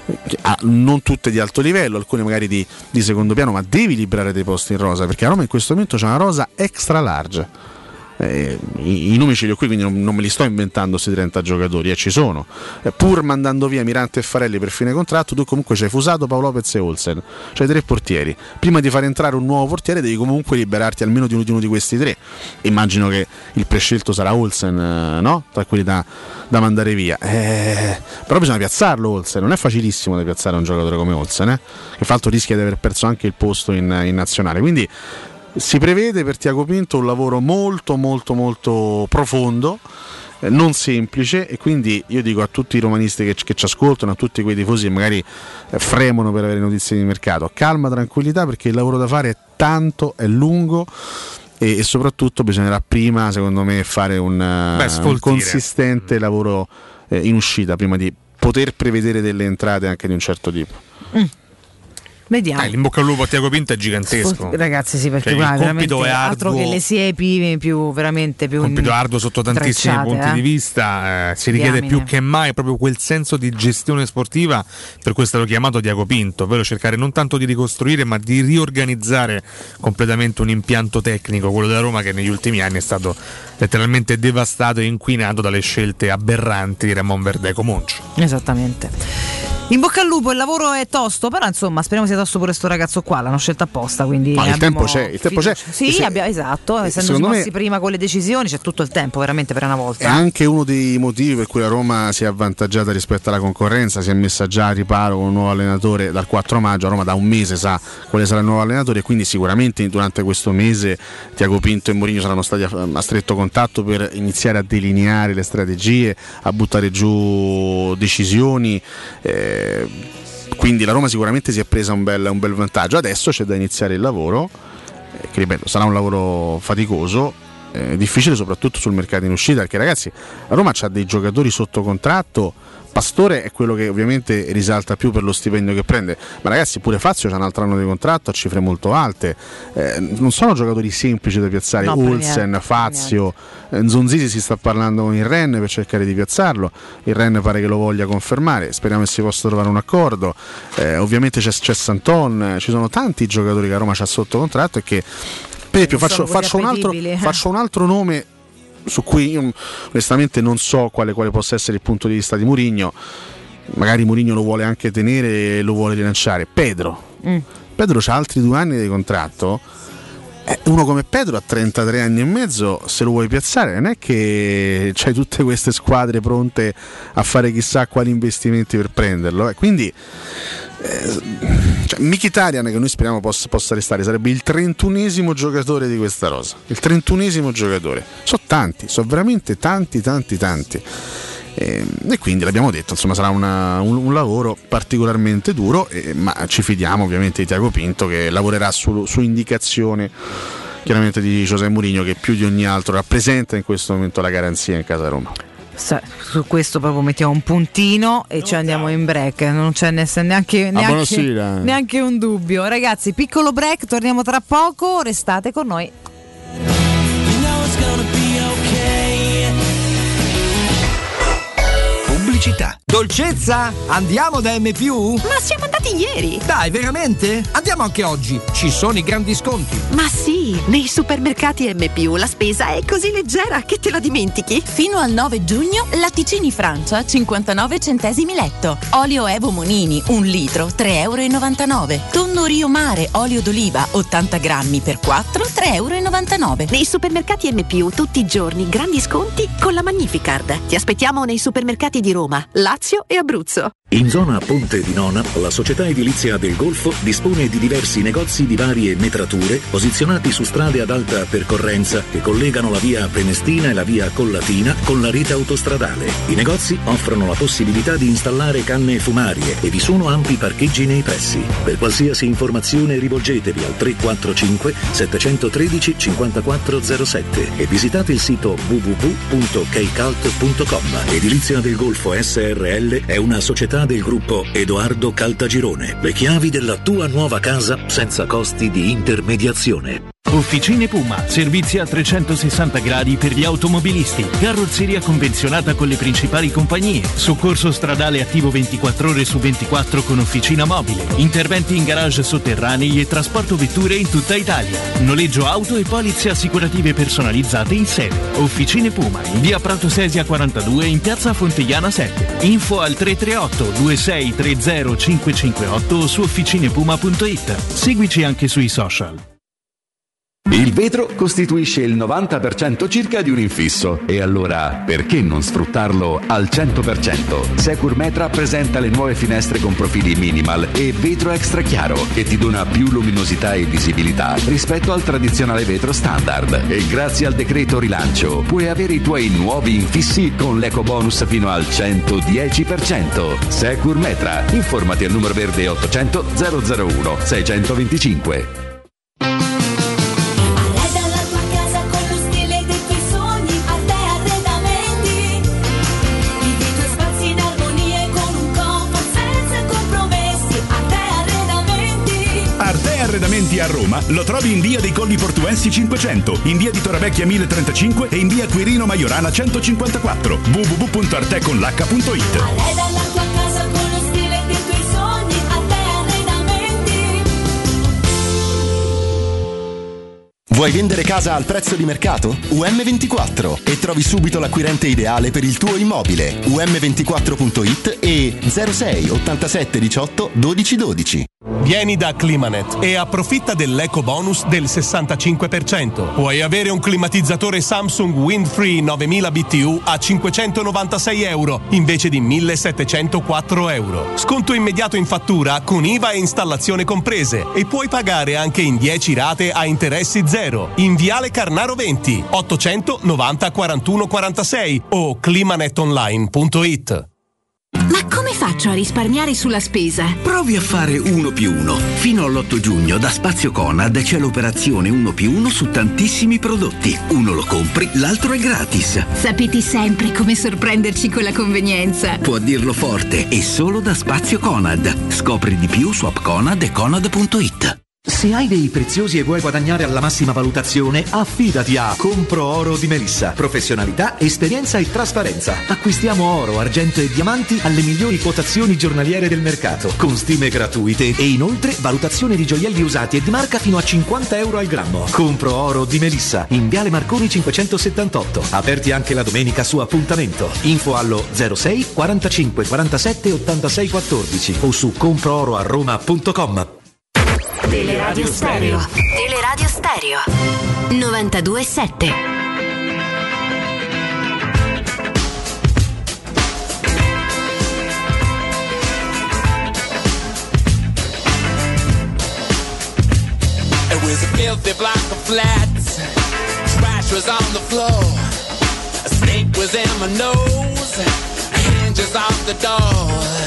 non tutte di alto livello, alcune magari di, di secondo piano, ma devi liberare dei posti in rosa, perché a Roma in questo momento c'è una rosa extra large. Eh, i, i nomi ce li ho qui, quindi non, non me li sto inventando questi trenta giocatori, e eh, ci sono, eh, pur mandando via Mirante e Farelli per fine contratto, tu comunque c'hai Fusato, Paolo Lopez e Olsen, c'hai tre portieri. Prima di far entrare un nuovo portiere devi comunque liberarti almeno di uno di, uno di questi tre. Immagino che il prescelto sarà Olsen, eh, no? Tra quelli da, da mandare via, eh, però bisogna piazzarlo Olsen, non è facilissimo da piazzare un giocatore come Olsen, eh? Che fra l'altro rischia di aver perso anche il posto in, in nazionale, quindi si prevede per Tiago Pinto un lavoro molto molto molto profondo, eh, non semplice, e quindi io dico a tutti i romanisti che, che ci ascoltano, a tutti quei tifosi che magari eh, fremono per avere notizie di mercato, calma, tranquillità, perché il lavoro da fare è tanto, è lungo, e, e soprattutto bisognerà prima, secondo me, fare un, Beh, un consistente lavoro eh, in uscita prima di poter prevedere delle entrate anche di un certo tipo. Mm. Vediamo. Eh, in bocca al lupo a Tiago Pinto è gigantesco. Ragazzi, sì, perché cioè, guarda, il compito è arduo, altro che le siepi più veramente più compito arduo sotto tantissimi punti eh? di vista, eh, si richiede Diamine. più che mai proprio quel senso di gestione sportiva, per questo l'ho chiamato Tiago Pinto, ovvero cercare non tanto di ricostruire ma di riorganizzare completamente un impianto tecnico, quello della Roma, che negli ultimi anni è stato letteralmente devastato e inquinato dalle scelte aberranti di Ramon Verdeco Moncio. Esattamente. In bocca al lupo, il lavoro è tosto, però insomma speriamo sia tosto pure sto ragazzo qua, l'hanno scelto apposta, quindi ma il tempo c'è, il tempo c'è. Sì, se, abbia, esatto, essendosi mossi prima con le decisioni c'è tutto il tempo veramente per una volta. È anche uno dei motivi per cui la Roma si è avvantaggiata rispetto alla concorrenza, si è messa già a riparo con un nuovo allenatore dal quattro maggio, la Roma da un mese sa quale sarà il nuovo allenatore, e quindi sicuramente durante questo mese Tiago Pinto e Mourinho saranno stati a, a stretto contatto per iniziare a delineare le strategie, a buttare giù decisioni, eh, quindi la Roma sicuramente si è presa un bel, un bel vantaggio. Adesso c'è da iniziare il lavoro, eh, che ripeto sarà un lavoro faticoso, eh, difficile soprattutto sul mercato in uscita, perché ragazzi la Roma ha dei giocatori sotto contratto. Pastore è quello che ovviamente risalta più per lo stipendio che prende, ma ragazzi pure Fazio c'ha un altro anno di contratto a cifre molto alte, eh, non sono giocatori semplici da piazzare, no, Olsen, Fazio, Nzonzi si sta parlando con il Rennes per cercare di piazzarlo, il Rennes pare che lo voglia confermare, speriamo che si possa trovare un accordo, eh, ovviamente c'è, c'è Santon, ci sono tanti giocatori che a Roma c'ha sotto contratto, e che per esempio faccio, faccio, un altro, eh. faccio un altro nome su cui io onestamente non so quale, quale possa essere il punto di vista di Mourinho, magari Mourinho lo vuole anche tenere e lo vuole rilanciare. Pedro mm. Pedro c'ha altri due anni di contratto, eh, uno come Pedro a trentatré anni e mezzo, se lo vuoi piazzare non è che c'hai tutte queste squadre pronte a fare chissà quali investimenti per prenderlo, eh. quindi eh, cioè, Mkhitaryan, che noi speriamo possa, possa restare, sarebbe il trentunesimo giocatore di questa rosa, il trentunesimo giocatore, sono tanti, sono veramente tanti tanti tanti, e, e quindi l'abbiamo detto, insomma sarà una, un, un lavoro particolarmente duro, e, ma ci fidiamo ovviamente di Tiago Pinto, che lavorerà su, su indicazione chiaramente di José Mourinho, che più di ogni altro rappresenta in questo momento la garanzia in casa Roma. Su questo proprio mettiamo un puntino e ci andiamo in break, non c'è neanche, neanche, neanche un dubbio. Ragazzi, piccolo break, torniamo tra poco, restate con noi. Pubblicità. Dolcezza? Andiamo da M più? Ma siamo andati ieri! Dai, veramente? Andiamo anche oggi, ci sono i grandi sconti. Ma sì, nei supermercati M più la spesa è così leggera che te la dimentichi. Fino al nove giugno, latticini Francia cinquantanove centesimi letto, olio Evo Monini un litro tre e novantanove euro, tonno Rio Mare olio d'oliva ottanta grammi per quattro tre e novantanove euro. Nei supermercati M più tutti i giorni grandi sconti con la Magnificard. Ti aspettiamo nei supermercati di Roma, Lazio e Abruzzo. In zona Ponte di Nona, la società edilizia del Golfo dispone di diversi negozi di varie metrature posizionati su strade ad alta percorrenza che collegano la via Prenestina e la via Collatina con la rete autostradale. I negozi offrono la possibilità di installare canne fumarie e vi sono ampi parcheggi nei pressi. Per qualsiasi informazione rivolgetevi al tre quattro cinque sette uno tre cinque zero sette e visitate il sito w w w punto keicalt punto com. Edilizia del Golfo S R L è una società proprietà del gruppo Edoardo Caltagirone. Le chiavi della tua nuova casa senza costi di intermediazione. Officine Puma, servizi a trecentosessanta gradi per gli automobilisti, carrozzeria convenzionata con le principali compagnie, soccorso stradale attivo ventiquattro ore su ventiquattro con officina mobile, interventi in garage sotterranei e trasporto vetture in tutta Italia, noleggio auto e polizze assicurative personalizzate in sede. Officine Puma, in via Prato Sesia quarantadue in piazza Fontegliana sette. Info al tre tre otto due sei tre zero cinque cinque otto o su officinepuma punto it. Seguici anche sui social. Il vetro costituisce il novanta per cento circa di un infisso e allora perché non sfruttarlo al cento per cento? Securmetra presenta le nuove finestre con profili minimal e vetro extra chiaro che ti dona più luminosità e visibilità rispetto al tradizionale vetro standard e grazie al decreto rilancio puoi avere i tuoi nuovi infissi con l'eco bonus fino al centodieci per cento. Securmetra, informati al numero verde ottocento zero zero uno seicentoventicinque. Arredamenti a Roma lo trovi in via dei Colli Portuensi cinquecento, in via di Torrevecchia mille trentacinque e in via Quirino Maiorana centocinquantaquattro. w w w punto arte con l'h punto it. Arreda la tua casa con lo stile dei tuoi sogni, Arte Arredamenti. Vuoi vendere casa al prezzo di mercato? U M ventiquattro e trovi subito l'acquirente ideale per il tuo immobile. u m ventiquattro punto it e zero sei ottantasette diciotto dodici dodici. Vieni da Climanet e approfitta dell'eco bonus del sessantacinque per cento. Puoi avere un climatizzatore Samsung Windfree novemila B T U a cinquecentonovantasei euro invece di millesettecentoquattro euro. Sconto immediato in fattura con I V A e installazione comprese e puoi pagare anche in dieci rate a interessi zero. In Viale Carnaro venti, ottocento novanta quarantuno quarantasei o climanetonline punto it. Ma come faccio a risparmiare sulla spesa? Provi a fare uno più uno. Fino all'otto giugno da Spazio Conad c'è l'operazione uno più uno su tantissimi prodotti. Uno lo compri, l'altro è gratis. Sapete sempre come sorprenderci con la convenienza. Può dirlo forte, è solo da Spazio Conad. Scopri di più su app Conad e conad punto it. Se hai dei preziosi e vuoi guadagnare alla massima valutazione, affidati a Compro Oro di Melissa. Professionalità, esperienza e trasparenza. Acquistiamo oro, argento e diamanti alle migliori quotazioni giornaliere del mercato, con stime gratuite e inoltre valutazione di gioielli usati e di marca fino a cinquanta euro al grammo. Compro Oro di Melissa, in Viale Marconi cinquecentosettantotto. Aperti anche la domenica su appuntamento. Info allo zero sei quarantacinque quarantasette ottantasei quattordici o su compro oro a roma punto com. Teleradio Stereo. Teleradio Stereo. novantadue sette. It was a filthy block of flats. Trash was on the floor. A snake was in my nose. Hinges off the doors.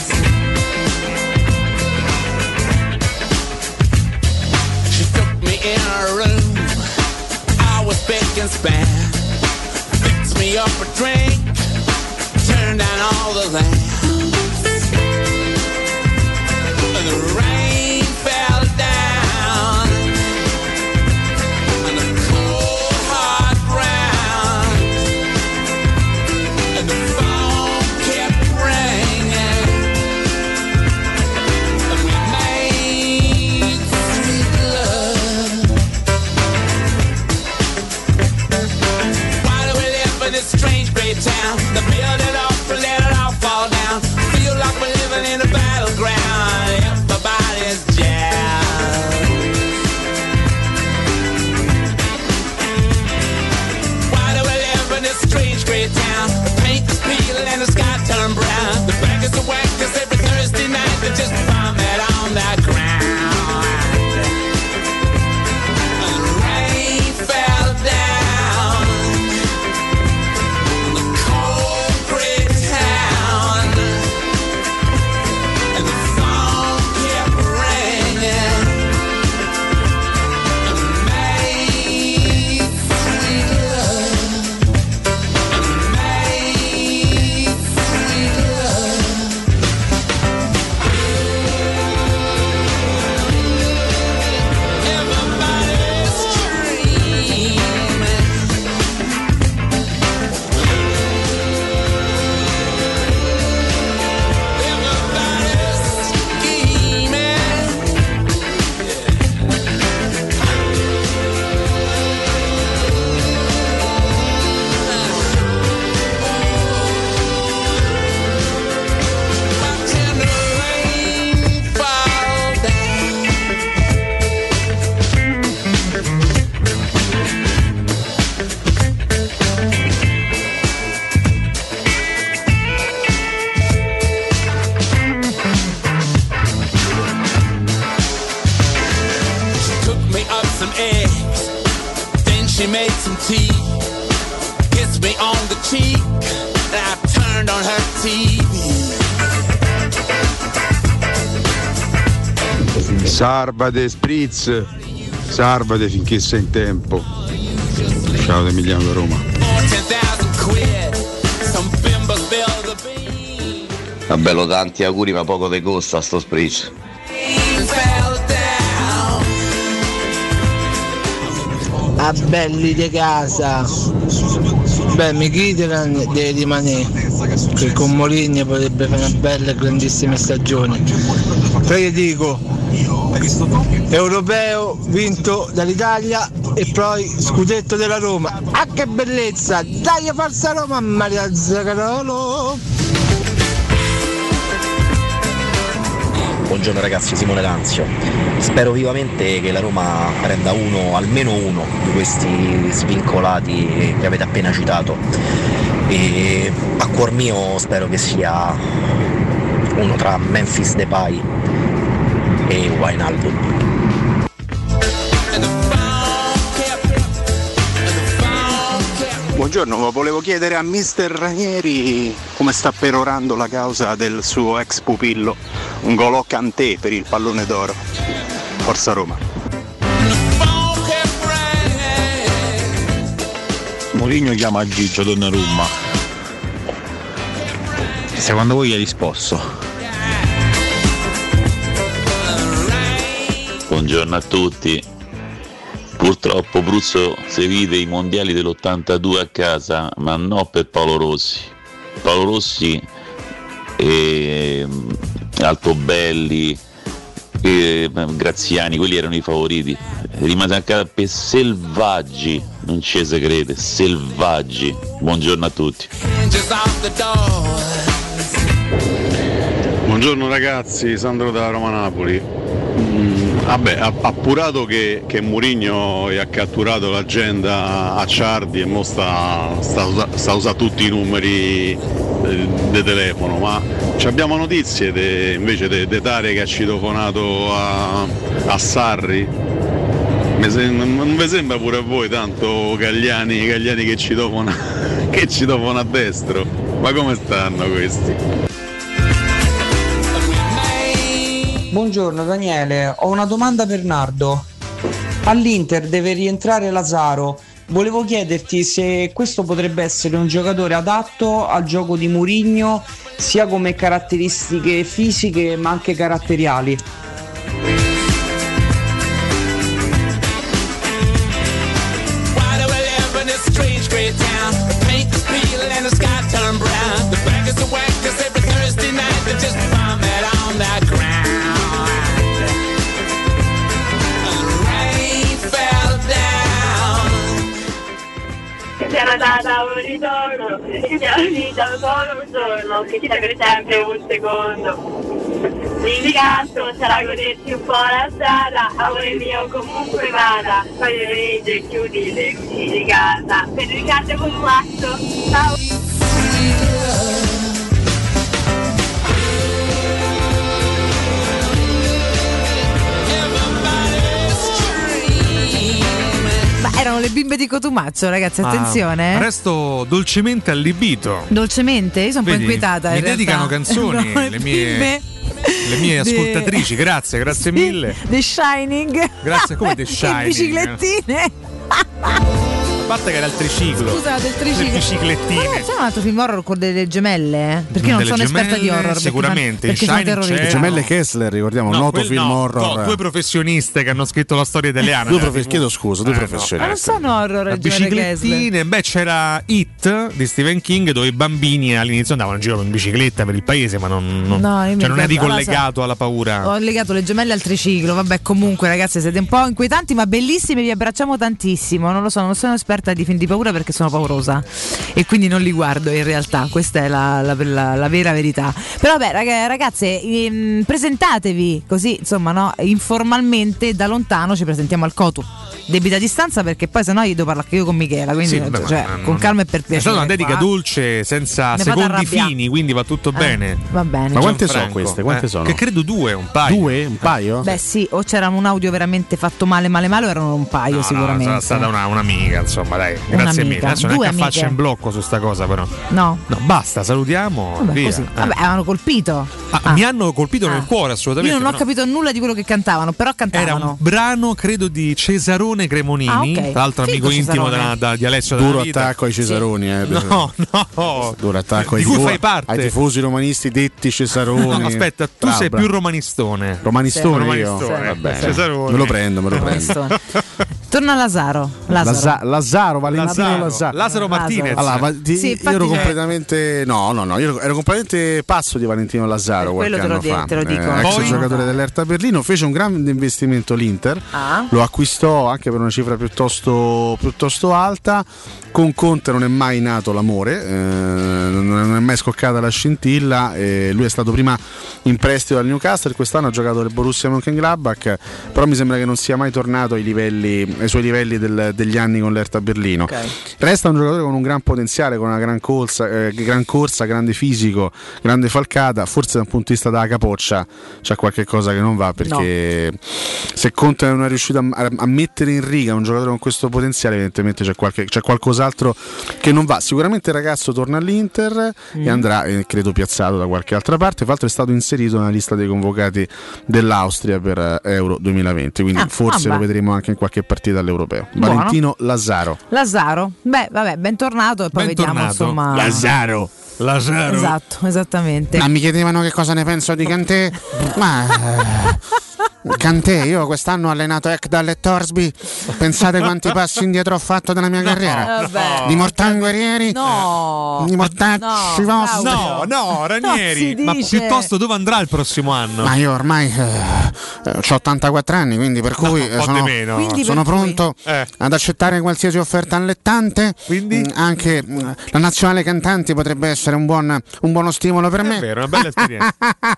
In her room, I was big and span. Fix me up a drink, turn down all the lamps. And the rain fell down on the cold hard ground, and the phone kept ringing, and we made sweet love. This strange great town tea, kissed me on the cheek, and I turned on her T V. Salvate Spritz, salvate finché sei in tempo. Ciao da Emiliano da Roma. Vabbè, lo tanti auguri ma poco de costa sto Spritz. A belli di casa. Beh, mi Midtjylland deve rimanere, che con Mourinho potrebbe fare una bella e grandissima stagione. Però io dico, europeo vinto dall'Italia e poi scudetto della Roma. Ah, che bellezza! Dai, forza Roma, Maria Zaccarolo! Buongiorno ragazzi, Simone Lanzio. Spero vivamente che la Roma prenda uno, almeno uno di questi svincolati che avete appena citato. E a cuor mio spero che sia uno tra Memphis Depay e Wijnaldum. Buongiorno, ma volevo chiedere a mister Ranieri come sta perorando la causa del suo ex pupillo, un N'Golo Kanté per il pallone d'oro. Forza Roma. Mourinho chiama Gigio Donnarumma. Secondo voi è risposto? Buongiorno a tutti. Purtroppo Bruzzo si vide i mondiali dell'ottantadue a casa, ma non per Paolo Rossi. Paolo Rossi e Altobelli e Graziani, quelli erano i favoriti. Rimase a casa per selvaggi, non ci si crede, selvaggi. Buongiorno a tutti. Buongiorno ragazzi, Sandro da Roma Napoli. Mm, vabbè, appurato che, che Mourinho ha catturato l'agenda a Ciardi e mo sta, sta, sta usando tutti i numeri del telefono, ma abbiamo notizie de, invece di de, de Tare che ha citofonato a, a Sarri? Mi se, non vi sembra pure a voi tanto Gagliani, Gagliani che citofona, che citofona a destro? Ma come stanno questi? Buongiorno Daniele, ho una domanda per Nardo. All'Inter deve rientrare Lazaro. Volevo chiederti se questo potrebbe essere un giocatore adatto al gioco di Mourinho, sia come caratteristiche fisiche ma anche caratteriali. Data un ritorno, che ti ha vita solo un giorno, che ti dà per sempre un secondo. L'incanto sarà goderti un po' la strada, amore mio comunque vada, fai le leggi e chiudi le uscite di casa. Per Riccardo con un atto, ciao! Erano le bimbe di Cotumaccio, ragazzi, attenzione. Ah, resto dolcemente allibito. Dolcemente? Io sono Vedi, un po' inquietata. Mi in dedicano realtà. canzoni no, le mie, le mie de... ascoltatrici. Grazie, grazie sì, mille. The Shining. Grazie, come The Shining? Le biciclettine. A parte che era il triciclo. Scusate, il triciclo. Le biciclettine. Ma c'è un altro film horror con delle gemelle? Perché io non sono gemelle, esperta di horror. Sicuramente. Perché sono terroristi. Le gemelle Kessler, ricordiamo, no, un noto quel, film no, horror. No, due professioniste che hanno scritto la storia italiana. due profe- chiedo scusa, due eh, professionisti. Ma non sono horror. Le biciclettine. Beh, c'era It di Stephen King, dove i bambini all'inizio andavano in giro in bicicletta per il paese, ma non, non, no, cioè non è ricollegato alla, alla paura. Ho legato le gemelle al triciclo. Vabbè, comunque, ragazzi, siete un po' inquietanti, ma bellissimi. Vi abbracciamo tantissimo. Non lo so, non sono esperta di film di paura perché sono paurosa e quindi non li guardo in realtà, questa è la, la, la, la vera verità. Però vabbè ragazze, ehm, presentatevi così, insomma, no, informalmente da lontano ci presentiamo al Cotu. Debita distanza perché poi sennò io devo parlare anche io con Michela, quindi sì, vabbè, cioè, con non... calma e per piacere. È stata una dedica qua. dolce, senza secondi fini, quindi va tutto eh, bene. Va bene. Ma quante sono queste? Quante eh, sono? Che credo due, un paio. Due? Un paio? Beh sì, o c'era un audio veramente fatto male male male o erano un paio no, sicuramente. No, sarà stata una, un'amica, insomma. insomma, dai, grazie mille. Adesso neanche faccia in blocco su sta cosa, però. No. No, basta, salutiamo. Vabbè, via. così. Eh. Vabbè, avevano colpito. Ah, Ah. Mi hanno colpito Ah. nel cuore, assolutamente. Io non ho no? capito nulla di quello che cantavano, però cantavano. Era un brano, credo, di Cesarone Cremonini, Ah, ok. tra l'altro Figo amico intimo Cesarone. della, da, di Alessio Duro Dalla Vita. attacco ai Cesaroni, eh. No, no. Duro attacco ai Di cui tifo- fai parte. ai tifosi romanisti detti Cesaroni. No, aspetta, tu Bravo, sei bravo. più romanistone. Romanistone Sì. io? Romanistone. Va bene. Cesarone. Me lo prendo, me lo prendo. Romanistone. Torna Lazzaro. Lazzaro. Lazza- Lazzaro, Valentino Lazzaro. Lazzaro. Lazzaro Martinez. Allora, ma ti- Sì, io infatti ero c'è- completamente no, no, no, io ero, ero completamente pazzo di Valentino Lazzaro Eh, qualche quello te lo anno di- fa. te lo dico. Eh, ex Poi? giocatore dell'Hertha Berlino, fece un grande investimento l'Inter. Ah. Lo acquistò anche per una cifra piuttosto, piuttosto alta. Con Conte non è mai nato l'amore, eh, non è mai scoccata la scintilla. Eh, lui è stato prima in prestito dal Newcastle, quest'anno ha giocato nel Borussia Mönchengladbach, però mi sembra che non sia mai tornato ai, livelli, ai suoi livelli del- degli anni con l'Hertha Berlino. Ok. Resta un giocatore con un gran potenziale, con una gran corsa, eh, gran corsa, grande fisico, grande falcata. Forse dal punto di vista della capoccia c'è qualche cosa che non va, perché se Conte non è riuscito a, a mettere in riga un giocatore con questo potenziale, evidentemente c'è, qualche, c'è qualcos'altro che non va. Sicuramente il ragazzo torna all'Inter Mm. e andrà, eh, credo, piazzato da qualche altra parte. Tra l'altro è stato inserito nella lista dei convocati dell'Austria per eh, Euro duemilaventi, quindi Ah, forse ah, lo beh. vedremo anche in qualche partita all'Europeo. Buono. Valentino Lazzaro. Lazzaro. Beh, vabbè, bentornato e poi vediamo insomma. Lazzaro. Lazzaro. Esatto, esattamente. Ma mi chiedevano che cosa ne penso di Kanté. Ma eh, Kanté, io quest'anno ho allenato Ekdal e Torsby. Pensate quanti passi indietro ho fatto nella mia carriera. Eh, vabbè. Di Mortan Guerrieri, No. di Mortacci No, vostri. No, no, Ranieri. Non si Ma dice. piuttosto dove andrà il prossimo anno? Ma io ormai eh, ho ottantaquattro anni, quindi per cui un eh, po' sono, di meno. Quindi sono per cui- pronto Eh. ad accettare qualsiasi offerta allettante. Quindi? Mm, anche mm, la nazionale cantanti potrebbe essere un buon un buono stimolo per È me. vero, una bella esperienza.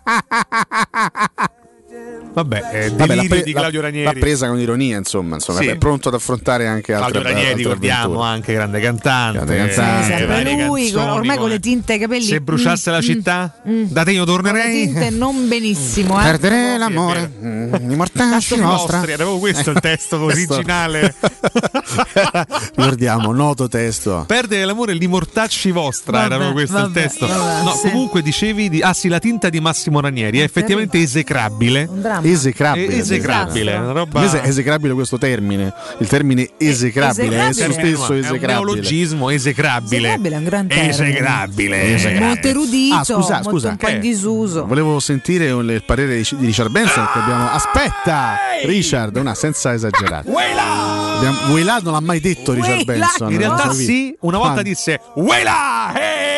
Vabbè, eh, Vabbè, l'ha, delirio pre- di Claudio l'ha- Ranieri. l'ha presa con ironia, insomma, insomma Sì. è pronto ad affrontare anche altre Claudio Ranieri, altre ricordiamo, avventure. anche grande cantante. Grande cantante. Sì, sempre varie lui, canzoni, ormai con come- le tinte ai capelli. Se bruciasse Mm, la mm, città, mm. da te io Con le tornerei. tinte non benissimo, eh. Perderei l'amore, mm, i mortacci nostra. Nostri, era proprio questo il testo Questo- originale. Ricordiamo, noto testo. Perdere l'amore, li mortacci vostra. Vabbè, era proprio questo vabbè, il testo. vabbè, no, sì. comunque dicevi di. Ah, sì, la tinta di Massimo Ranieri è effettivamente esecrabile. Un dramma. Esecrabile. È esecrabile, Esatto. una roba. Invece è esecrabile questo termine. Il termine esecrabile è esecrabile. esso stesso È un esecrabile. neologismo esecrabile. Esecrabile è un gran termine. Esecrabile. Molto erudito, Ah, scusa, molto scusa. un po' in Eh. disuso. Volevo sentire il parere di di Richard Benson che abbiamo. Aspetta! Richard, una senza esagerare. Abbiamo... Weila non l'ha mai detto Richard Weila. Benson. In nella realtà sua vita. sì, una volta Quando? disse Wela!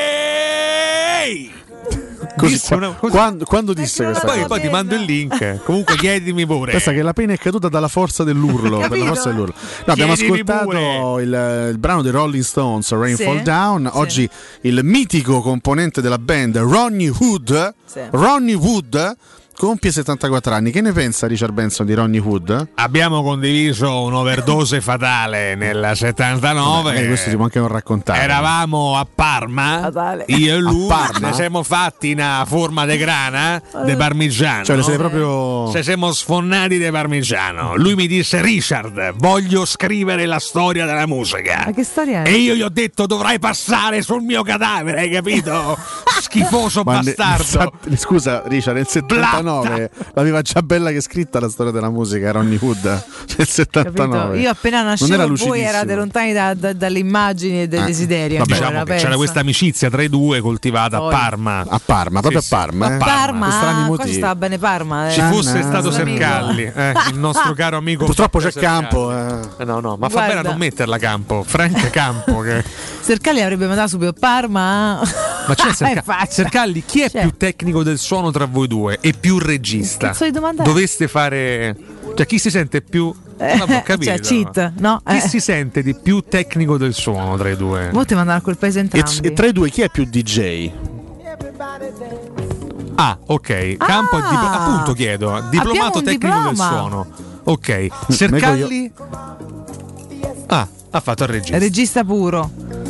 Hey! Così, disse una- così. Quando, quando disse questa Poi, cosa? poi ti mando il link. Comunque chiedimi pure. Pensa che la pena è caduta dalla forza dell'urlo. Per la Capito? forza dell'urlo. No, abbiamo Chiedimi ascoltato il, il brano dei Rolling Stones, Rain Sì. Fall Down. Sì. Oggi il mitico componente della band, Ronnie Wood. Sì. Ronnie Wood compie settantaquattro anni. Che ne pensa Richard Benson di Ronnie Wood? Abbiamo condiviso un'overdose fatale nel settantanove. Eh, questo si può anche non raccontare. Eravamo a Parma, Fatale. io e lui, A Parma? ne siamo fatti una forma de grana de parmigiano. Cioè, le siete proprio. Se siamo sfonnati di parmigiano. Lui mi disse: Richard, voglio scrivere la storia della musica. Ma che storia è? E io gli ho detto: dovrai passare sul mio cadavere, hai capito? Schifoso Ma ne- bastardo. nel- scusa Richard, nel settantanove l'aveva già bella che scritta la storia della musica Ronnie Wood. Nel settantanove. Capito? Io appena Non nascevo era voi lucidissimo. erate lontani da- da- dalle immagini e dai Eh, desideri. vabbè, ancora, Diciamo che pensa. c'era questa amicizia tra i due coltivata Poi. a Parma. A Parma, proprio Sì, a Parma. sì. eh. A Parma, Per strani ah, qua motivi. ci stava bene Parma. Eh. Ci fosse Gianna- stato Amico. Sercalli, eh, il nostro caro amico. Purtroppo c'è Sercalli. Campo. eh. Eh, no, no, ma fa Guarda. bene a non metterla Campo. Frank Campo. Che... Sercalli avrebbe mandato subito Parma. Ma c'è È Serca- facile. Sercalli, chi è C'è. più tecnico del suono tra voi due e più regista? Cazzo di domanda è? Doveste fare. Cioè, chi si sente più. Vabbè, ho capito. Cioè, cheat, no? Chi Eh. si sente di più tecnico del suono tra i due? Mo' ti mandano a quel paese E, entrambi. e tra i due chi è più D J? Ah, ok. Campo è diplo- Ah. appunto chiedo, diplomato un tecnico del diploma. suono. Ok. Sercalli. Ah, ha fatto il regista. Regista puro.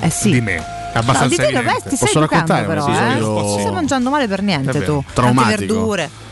Eh sì. di me. No, di te dov'è? Ti stai educando però, sì, eh? io... Non stai mangiando male per niente tu. Traumatico. Tante verdure.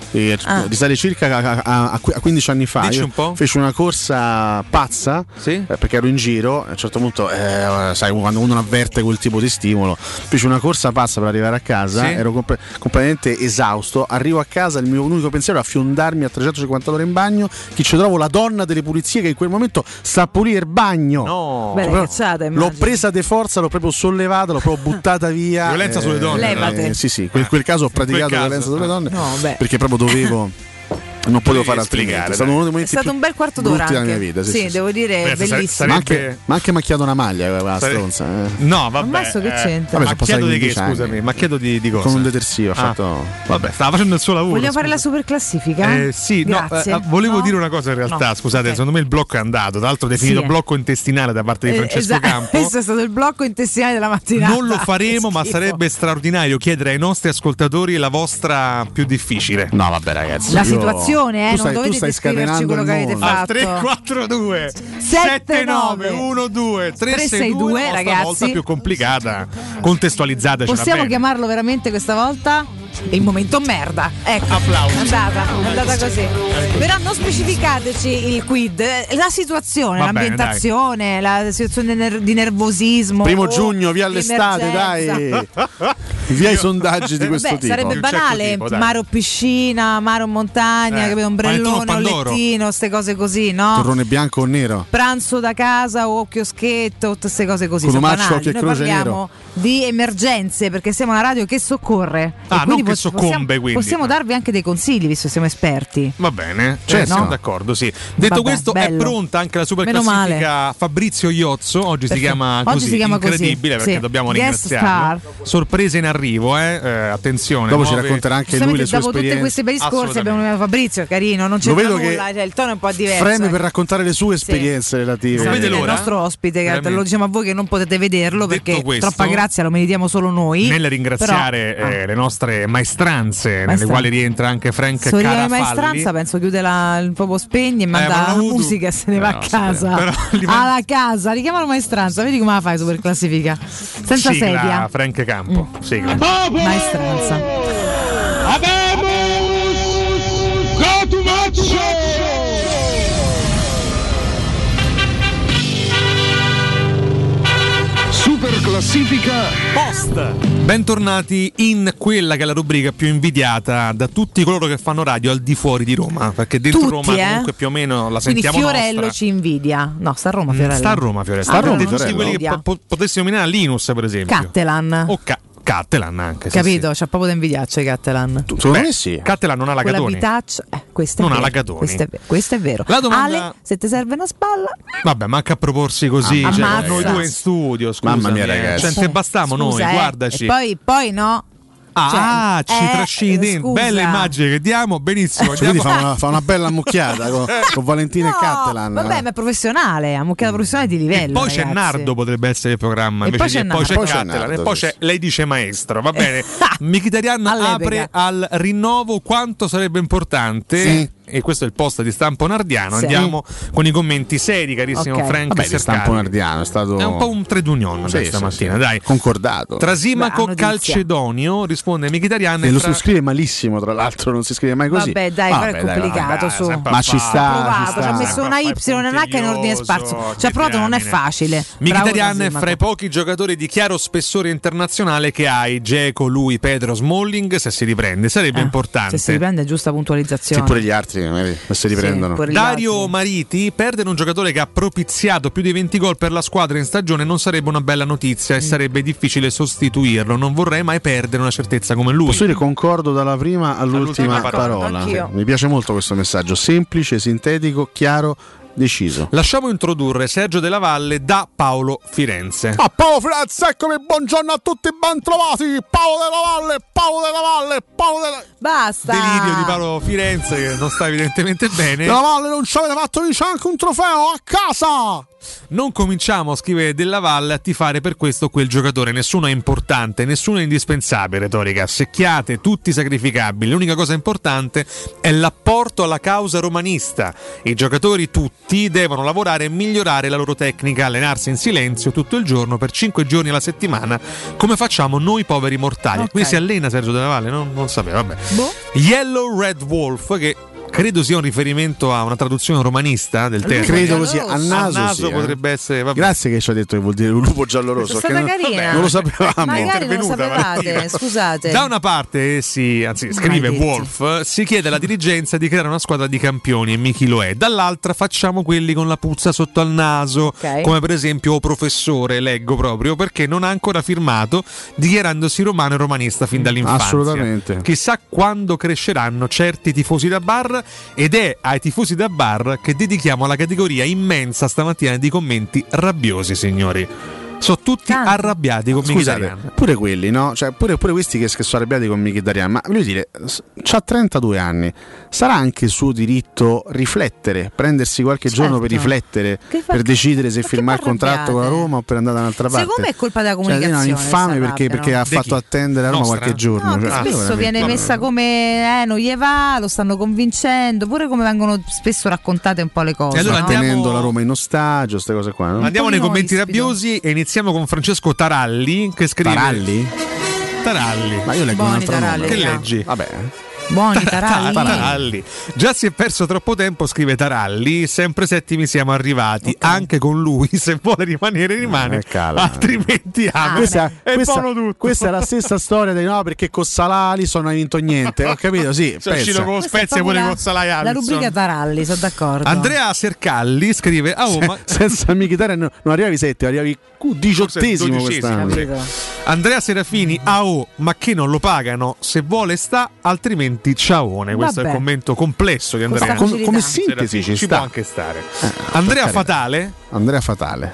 eh, Ah. risale circa a, a- a quindici anni fa. Dici Io un po'. feci una corsa pazza Sì? eh, perché ero in giro. A un certo punto, eh, sai, quando uno non avverte quel tipo di stimolo, feci una corsa pazza per arrivare a casa. Sì? Ero comp- completamente esausto. Arrivo a casa, il mio unico pensiero era fiondarmi a trecentocinquanta ore in bagno. Chi ci trovo? La donna delle pulizie che in quel momento sta a pulire il bagno. No. Beh, Proprio- cacciata, l'ho immagino. presa de forza, l'ho proprio sollevata, l'ho proprio buttata via. Violenza sulle donne. Levate. Sì, sì, in quel, quel caso ho praticato caso, violenza sulle donne No, beh. perché proprio dovevo. Non potevo fare altrimenti. spiegare, È stato dai. uno dei È momenti stato più un bel quarto d'ora brutti della anche. mia vita. Sì, sì, sì, sì. devo dire, Beh, sare- bellissimo. Ma sarebbe- anche, ma anche macchiato una maglia quella Sare- stronza. eh. No, vabbè. Ammasso che eh, c'entra? Vabbè, Ma sono passati chiedo di che, quindici anni. scusami, ma chiedo di, di cosa? Con un detersivo ha Ah, fatto. Vabbè, stava facendo il suo lavoro. Vogliamo fare scusa. la super classifica? Eh, sì, no, Grazie. eh, volevo No? dire una cosa in realtà, No. scusate, Ok. secondo me il blocco è andato, tra l'altro definito Sì, eh. blocco intestinale da parte di Eh, Francesco esatto. Campo. Questo è stato il blocco intestinale della mattinata. Non lo faremo, Che ma schifo. sarebbe straordinario chiedere ai nostri ascoltatori la vostra più difficile. No, vabbè, ragazzi. La io- situazione, eh, tu non stai, tu dovete stai descriverci scatenando quello il che avete mondo. fatto. Al tre quattro due sette nove uno due tre sei sei due, due, ragazzi. volta più complicata. Contestualizzateci. Possiamo chiamarlo veramente questa volta? Il momento merda. Ecco. Applausi. È andata, è andata così. Però non specificateci il quid, eh, la situazione, Va bene, l'ambientazione, la situazione di ner- di nervosismo. Primo o giugno, via di l'estate, dai. emergenza. Via i sondaggi di questo Beh, tipo. sarebbe Di un certo banale, tipo, dai. mare o piscina, mare o montagna, Eh, capito? panettone o Ombrellone o pandoro? lettino, queste cose così, no? Torrone bianco o nero? Pranzo da casa o chioschetto, tutte queste cose così. Con sono omaccio, banali. occhio e Noi croce parliamo di emergenze perché siamo una radio che soccorre. Ah, E quindi non che pos- soccombe, possiamo, quindi. possiamo darvi anche dei consigli, visto che siamo esperti. Va bene, Certo. certo, sono d'accordo, sì. Detto Vabbè, questo, bello. è pronta anche la super Meno classifica Fabrizio Iozzo. Oggi si Perfetto. chiama Oggi così, si chiama così, incredibile perché sì. dobbiamo Guest ringraziarlo. Sorprese in arrivo, eh. eh attenzione. Dopo ci nuove- racconterà anche lui Giustamente le sue dopo tutte esperienze. questi bei discorsi Assolutamente. abbiamo nominato Fabrizio, carino, non c'è Lo vedo nulla, che cioè, il tono è un po' diverso. Freme eh. per raccontare le sue esperienze relative. Non vede È il l'ora? nostro ospite, che Veramente. lo diciamo a voi che non potete vederlo Detto perché questo, troppa grazia lo meritiamo solo noi. Nel ringraziare Però- eh, le nostre maestranze, nelle Maestranze. quali rientra anche Frank Sorella di Carafalli. maestranza, penso chiude la, il proprio spegni e manda ma non la ho avuto- musica e se ne Eh, va no, a sì, casa. però li man- Alla casa, richiamalo maestranza, vedi come la fai super classifica. Senza Sigla sedia. Frank Campo. Sigla. Maestranza. Super classifica Post. Bentornati in quella che è la rubrica più invidiata da tutti coloro che fanno radio al di fuori di Roma, perché dentro Tutti, Roma eh? comunque più o meno la Quindi sentiamo Fiorello nostra. ci invidia. No, sta a Roma Fiorello. Sta a Roma Fiorello. Ah, Sta a Roma Roma, tutti Fiorello. quelli che po- po- potessi nominare Linus per esempio. Cattelan. O Ca- Cattelan anche. sì, Capito? C'ha proprio da invidiarci Cattelan. Secondo me sì. Cattelan non ha la Quella Gatoni. vitaccia, eh, questo è Non ha vero. la Gatoni. Questo è, ve- questo è vero. La domanda- Ale, se ti serve una spalla, Vabbè, manca a proporsi così. Ah, cioè, ammazza. noi due in studio. Scusami, Mamma mia, eh. ragazzi. Cioè, te bastiamo scusa, noi, eh, guardaci. E poi, poi no. Ah, Cioè, ci eh, trascini dentro. scusa. Bella immagine che diamo, benissimo. Cioè, quindi andiamo- fa una, fa una bella ammucchiata con, con Valentina No, e Cattelan. vabbè, ma è professionale, ha mucchiata professionale di livello. E poi c'è ragazzi. Nardo, potrebbe essere il programma. E Invece poi c'è di- poi c'è Nardo. Poi c'è Cattelan, Nardo, e poi sì. c'è Lei dice maestro. Va bene. Mkhitaryan All'epoca. apre al rinnovo quanto sarebbe importante. Sì. E questo è il post di Stampo Nardiano. Sì. Andiamo con i commenti seri, carissimo Ok. Frank Vabbè, di Sercati. stampo nardiano è stato È un po' un trade union Sì, dai, sì, stamattina, sì. dai. Concordato. Trasimaco Beh, notizia. Calcedonio risponde Mkhitaryan E lo fra- si scrive malissimo, tra l'altro, non si scrive mai così. Vabbè, dai, Vabbè, però è dai, complicato. vabbè, su. sempre Ma ci a sta, Ha provato, ci ci ha sta. messo una Y, un H in ordine sparso. Ci ha provato, non è facile. Mkhitaryan Bravo, è Trasimaco. fra i pochi giocatori di chiaro spessore internazionale che hai. Dzeko, lui, Pedro, Smalling, se si riprende, sarebbe Eh, importante. Se si riprende è giusta Sì, puntualizzazione. pure gli altri, magari, se si riprendono. pure gli Dario altri. Mariti, perdere un giocatore che ha propiziato più di venti gol per la squadra in stagione non sarebbe una bella notizia Mm. e sarebbe difficile sostituirlo. Non vorrei mai perdere una certezza come lui. Posso dire concordo dalla prima all'ultima, All'ultima parola. parola. Anch'io. Mi piace molto questo messaggio, semplice, sintetico, chiaro, deciso. Lasciamo introdurre Sergio Della Valle da Paolo Firenze. A Paolo Firenze, eccomi, buongiorno a tutti, ben trovati. Paolo della Valle, Paolo della Valle, Paolo della Basta. Delirio di Paolo Firenze che non sta evidentemente bene. Della Valle, non ci avete fatto vincere anche un trofeo a casa. non cominciamo, scrive Della Valle, a tifare per questo o quel giocatore. Nessuno è importante, nessuno è indispensabile. Retorica secchiate, tutti sacrificabili. L'unica cosa importante è l'apporto alla causa romanista. I giocatori tutti devono lavorare e migliorare la loro tecnica, allenarsi in silenzio tutto il giorno per cinque giorni alla settimana, come facciamo noi poveri mortali. Okay. Qui si allena Sergio Della Valle, non, non sapevo, vabbè. Boh. Yellow Red Wolf, che credo sia un riferimento a una traduzione romanista del termine. Credo così, a naso, a naso sì, potrebbe eh. essere. Vabbè. Grazie che ci ha detto che vuol dire un lupo giallo-rosso. È stata non, carina. non lo sapevamo. Magari non lo sapevate, scusate. Da una parte si, anzi, scrive Wolf, si chiede alla dirigenza di creare una squadra di campioni e Michi lo è. Dall'altra facciamo quelli con la puzza sotto al naso, okay. Come per esempio O Professore, leggo proprio, perché non ha ancora firmato, dichiarandosi romano e romanista fin dall'infanzia. Assolutamente. Chissà quando cresceranno certi tifosi da bar, ed è ai tifosi da bar che dedichiamo la categoria immensa stamattina di commenti rabbiosi, signori. Sono tutti Tanto. arrabbiati con Mkhitaryan. Pure quelli, no? Cioè, pure, pure questi che, che sono arrabbiati con Mkhitaryan. Ma voglio dire, c'ha trentadue anni. Sarà anche suo diritto riflettere, prendersi qualche certo. giorno per riflettere, fa, per decidere se firmare il contratto con la Roma o per andare da un'altra parte. Secondo me è colpa della comunicazione. Cioè, no, infame perché, rabbia, perché no? ha fatto attendere la Roma Nostra. qualche giorno. No, cioè, spesso viene messa come eh, non gli va, lo stanno convincendo, pure come vengono spesso raccontate un po' le cose. E allora no? andiamo... tenendo la Roma in ostaggio, queste cose qua. No? Andiamo nei commenti rabbiosi e iniziamo con Francesco Taralli che scrive Taralli? Taralli. Ma io leggo Buoni un altro Taralli, nome. Che leggi? Vabbè. Buoni Taralli. Taralli. Già si è perso troppo tempo, scrive Taralli. Sempre settimi siamo arrivati. Okay. Anche con lui, se vuole rimanere, rimane. Eh, altrimenti ah, questa, è questa, tutto. Questa è la stessa storia dei no, perché con Salali sono vinto niente. Ho capito, sì. Sono uscito con Spezia pure con Salai. La rubrica Taralli, sono d'accordo. Andrea Sercalli scrive: ah, oh, Se, ma... senza Mkhitaryan non, non arrivavi settimo, arrivavi diciottesimo quest'anno. Andrea Serafini: ah, oh, ma che non lo pagano? Se vuole sta, altrimenti ciaone. Questo Vabbè. è il commento complesso di Andrea. Com- come sintesi ci, ci sta. può anche stare. Eh, Andrea Fatale. Andrea Fatale.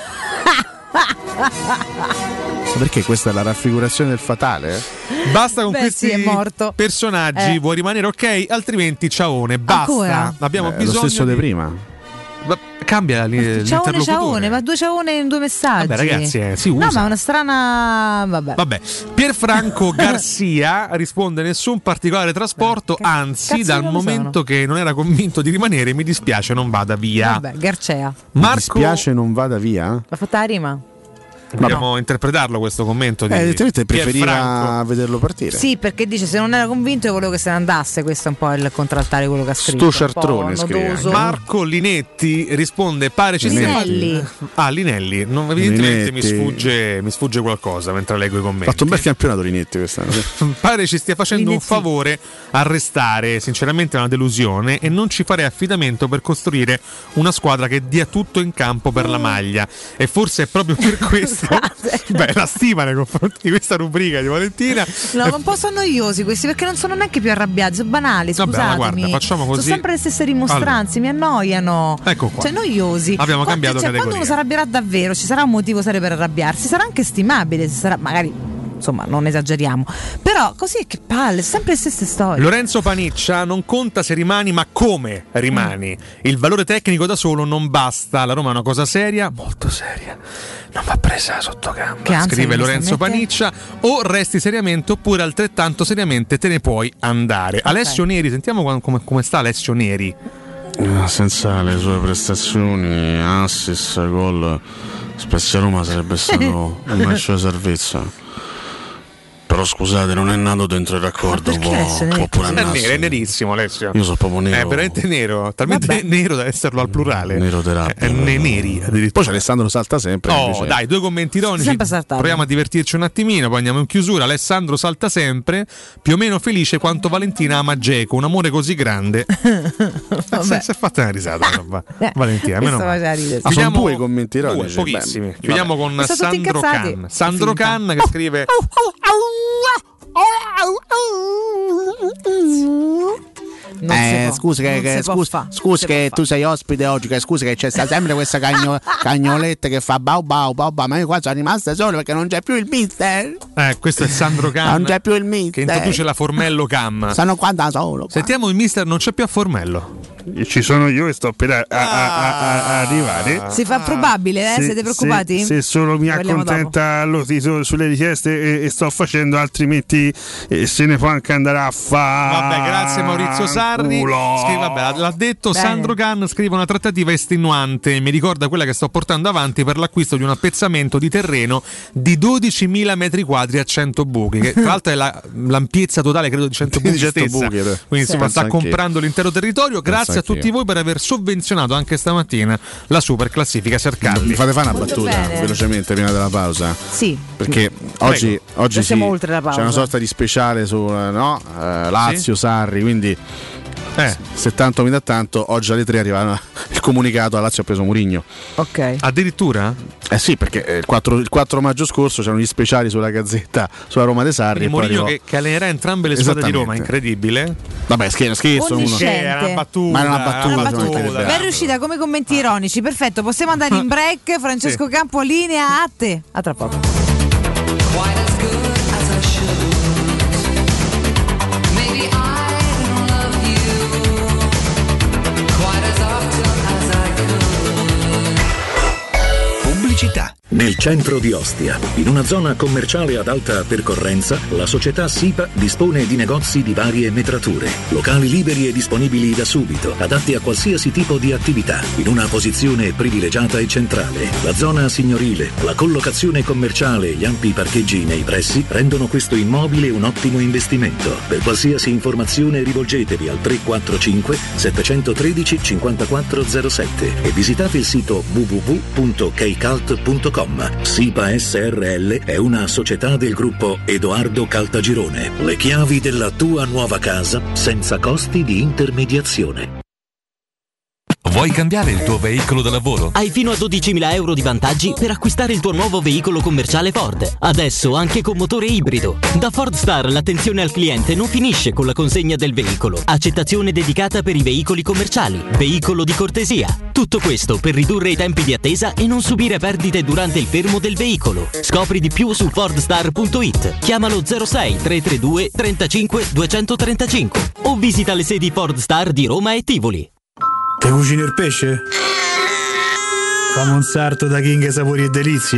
Perché questa è la raffigurazione del fatale? Basta con Beh, questi sì, è morto. personaggi. Eh. Vuoi rimanere ok? Altrimenti ciaone. Basta. Ancora? Abbiamo Beh, bisogno lo stesso di prima. Cambia l'interlocutore. Ciaone, ciaone, ma due ciaone in due messaggi. Vabbè, ragazzi, eh, si usa. No, ma è una strana. Vabbè. Vabbè. Pierfranco Garcia risponde: nessun particolare trasporto, Beh, anzi, cazzo dal momento sono? che non era convinto di rimanere, mi dispiace, non vada via. Vabbè, Garcea. Marco... Mi dispiace, non vada via? L'ha fatta la rima? Vogliamo no. interpretarlo questo commento? Di eh, evidentemente preferiva Pierfranco. vederlo partire. Sì, perché dice se non era convinto io volevo che se ne andasse. Questo è un po' il contraltare quello che ha scritto. Sto ciartrone scrive. Marco Linetti risponde: pare ci sia. Linelli. Ah, Linelli. Non, evidentemente Linetti. mi sfugge, mi sfugge qualcosa mentre leggo i commenti. Ha fatto un bel campionato Linetti quest'anno. Pare ci stia facendo Linetti. un favore a restare. Sinceramente è una delusione e non ci farei affidamento per costruire una squadra che dia tutto in campo per la maglia. E forse è proprio per questo. Beh, la stima nei confronti di questa rubrica di Valentina. No, ma un po' sono noiosi questi perché non sono neanche più arrabbiati, sono banali, scusatemi. Vabbè, guarda, facciamo così. Sono sempre le stesse rimostranze, allora. mi annoiano. Ecco qua. Cioè, noiosi. Abbiamo quando, cambiato cioè, categoria. Quando uno si arrabbierà davvero, ci sarà un motivo serio per arrabbiarsi, sarà anche stimabile, se sarà magari insomma, non esageriamo. Però così che palle, sempre le stesse storie. Lorenzo Paniccia: non conta se rimani, ma come rimani. Mm. Il valore tecnico da solo non basta. La Roma è una cosa seria, molto seria. Non va presa sotto gamba, scrive Lorenzo Paniccia. O resti seriamente oppure altrettanto seriamente te ne puoi andare. Okay. Alessio Neri, sentiamo come, come sta Alessio Neri. Senza le sue prestazioni, assist, gol, Spezia Roma sarebbe stato un match di salvezza. Però scusate, non è nato dentro il raccordo, può, può pure è nero, è nerissimo Alessio. Io sono proprio nero. È veramente nero, talmente Vabbè. nero da esserlo al plurale. Nero terapia. È ne neri addirittura. Poi c'è Alessandro salta sempre. Oh, invece. dai, due commenti ironici. Proviamo a divertirci un attimino, poi andiamo in chiusura. Alessandro salta sempre, più o meno felice quanto Valentina ama Geco, un amore così grande. Vabbè. Si è fatta una risata, roba. Valentina, meno male. Ah, sono due commenti ironici. Due, pochissimi. Chiudiamo con Sandro Can. Sandro Can che scrive: Non si Eh, può, scusa che, non che- si può scusa, fa, scusa non si che può tu sei ospite oggi, che scusa che c'è sta sempre questa cagno- cagnoletta che fa bau bau bau bau, ma io qua sono rimasta solo perché non c'è più il mister. Eh, questo è Sandro Cam. Non c'è più il mister. Che introduce la Formello Cam. Sono qua da solo. qua. Sentiamo il mister, non c'è più a Formello. Ci sono io e sto per a- a- a- a- a arrivare. Si fa probabile, eh? Se- Siete preoccupati? Se, se solo mi Ne parliamo accontenta lo titolo sulle richieste e, e sto facendo, altrimenti eh, se ne può anche andare a fare. Vabbè, grazie Maurizio Sarri. Scrive, vabbè, l'ha detto Bene. Sandro Can, scrive una trattativa estenuante. Mi ricorda quella che sto portando avanti per l'acquisto di un appezzamento di terreno di dodicimila metri quadri a cento buchi, che tra l'altro è la, l'ampiezza totale credo di cento buchi Di cento stessa. buchi, eh. Quindi Sì. insomma sta Penso anch'io. comprando l'intero territorio. Grazie a anch'io. tutti voi per aver sovvenzionato anche stamattina la super classifica Sercarli. Mi fate fare una Molto battuta bene. velocemente prima della pausa? Sì. Perché oggi, oggi Già siamo sì, oltre la pausa. c'è una sorta di speciale su eh, no? Eh, Lazio, Sarri, quindi Eh. se tanto mi dà tanto, oggi alle tre arriva il comunicato, a Lazio ha preso Mourinho. Ok. Addirittura? Eh sì, perché eh, il, quattro, il quattro maggio scorso c'erano gli speciali sulla Gazzetta sulla Roma dei Sarri. Quindi e poi Mourinho arrivò- che, che allenerà entrambe le squadre di Roma, Esattamente. incredibile. Vabbè, scherzo, scherzo uno. Onnisciente. Che era una battuta. Ma era una battuta, Una ci battuta. mancherebbe Ben altro. riuscita come commenti ironici, perfetto. Possiamo andare in break. Francesco Campo, linea a te. A tra poco. Pubblicità. Nel centro di Ostia, in una zona commerciale ad alta percorrenza, la società SIPA dispone di negozi di varie metrature, locali liberi e disponibili da subito, adatti a qualsiasi tipo di attività, in una posizione privilegiata e centrale. La zona signorile, la collocazione commerciale e gli ampi parcheggi nei pressi rendono questo immobile un ottimo investimento. Per qualsiasi informazione rivolgetevi al tre quattro cinque sette uno tre cinque zero sette e visitate il sito w w w punto keycult punto com. SIPA S R L è una società del gruppo Edoardo Caltagirone. Le chiavi della tua nuova casa senza costi di intermediazione. Vuoi cambiare il tuo veicolo da lavoro? Hai fino a dodicimila euro di vantaggi per acquistare il tuo nuovo veicolo commerciale Ford. Adesso anche con motore ibrido. Da Ford Star l'attenzione al cliente non finisce con la consegna del veicolo. Accettazione dedicata per i veicoli commerciali. Veicolo di cortesia. Tutto questo per ridurre i tempi di attesa e non subire perdite durante il fermo del veicolo. Scopri di più su fordstar punto it. Chiamalo zero sei tre tre due trentacinque duecentotrentacinque o visita le sedi Ford Star di Roma e Tivoli. Te cucini il pesce? Fammi un sarto da King Sapori e Delizie.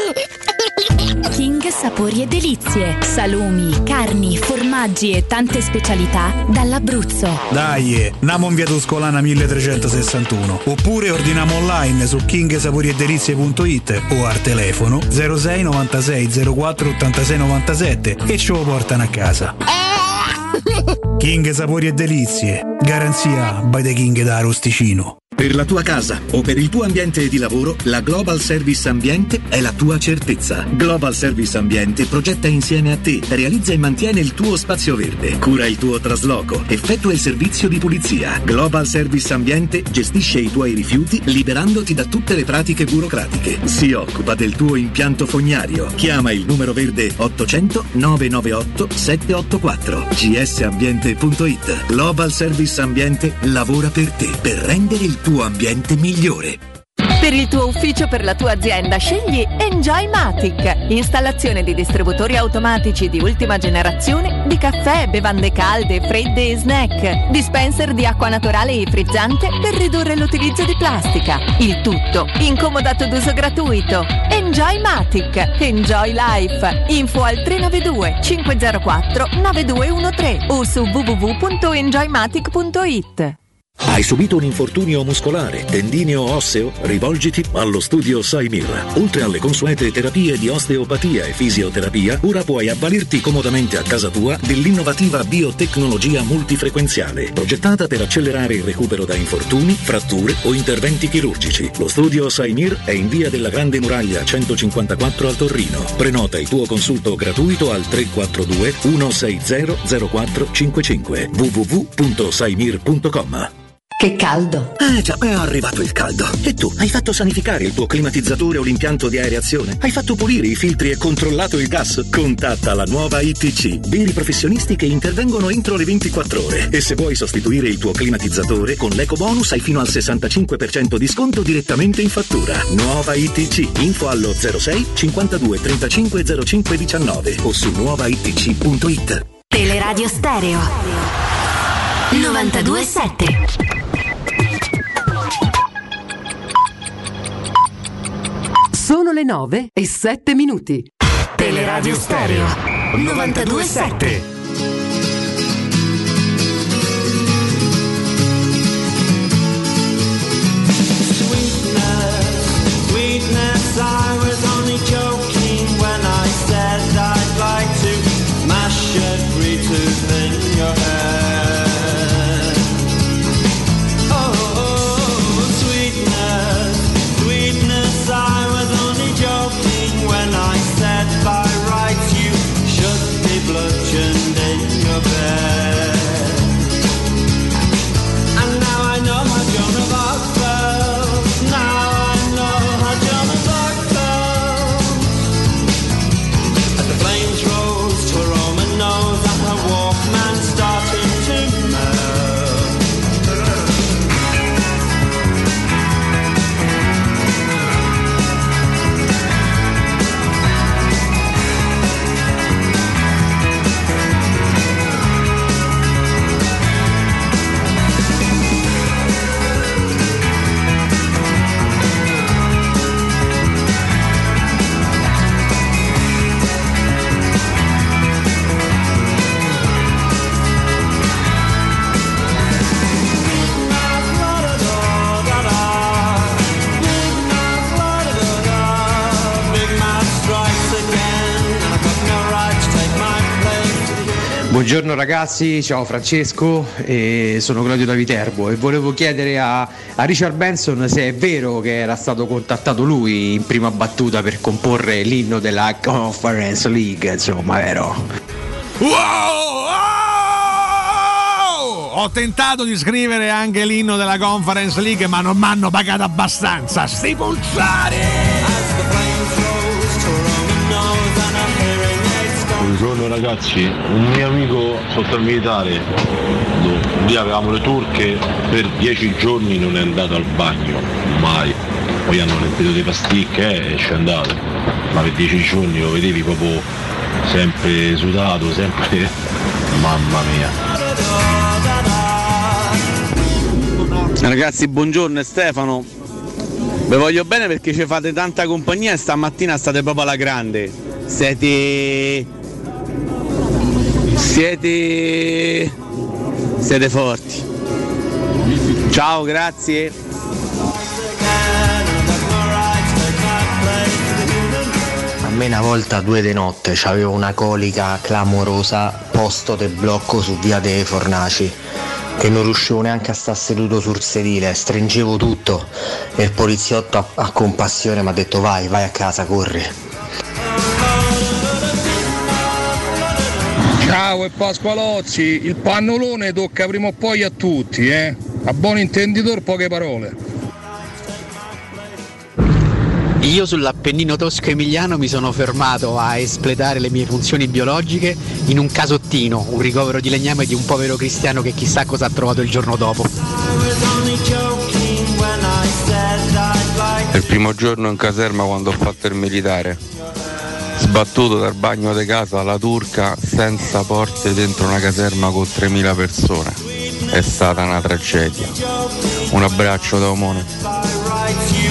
King Sapori e Delizie. Salumi, carni, formaggi e tante specialità dall'Abruzzo. Dai, namo in via Tuscolana milletrecentosessantuno. Oppure ordiniamo online su king sapori e delizie punto it o al telefono zero sei novantasei zero quattro ottantasei novantasette e ce lo portano a casa. King Sapori e Delizie. Garanzia by the King da Arosticino. Per la tua casa o per il tuo ambiente di lavoro, la Global Service Ambiente è la tua certezza. Global Service Ambiente progetta insieme a te, realizza e mantiene il tuo spazio verde, cura il tuo trasloco, effettua il servizio di pulizia. Global Service Ambiente gestisce i tuoi rifiuti liberandoti da tutte le pratiche burocratiche. Si occupa del tuo impianto fognario. Chiama il numero verde ottocento nove nove otto sette otto quattro g s ambiente punto it. Global Service Ambiente lavora per te, per rendere il tuo ambiente migliore. Per il tuo ufficio, per la tua azienda, scegli Enjoymatic. Installazione di distributori automatici di ultima generazione di caffè, bevande calde, fredde e snack. Dispenser di acqua naturale e frizzante per ridurre l'utilizzo di plastica. Il tutto in comodato d'uso gratuito. Enjoymatic. Enjoy Life. Info al tre nove due cinque zero quattro nove due uno tre o su w w w punto enjoymatic punto it. Hai subito un infortunio muscolare, tendineo o osseo? Rivolgiti allo studio Saimir. Oltre alle consuete terapie di osteopatia e fisioterapia, ora puoi avvalerti comodamente a casa tua dell'innovativa biotecnologia multifrequenziale, progettata per accelerare il recupero da infortuni, fratture o interventi chirurgici. Lo studio Saimir è in via della Grande Muraglia centocinquantaquattro a Torino. Prenota il tuo consulto gratuito al tre quattro due uno sei zero zero quattro cinque cinque w w w punto saimir punto com. Che caldo! Eh già, è arrivato il caldo. E tu, hai fatto sanificare il tuo climatizzatore o l'impianto di areazione? Hai fatto pulire i filtri e controllato il gas? Contatta la nuova I T C, veri professionisti che intervengono entro le ventiquattro ore. E se vuoi sostituire il tuo climatizzatore, con l'EcoBonus hai fino al sessantacinque per cento di sconto direttamente in fattura. Nuova I T C, info allo zero sei cinquantadue trentacinque zero cinque diciannove o su nuova i t c punto i t. Teleradio Stereo novantadue sette. Sono le nove e sette minuti. Teleradio Stereo novantadue sette. Sweetness, I was only joking when I said I'd like to mash every tooth in your head. Oh, oh, sweetness, sweetness, I was only joking when I said by rights you should be bludgeoned in your bed. And now I know how Joan of Arc felt. Now I know how Joan of Arc felt. As the flames rose to her Roman nose and her Walkman started to melt. Buongiorno ragazzi, ciao Francesco, e sono Claudio da Viterbo e volevo chiedere a, a Richard Benson se è vero che era stato contattato lui in prima battuta per comporre l'inno della Conference League, insomma, vero? Wow! Oh! Ho tentato di scrivere anche l'inno della Conference League, ma non mi hanno pagato abbastanza, sti pulsari! Buongiorno ragazzi, un mio amico sotto il militare, un dia avevamo le turche, per dieci giorni non è andato al bagno, mai. Poi hanno riempito di pasticche e ci è andato, ma per dieci giorni lo vedevi proprio sempre sudato, sempre... mamma mia. Ragazzi, buongiorno, è Stefano. Vi voglio bene perché ci fate tanta compagnia e stamattina state proprio alla grande. Siete... Siete... Siete forti. Ciao, grazie. A me una volta due di notte c'avevo una colica clamorosa, posto de blocco su via dei Fornaci, che non riuscivo neanche a stare seduto sul sedile, stringevo tutto e il poliziotto a, a compassione mi ha detto vai, vai a casa, corri. Ciao, è Pasqualozzi, il pannolone tocca prima o poi a tutti, eh? A buon intenditor poche parole. Io sull'Appennino tosco-emiliano mi sono fermato a espletare le mie funzioni biologiche in un casottino, un ricovero di legname di un povero cristiano che chissà cosa ha trovato il giorno dopo. Il primo giorno in caserma quando ho fatto il militare, sbattuto dal bagno di casa alla turca senza porte dentro una caserma con tremila persone. È stata una tragedia. Un abbraccio da Omone.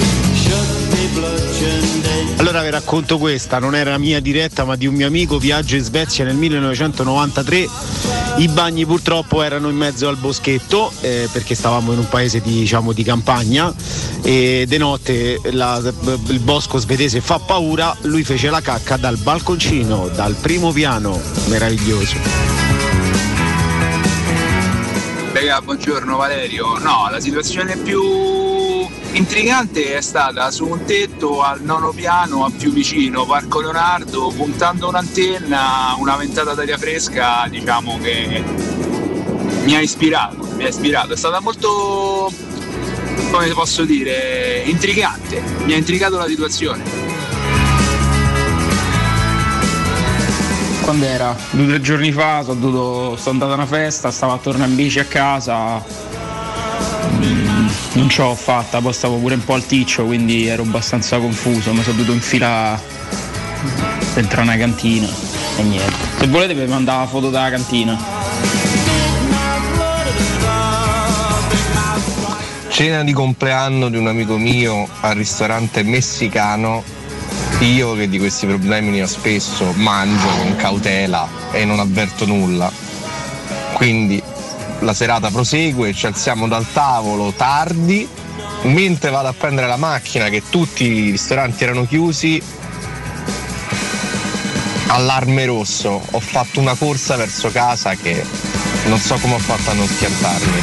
Allora vi racconto questa, non era mia diretta ma di un mio amico, viaggio in Svezia nel millenovecentonovantatré. I bagni purtroppo erano in mezzo al boschetto, eh, perché stavamo in un paese di, diciamo, di campagna, e de notte la, il bosco svedese fa paura, lui fece la cacca dal balconcino, dal primo piano, meraviglioso. Raga, buongiorno Valerio. No, la situazione più intrigante è stata su un tetto al nono piano a Fiumicino, Parco Leonardo, puntando un'antenna, una ventata d'aria fresca, diciamo che mi ha ispirato. mi ha ispirato, è stata molto, come posso dire, intrigante, mi ha intrigato la situazione. Quando era? Due o tre giorni fa sono, dovuto, sono andato a una festa, stavo a tornare in bici a casa, mm, non ce l'ho fatta, poi stavo pure un po' alticcio, quindi ero abbastanza confuso, mi sono dovuto infilare per entrare in una cantina e niente. Se volete vi mandare la foto dalla cantina. Cena di compleanno di un amico mio al ristorante messicano. Io che di questi problemi ne ho spesso, mangio con cautela e non avverto nulla. Quindi la serata prosegue, ci alziamo dal tavolo tardi, mentre vado a prendere la macchina che tutti i ristoranti erano chiusi, allarme rosso, ho fatto una corsa verso casa che non so come ho fatto a non schiantarmi.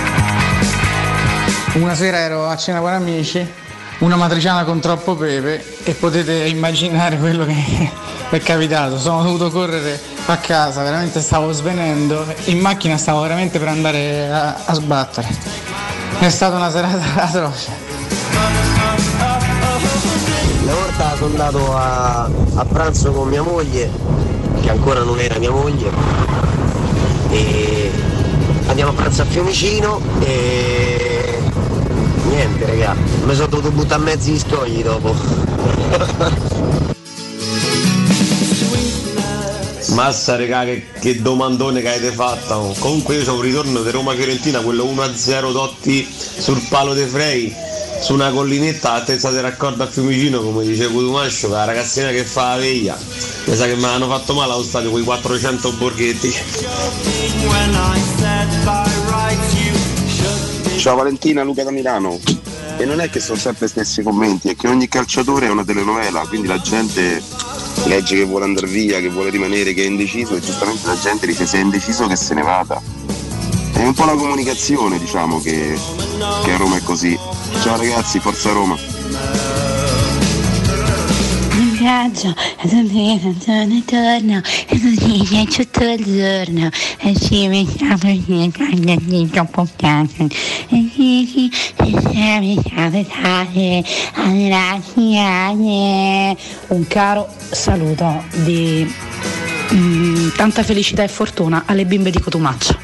Una sera ero a cena con amici, una matriciana con troppo pepe e potete immaginare quello che è capitato. Sono dovuto correre a casa, veramente stavo svenendo, in macchina stavo veramente per andare a, a sbattere. È stata una serata atroce. Una volta sono andato a, a pranzo con mia moglie, che ancora non era mia moglie, e andiamo a pranzo a Fiumicino e niente raga, mi sono dovuto buttare a mezzo gli scogli dopo. Massa regà, che, che domandone che avete fatto. Comunque io c'ho un ritorno di Roma-Fiorentina, quello uno a zero Totti sul palo dei Frei, su una collinetta a altezza di raccordo a Fiumicino, come dice Cotumascio, la ragazzina che fa la veglia. Mi sa che mi hanno fatto male allo stadio quei quattrocento borghetti. Ciao Valentina, Luca da Milano. E non è che sono sempre stessi commenti, è che ogni calciatore è una telenovela, quindi la gente legge che vuole andare via, che vuole rimanere, che è indeciso, e giustamente la gente dice se è indeciso che se ne vada. È un po' la comunicazione, diciamo, che, che a Roma è così. Ciao ragazzi, forza Roma. In viaggio, e tu torno, torno, e tu dici tutto il giorno, e ci mettiamo in troppo piano, e dici che mi capitare alla finale. Un caro saluto di mm, tanta felicità e fortuna alle bimbe di Cotumaccio.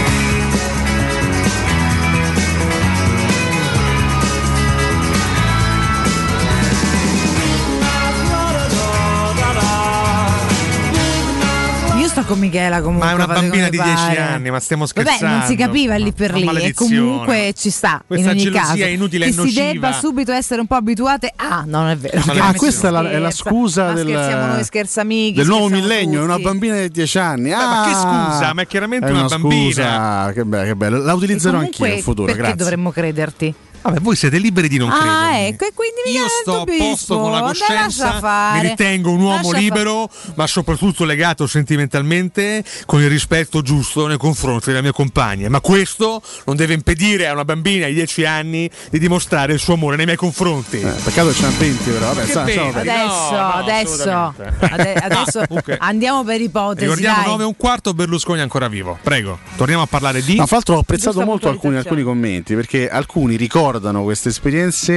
Con Michela comunque, ma è una bambina di dieci pare. anni, ma stiamo scherzando. Vabbè, non si capiva lì per lì e comunque ci sta. Questa in ogni gelosia caso inutile che e nociva. si debba subito essere un po' abituate a no, non è vero. Ah, questa è la, è la scusa ma del, scherziamo noi, scherzamichi, del nuovo scherziamo millennio, è tutti. una bambina di dieci anni. Ah, Beh, ma che scusa? Ma è chiaramente è una, una bambina. Scusa, che bello, che bello. La utilizzerò Comunque, anch'io in futuro, perché grazie. dovremmo crederti? Vabbè, voi siete liberi di non ah, credermi. ecco, e quindi mi io sto a posto con la coscienza, mi ritengo un uomo lascia libero, fa- ma soprattutto legato sentimentalmente con il rispetto giusto nei confronti della mia compagna. Ma questo non deve impedire a una bambina di dieci anni di dimostrare il suo amore nei miei confronti. Eh, peccato che c'è venti, però. Vabbè, sa, venti? adesso, no, adesso, ade- adesso no, okay. Andiamo per ipotesi. Ricordiamo dai. nove e un quarto, Berlusconi è ancora vivo. Prego, torniamo a parlare di. No, fra l'altro ho apprezzato molto alcuni, alcuni commenti, perché alcuni ricordano queste esperienze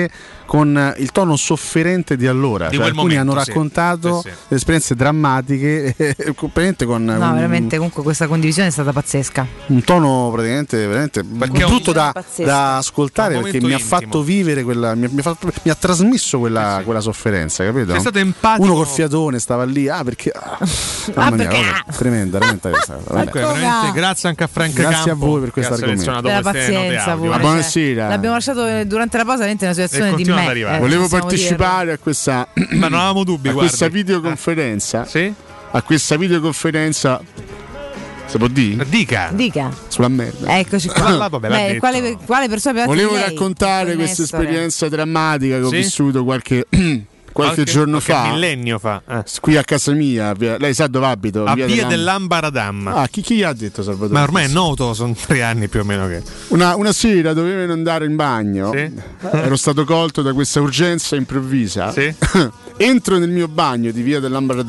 con il tono sofferente di allora, Di cioè, quel alcuni momento, hanno sì. raccontato Sì, sì. le esperienze drammatiche praticamente con No, un, veramente comunque questa condivisione è stata pazzesca. un tono praticamente veramente Perché brutto da, pazzesca. da ascoltare, È un perché mi ha momento fatto vivere quella, mi, mi ha, fatto- mi ha trasmesso quella, Sì, sì. quella sofferenza, capito? Sei stato empatico. Uno col fiatone stava lì, ah perché ah, mamma mia, perché? vabbè, tremenda, veramente questa, vabbè. Comunque, veramente grazie anche a Frank Grazie Campo, a voi per questo che ha selezionato Della queste note pazienza audio. pure. Ma buonasera. L'abbiamo lasciato eh, durante la pausa, veramente in una situazione E di continua me. ad arrivare. eh, Volevo possiamo partecipare a questa Ma non avevamo dubbi, a guardi. questa videoconferenza. Sì? A questa videoconferenza si può dire? Dica. dirlo. Dica. Sulla merda. Eccoci qua. Ah, vabbè, l'ha Beh, detto. quale, quale persona abbiamo Volevo lei, raccontare il questa Nestore? esperienza drammatica che ho Sì? vissuto qualche, qualche giorno qualche fa. millennio fa. Eh. Qui a casa mia, via- lei sa dove abito? A via dell'Am- dell'Ambaradam. Ah, chi, chi ha detto Salvatore? Ma ormai è noto, sono tre anni più o meno che. Una, una sera dovevo andare in bagno, Sì? ero stato colto da questa urgenza improvvisa. Sì? Entro nel mio bagno di via dell'Ambaradà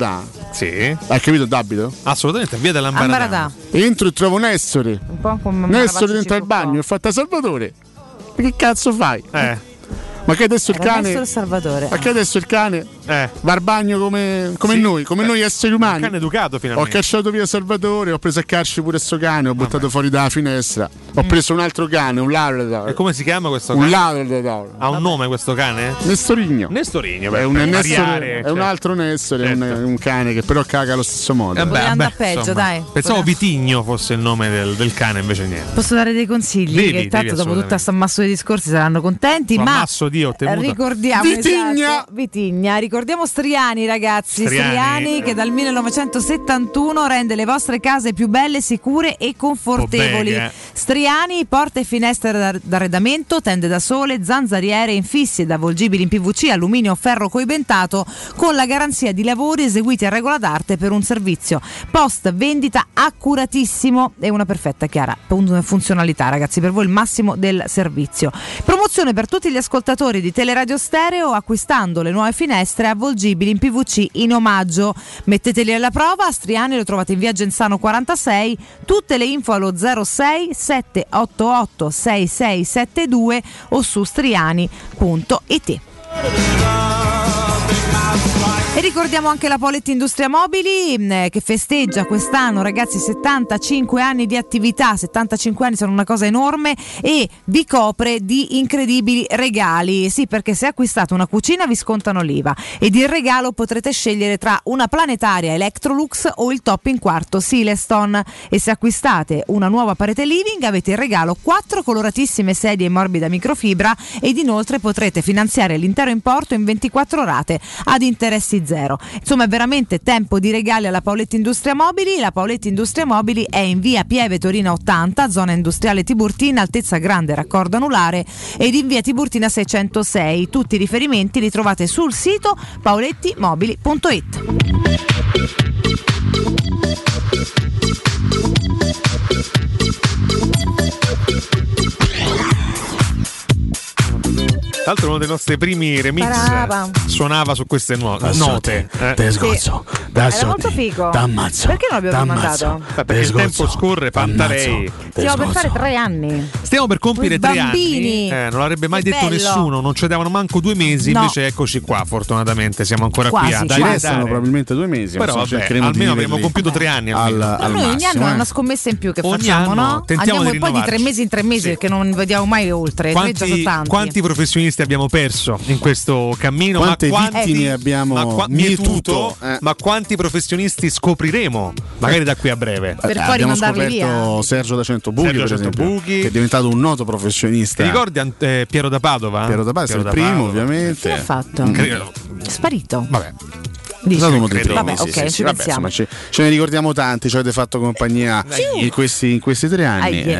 Sì. Hai capito Dabito? Assolutamente, via dell'Ambaradà. Entro e trovo Nessore. Un po' come Nessore dentro al bagno e fatta Salvatore. Ma che cazzo fai? Eh. Ma che adesso il Era cane. Nessore Salvatore. Ma che adesso il cane eh. va al bagno come, come Sì. noi, come Beh, noi esseri umani. Un cane educato Ho finalmente. cacciato via Salvatore, ho preso a calci pure sto cane, ho buttato fuori dalla finestra. Ho preso un altro cane, un Labrador. E come si chiama questo Un cane? Labrador. Ha un nome questo cane? Nestorigno. Nestorigno, È un, per Nessore, variare, è un certo. altro Nessore, è un, Certo. un cane che però caga allo stesso modo. Eh beh, Poteva andare beh, peggio, insomma. dai. Pensavo Vitigno fosse il nome del, del cane, invece niente. Posso dare dei consigli? Devi, che tanto devi, dopo tutta sta ammasso di discorsi saranno contenti. Un Ma ammasso di ottenuto. ricordiamo Vitigna! esatto, Vitigna. Ricordiamo Striani, ragazzi. Striani. Striani che dal millenovecentosettantuno rende le vostre case più belle, sicure e confortevoli. Beh, che- Striani, porte e finestre d'ar- d'arredamento, tende da sole, zanzariere, infissi ed avvolgibili in P V C, alluminio, ferro coibentato, con la garanzia di lavori eseguiti a regola d'arte per un servizio post vendita accuratissimo e una perfetta chiara funzionalità, ragazzi, per voi il massimo del servizio. Promozione per tutti gli ascoltatori di Teleradio Stereo: acquistando le nuove finestre avvolgibili in P V C in omaggio. Metteteli alla prova. A Striani lo trovate in via Genzano quarantasei. Tutte le info allo zero sei sette otto otto sei sei sette due o su striani punto it. E ricordiamo anche la Poletti Industria Mobili mh, che festeggia quest'anno, ragazzi, settantacinque anni di attività. settantacinque anni sono una cosa enorme e vi copre di incredibili regali. Sì, perché se acquistate una cucina vi scontano l'I V A ed il regalo potrete scegliere tra una planetaria Electrolux o il top in quarto Sileston, e se acquistate una nuova parete living avete in regalo quattro coloratissime sedie in morbida microfibra ed inoltre potrete finanziare l'intero importo in ventiquattro rate ad interessi zero. Insomma, è veramente tempo di regali alla Paoletti Industria Mobili. La Paoletti Industria Mobili è in via Pieve Torino ottanta, zona industriale Tiburtina, altezza grande raccordo anulare, ed in via Tiburtina seicentosei. Tutti i riferimenti li trovate sul sito paolettimobili punto it. Tra l'altro uno dei nostri primi remix Parava. suonava su queste nuo- note. Eh. Te sgozzo, da Era molto figo. t'ammazzo, Perché non l'abbiamo più t'ammazzo, mandato? Beh, perché il tempo scorre, Pantarei. Stiamo per fare tre anni. Stiamo per compiere Con i tre bambini. anni. Eh, non l'avrebbe mai Che detto bello. nessuno, non ci davano manco due mesi, No. invece eccoci qua, fortunatamente siamo ancora qui Quasi, a Ci dare restano probabilmente due mesi, Però ma vabbè, cercheremo di almeno avremo viverli compiuto tre anni al, almeno. Ma al noi ogni massimo, anno è eh. una scommessa in più che Ogni facciamo, anno no? tentiamo Andiamo di poi di tre rinnovarci. mesi in tre mesi Sì. perché non vediamo mai oltre. Tre già sono Quanti, tanti. quanti professionisti abbiamo perso in questo cammino? Quante ma quanti, vittime abbiamo ma qua- mietuto, eh. ma quanti professionisti scopriremo? Magari da qui a breve. Per Eh, poi abbiamo rimandarli scoperto via. Sergio da Centobuchi, Sergio per da esempio, Centobuchi. che è diventato un noto professionista. Ti ricordi Ant- eh, Piero da Padova? Piero da Padova, è il primo, ovviamente. Che ha fatto? Credo- È sparito. Vabbè. Dici? È stato uno dei Credo. primi, Vabbè, sì, ok, sì, ci sì, vabbè, pensiamo. insomma, ce, ce ne ricordiamo tanti, ci avete fatto compagnia in questi, in questi tre anni. Aie.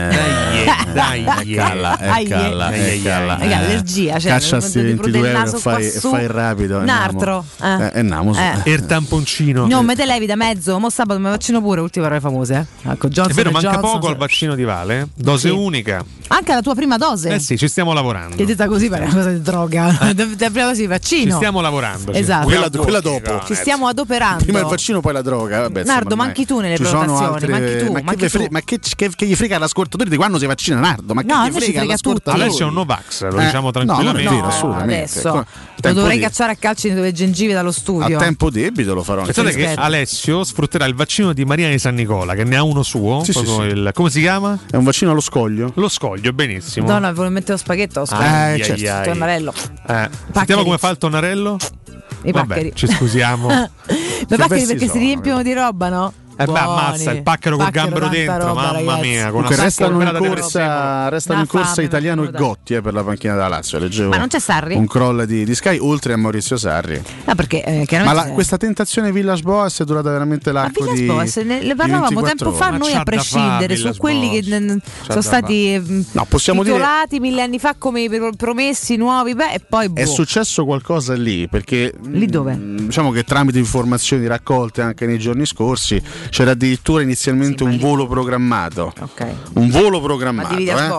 Dai, Eh, calla, eh, Aie. calla, eh, Aie. calla, Raga, eh. allergia, cioè, Caccia mi sti è venuto di ventidue prudere il euro e naso fai, qua e su. fai rapido. Un altro, eh. Eh, e andiamo. Eh. E il tamponcino. No, me te levi da mezzo. Mo sabato mi vaccino pure, ultime parole famose. Eh. Ecco, Johnson È vero, e manca Johnson. poco al vaccino di Vale. Dose Sì. unica. Anche la tua prima dose. Eh sì, ci stiamo lavorando. Che detta così pare una cosa di droga. La prima così vaccino. Ci stiamo lavorando. sì. Esatto. Quella, We are quella working dopo. on Ci it. stiamo adoperando. Prima il vaccino, poi la droga. Vabbè, Nardo, insomma, manchi tu nelle ci sono prenotazioni, altre- manchi tu, Ma, manchi che, ve fre- tu. ma che, che, che gli frega l'ascoltatore di quando si vaccina Nardo? Ma che No, a gli noi ci frega frega l'ascoltatore? Alessio è un Novax, lo Eh, diciamo no, tranquillamente. non è vero, assolutamente. Adesso Ecco, lo tempo dovrei di- cacciare a calci delle gengive dallo studio. A tempo debito lo farò. Pensate anche che io. Aspetta. Alessio sfrutterà il vaccino di Maria di San Nicola, che ne ha uno suo. Sì, sì, proprio sì. il- come si chiama? È un vaccino allo scoglio? Lo scoglio, benissimo. Madonna, volevo mettere lo spaghetto. Lo spaghetto. Eh, Ai, certo. ai, ai. Tonnarello. Eh, sentiamo come fa il tonnarello? I Vabbè, paccheri. ci scusiamo. Ma paccheri versi perché si sono, riempiono di roba, no? Eh beh, Buoni. ammazza il pacchero col Pacchero, gambero tanta dentro, roba, mamma ragazzi. mia. Con Comunque una restano in polverata di corsa, restano in Una corsa fame, Italiano e venuta. Gotti eh, per la panchina della Lazio. Leggevo Ma non c'è Sarri? un crollo di, di Sky oltre a Maurizio Sarri. No, perché eh, Ma chiaramente. la- questa tentazione Villas Boas è durata veramente Ma l'arco Villas di Boas, ne, ne di parlavamo ventiquattro tempo fa ore. noi c'ha a da prescindere fa, su Villas quelli Boas. che mm, C'ha sono da stati mm, No, possiamo dire- titolati mille anni fa come i pro- promessi nuovi, beh, e poi boh. È successo qualcosa lì perché Lì dove? mh, diciamo che tramite informazioni raccolte anche nei giorni scorsi c'era addirittura inizialmente Sì, ma un lì- volo programmato. Ok. Un volo Ma programmato. di Villas eh. Boas.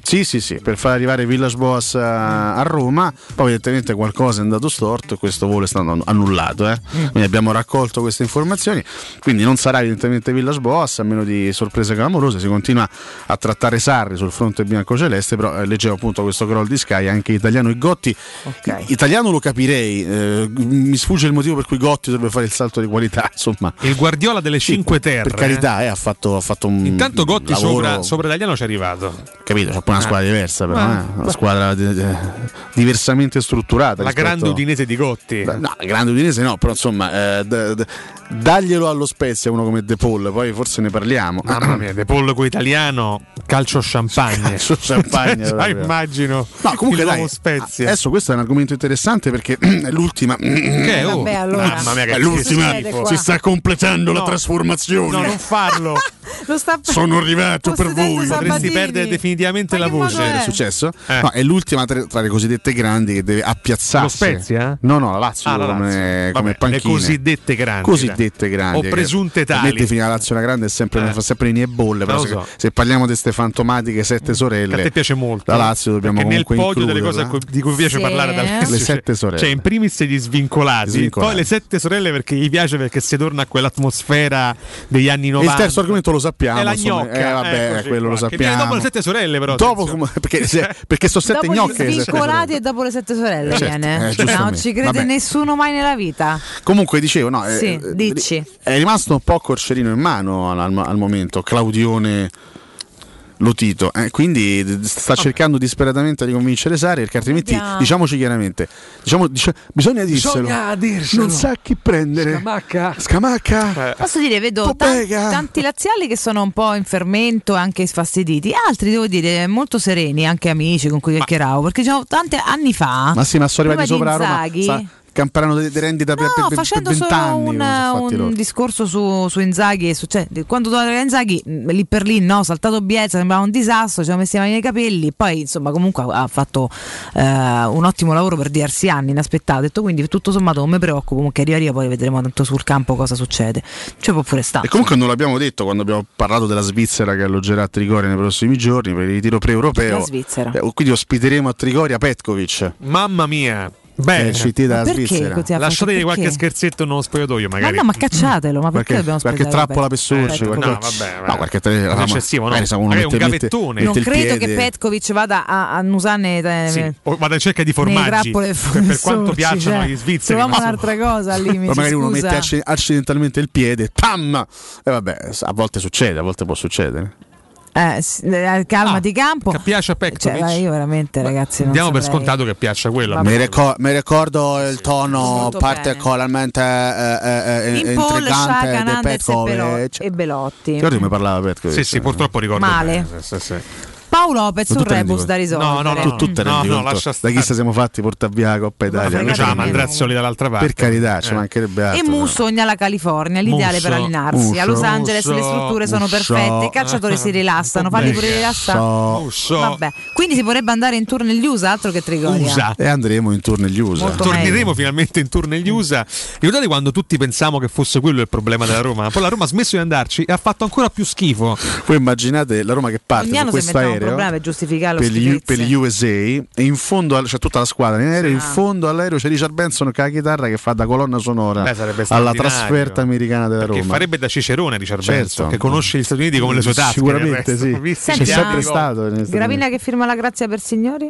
Sì, sì, sì, per far arrivare Villas Boas a, a Roma, poi evidentemente qualcosa è andato storto e questo volo è stato annullato, eh? mm. Quindi abbiamo raccolto queste informazioni, quindi non sarà evidentemente Villas Boas, a meno di sorprese clamorose. Si continua a trattare Sarri sul fronte biancoceleste, però eh, leggevo appunto questo crawl di Sky, anche Italiano e Gotti. Okay. Italiano lo capirei, eh, mi sfugge il motivo per cui Gotti dovrebbe fare il salto di qualità, insomma. Il Guardiola delle Cinque Terre. Per carità, eh, ha, fatto, ha fatto un Intanto Gotti lavoro... sopra, sopra Italiano ci è arrivato. Capito, c'è poi una squadra diversa, però, eh, una squadra di, di, diversamente strutturata. La rispetto... grande Udinese di Gotti. No, la grande Udinese no, però insomma, eh, d- d- daglielo allo Spezia uno come De Paul, poi forse ne parliamo. Mamma mia, De Paul con Italiano, calcio champagne. Calcio champagne. Già immagino. No, comunque il dai, Spezia. adesso questo è un argomento interessante perché è l'ultima. Che è? Oh, Vabbè, allora. Mamma mia, che è l'ultima. Si sta completando no, la trasformazione. No, non farlo. Lo sta Sono arrivato per voi. Potresti perdere definitivamente la voce. È successo? Eh. No, è l'ultima tra, tra le cosiddette grandi che deve appiazzarsi. Lo Spezia? No, no, la Lazio, ah, la come, Lazio. come Vabbè, panchine. Le cosiddette grandi. Cosiddette grandi. O presunte tali. Per me definire la Lazio una grande è sempre, eh. fa sempre linee e bolle. Però se, so. se parliamo di queste fantomatiche sette sorelle, che a te piace molto. La Lazio dobbiamo Perché comunque nel podio delle cose includerla. di cui piace sì. parlare da Alessio, le sette sorelle. Cioè in primis gli svincolati, svincolati, poi le sette sorelle perché gli piace, perché si torna a quell'atmosfera degli anni novanta. Il terzo argomento lo sappiamo. È la insomma, gnocca. Eh, vabbè, Eccoci quello qua. lo Che viene sappiamo. dopo le sette sorelle, però. Dopo, come, perché, se, perché sono sette dopo gnocche. gli le sette svincolati sorelle. e dopo le sette sorelle Eh, certo, viene. eh, non giustamente. ci crede Vabbè. nessuno mai nella vita. Comunque dicevo, no, Sì, eh, dici. È rimasto un po' Corcerino in mano al, al, al momento, Claudione Lotito, eh, quindi sta cercando disperatamente di convincere Sarri, perché altrimenti Vediamo. diciamoci chiaramente, diciamo, dic- bisogna dirselo. Bisogna dirselo. Non sa chi prendere. Scamacca. Scamacca. Posso dire, vedo tanti, tanti laziali che sono un po' in fermento, anche sfastiditi, altri devo dire molto sereni, anche amici con cui chiacchieravo, perché diciamo, tanti anni fa, Ma sì, ma sono arrivati prima sopra di la Roma. Inzaghi, Sa- Camparanno dei de rendita per, no, per, facendo per solo vent'anni. un, un discorso su, su Inzaghi, su, cioè, quando doveva arrivare Inzaghi, mh, lì per lì no, saltato Bielsa, sembrava un disastro, ci siamo messi le mani nei capelli, poi insomma comunque ha fatto eh, un ottimo lavoro per diversi anni, inaspettato, ho detto, quindi tutto sommato non mi preoccupo, comunque arriva arriva, poi vedremo tanto sul campo cosa succede, cioè può pure stare. E comunque non l'abbiamo detto quando abbiamo parlato della Svizzera che alloggerà a Trigoria nei prossimi giorni per il ritiro pre-europeo. La Svizzera. Eh, quindi ospiteremo a Trigoria Petkovic. Mamma mia. Beh, eh, C T dalla Ma perché Svizzera. così ha fatto? Lasciategli qualche Perché? scherzetto nello spogliatoio, magari. Ma no, ma cacciatelo, ma perché Qualche, dobbiamo qualche aspettare? trappola per sorci, Vabbè, qualche, no, vabbè, vabbè. no, qualche tre, Cosa eccessivo, no? magari sa uno Magari un mette- mette- gavettone. Non mette il credo piede. che Petkovic vada a annusare eh, Sì, o vada in cerca di formaggi. trappole per, per quanto sorci, piacciono cioè, gli svizzeri. troviamo ma- un'altra cosa al limite. O magari uno scusa. mette acc- accidentalmente il piede, pam! E vabbè, a volte succede, a volte può succedere. Eh, s- eh, calmati campo. Che piace a Petkovic. Cioè, io veramente, ragazzi, non Diamo per saprei. scontato che piaccia quello. Mi, ricor- mi ricordo il tono Molto particolarmente eh, eh, eh, In Paul, intrigante Sciaca, di Nandez e, Belo- Petkovic. e Belotti. Ricordi come parlava Petkovic? Sì, sì, purtroppo ricordo. Male. bene, sì, sì. Paolo Lopez, Ma un tu te ne rebus rendi da risolvere. No, no, no, Tu, tu te no, rendi no, conto lascia da stare. chi siamo fatti portare via Coppa Italia? frega C'ha di Mandrazzoli dall'altra parte. Per carità, ci Eh. mancherebbe altro. E Mu sogna la California, l'ideale Musso, per allenarsi. A Los Musso, Angeles le Musso, strutture sono Musso. perfette, i calciatori si rilassano, falli pure rilassare. So. Usso. Vabbè. Quindi si vorrebbe andare in tour negli U S A, altro che Trigoria. U S A. E andremo in tour negli U S A. Molto Torneremo meglio. finalmente in tour negli U S A. Ricordate quando tutti pensavamo che fosse quello il problema della Roma? Poi la Roma ha smesso di andarci e ha fatto ancora più schifo. Voi immaginate la Roma che parte Ogni su anno si questo inventava un aereo problema per giustificare lo per gli, schifezze. per gli U S A e in fondo al- c'è tutta la squadra in aereo, in Ah. fondo all'aereo c'è Richard Benson con la chitarra che fa da colonna sonora Beh, sarebbe alla straordinario. trasferta americana della Perché Roma. farebbe da Cicerone Richard Certo. Benson, che conosce gli Stati Uniti come le sue tasche. Sicuramente del resto. sì. Visti Senti, C'è ma- sempre stato negli Stati Gravina che firma la grazia per signori?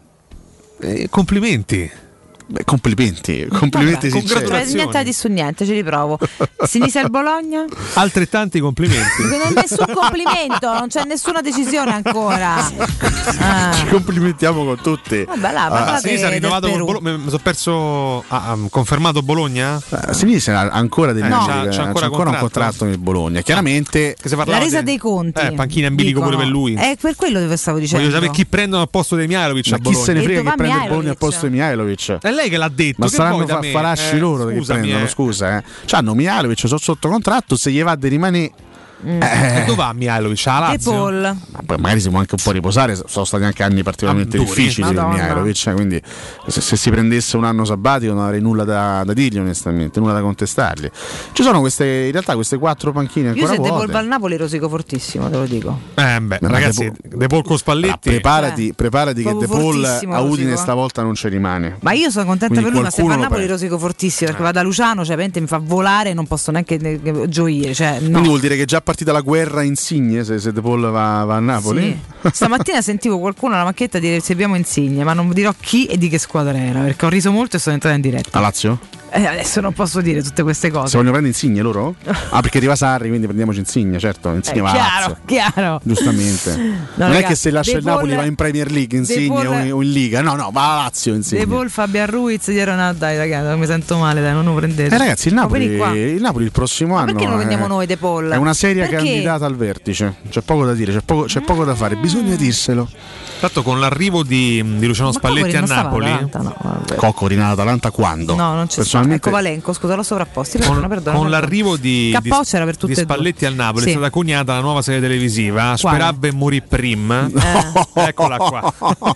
Eh, complimenti. Beh, complimenti, complimenti Vabbè, sinceri. congratulazioni. Cioè, niente di su niente, ci riprovo. Sinisa il Bologna? Altrettanti complimenti. Non è nessun complimento, non c'è nessuna decisione ancora. Ah. Ci complimentiamo con tutti. Vabbè, là, Ah, parlate Sinisa ha del rinnovato Perù. con Bologna. Mi sono perso. Ah, ah, confermato Bologna? Eh, Sinisa ha ancora degli Eh, anni, c'ha- c'è, c'ha ancora ancora un contratto? contratto nel Bologna. Chiaramente Che si La parlava resa de- dei conti. Eh, panchina in bilico Dicono. pure per lui. È per quello che stavo dicendo. Voglio sapere chi prendono al posto di Mihajlovic ma a chi Bologna. se ne E frega dove che va prende il Bologna al Mihajlovic? posto di Mihajlovic? È lei che l'ha detto. Ma che saranno vuoi da fa- me? farasci Eh, loro che scusami, prendono, eh. scusa, eh. C'hanno Mihajlovic sono sotto contratto, se gli va di rimanere Mm. Eh, dove va Mihajlovic? A Lazio? De Paul. Ma poi magari si può anche un po' riposare, sono stati anche anni particolarmente Ah, duri. difficili per Madonna. Mihajlovic, quindi se, se si prendesse un anno sabbatico non avrei nulla da, da dirgli onestamente, nulla da contestargli. Ci sono queste, in realtà queste quattro panchine Io ancora se De Paul vuote. va al Napoli rosico fortissimo, te lo dico. Eh, beh, Ma ragazzi, De De Paul con Spalletti. Preparati, Eh. preparati che Proprio De Paul fortissimo, a Udine rosico. stavolta non ci rimane. Ma io sono contenta Quindi per lui, ma se va a qualcuno lo Napoli prende. rosico fortissimo, perché va da Luciano, cioè veramente mi fa volare e non posso neanche ne- gioire. Cioè, no. Quindi vuol dire che è già partita la guerra Insigne se, se De Paul va, va a Napoli? Sì. Stamattina sentivo qualcuno alla macchietta dire se abbiamo Insigne, ma non dirò chi e di che squadra era, perché ho riso molto e sono entrata in diretta. A Lazio? Eh, adesso non posso dire tutte queste cose. Se vogliono prendere Insigne loro? Ah, perché arriva Sarri, quindi prendiamoci Insigne, certo. Insigne Eh, va a chiaro, Lazio. chiaro. Giustamente. No, non è ragazzi, che se lascia De il Napoli Paul- va in Premier League Insigne De Paul- o, in, o in Liga. No, no, va a Lazio Insigne. De Paul, Fabian Ruiz, dietro no, dai ragazzi, non mi sento male, dai, non lo prendete. Eh ragazzi, il Ma Napoli, vieni qua. il Napoli il prossimo Ma anno perché non lo prendiamo è, noi De Paul? è una seria Perché? candidata al vertice. C'è poco da dire, c'è poco, c'è poco da fare, bisogna dirselo. Tanto con l'arrivo di, di Luciano Ma Spalletti Cocco a non stava Napoli, all'Atalanta, no, vabbè. Cocco rinata Atalanta quando? No, non c'è Personalmente Ecco Valenco, scusa, l'ho sovrapposti. con, Perdona, perdona, con perdona. l'arrivo di, K O di, c'era per tutte di e due. Spalletti al Napoli Sì. è stata coniata la nuova serie televisiva Quale? Sperabbe e morì prim. Eccola qua.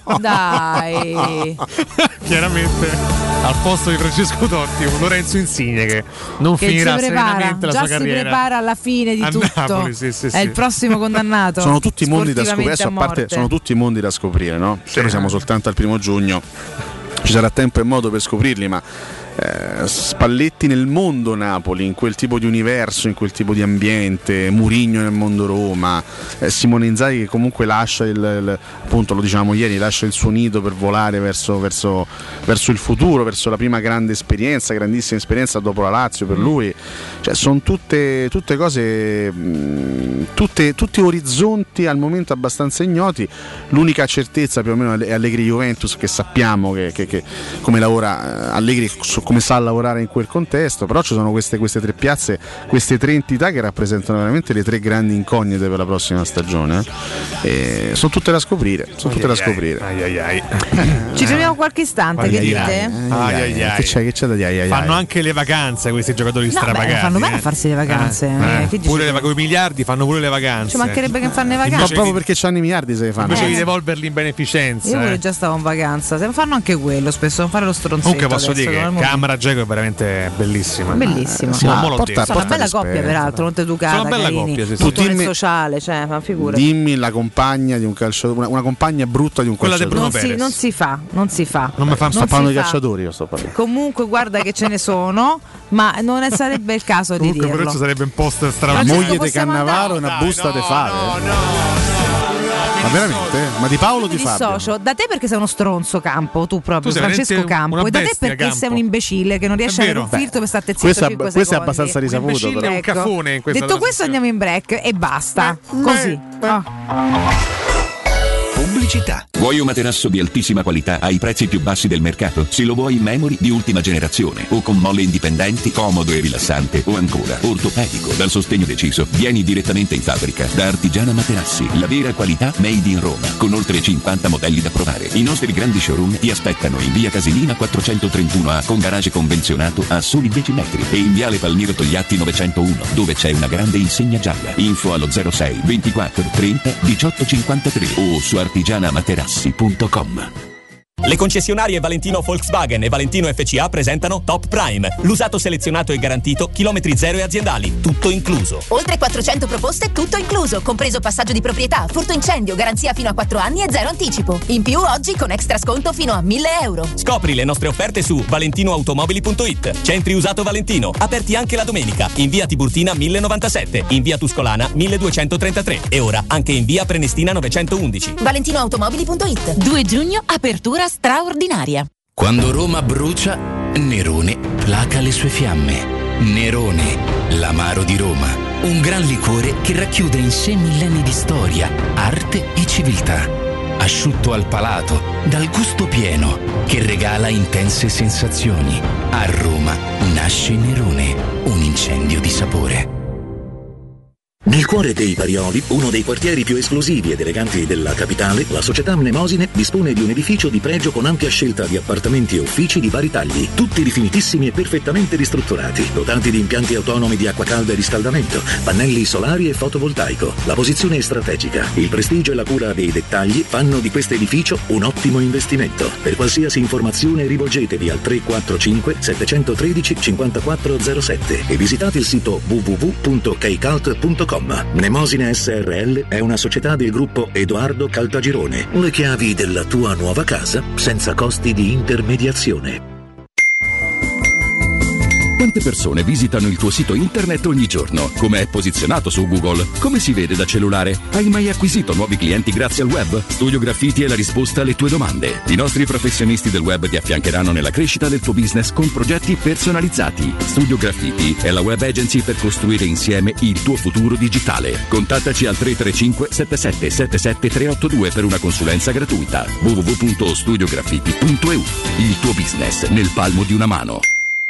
Dai. Chiaramente al posto di Francesco Totti un Lorenzo Insigne che non Che finirà si prepara, serenamente la già sua si carriera prepara alla fine di a tutto. Napoli, sì, sì, È sì. il prossimo condannato. Sono tutti mondi da scoprire, sportivamente adesso a a parte morte. sono tutti mondi da scoprire, no? Cioè, noi siamo soltanto al primo giugno. Ci sarà tempo e modo per scoprirli, ma eh, Spalletti nel mondo Napoli, in quel tipo di universo, in quel tipo di ambiente, Mourinho nel mondo Roma, eh, Simone Inzaghi che comunque lascia il, il appunto lo dicevamo ieri, lascia il suo nido per volare verso, verso, verso il futuro, verso la prima grande esperienza, grandissima esperienza dopo la Lazio per lui. Cioè, sono tutte, tutte cose, mh, tutte, tutti orizzonti al momento abbastanza ignoti. L'unica certezza più o meno è Allegri Juventus, che sappiamo che, che, che come lavora Allegri, come sa lavorare in quel contesto, però ci sono queste, queste tre piazze, queste tre entità che rappresentano veramente le tre grandi incognite per la prossima stagione. E sono tutte da scoprire, sono tutte da scoprire. Ai ai ai. Ci fermiamo qualche istante, Ai che ai dite? ai. Ai ai ai. Che c'è, che c'è da dire? Ai ai ai. Fanno anche le vacanze questi giocatori No, beh, strapagati. fanno bene eh. a farsi le vacanze. Eh, eh, che dici pure tu? le, con i miliardi fanno pure le vacanze. Ci mancherebbe che fanno le Ma vacanze. proprio perché c'hanno i miliardi se le fanno. Invece Eh. di devolverli in beneficenza. Io pure eh. già stavo in vacanza. Se fanno anche quello spesso, non fare lo stronzetto. Comunque posso adesso, dire come che al Camera Geco è veramente bellissima. Bellissima. Sì, ma Ah, mo l'ho porta- detto. Sono una bella rispetto. coppia, peraltro, molto educata, Sono una bella carini. coppia, sì, sì. Tutto Tu nel dimmi- sociale, cioè, ma figura. Dimmi la compagna di un calciatore, una, una compagna brutta di un Quella del calciatore. Bruno non si, Perez. non si fa, non si fa. Non mi fa Sto Non parlando si di fa. calciatori, io sto parlando. Comunque guarda che ce ne sono, ma non è- sarebbe il caso di Comunque dirlo. Lorenzo sarebbe un poster La straordinario. moglie di possiamo Cannavaro e andare? una busta di fave. Ma veramente? Ma di Paolo o di Mi Fabio? dissocio da te perché sei uno stronzo, Campo, tu proprio Tu sei Francesco veramente Campo, una e da te bestia, perché Campo. sei un imbecille che non riesce È a avere vero. un filtro per stare zitto questo è- cinque questo è secondi. abbastanza risaputo, imbecille però. è un cafone in questa Detto questo trasmissione. andiamo in break e basta. Così. Ah. Pubblicità. Vuoi un materasso di altissima qualità ai prezzi più bassi del mercato? Se lo vuoi in memory di ultima generazione o con molle indipendenti, comodo e rilassante, o ancora ortopedico dal sostegno deciso, vieni direttamente in fabbrica da Artigiana Materassi, la vera qualità made in Roma, con oltre cinquanta modelli da provare. I nostri grandi showroom ti aspettano in via Casilina quattrocentotrentuno A con garage convenzionato a soli dieci metri e in viale Palmiro Togliatti novecentouno, dove c'è una grande insegna gialla. Info allo zero sei ventiquattro trenta diciotto cinquantatré o su artigianamaterassi punto com. Le concessionarie Valentino Volkswagen e Valentino F C A presentano Top Prime, l'usato selezionato e garantito, chilometri zero e aziendali, tutto incluso. Oltre quattrocento proposte, tutto incluso, compreso passaggio di proprietà, furto incendio, garanzia fino a quattro anni e zero anticipo. In più oggi con extra sconto fino a mille euro. Scopri le nostre offerte su valentinoautomobili punto it. Centri usato Valentino, aperti anche la domenica, in via Tiburtina mille novantasette, in via Tuscolana milleduecentotrentatré e ora anche in via Prenestina novecentoundici. valentinoautomobili punto it. due giugno, apertura straordinaria. Quando Roma brucia, Nerone placa le sue fiamme. Nerone, l'amaro di Roma. Un gran liquore che racchiude in sé millenni di storia, arte e civiltà. Asciutto al palato, dal gusto pieno, che regala intense sensazioni. A Roma nasce Nerone, un incendio di sapore. Nel cuore dei Parioli, uno dei quartieri più esclusivi ed eleganti della capitale, la società Mnemosine dispone di un edificio di pregio con ampia scelta di appartamenti e uffici di vari tagli, tutti rifinitissimi e perfettamente ristrutturati, dotati di impianti autonomi di acqua calda e riscaldamento, pannelli solari e fotovoltaico. La posizione è strategica, il prestigio e la cura dei dettagli fanno di questo edificio un ottimo investimento. Per qualsiasi informazione rivolgetevi al tre quattro cinque sette uno tre cinque zero sette e visitate il sito w w w punto keycult punto com. Mnemosine S R L è una società del gruppo Edoardo Caltagirone. Le chiavi della tua nuova casa senza costi di intermediazione. Quante persone visitano il tuo sito internet ogni giorno? Come è posizionato su Google? Come si vede da cellulare? Hai mai acquisito nuovi clienti grazie al web? Studio Graffiti è la risposta alle tue domande. I nostri professionisti del web ti affiancheranno nella crescita del tuo business con progetti personalizzati. Studio Graffiti è la web agency per costruire insieme il tuo futuro digitale. Contattaci al tre tre cinque sette sette sette sette tre otto due per una consulenza gratuita. w w w punto studio graffiti punto e u. Il tuo business nel palmo di una mano.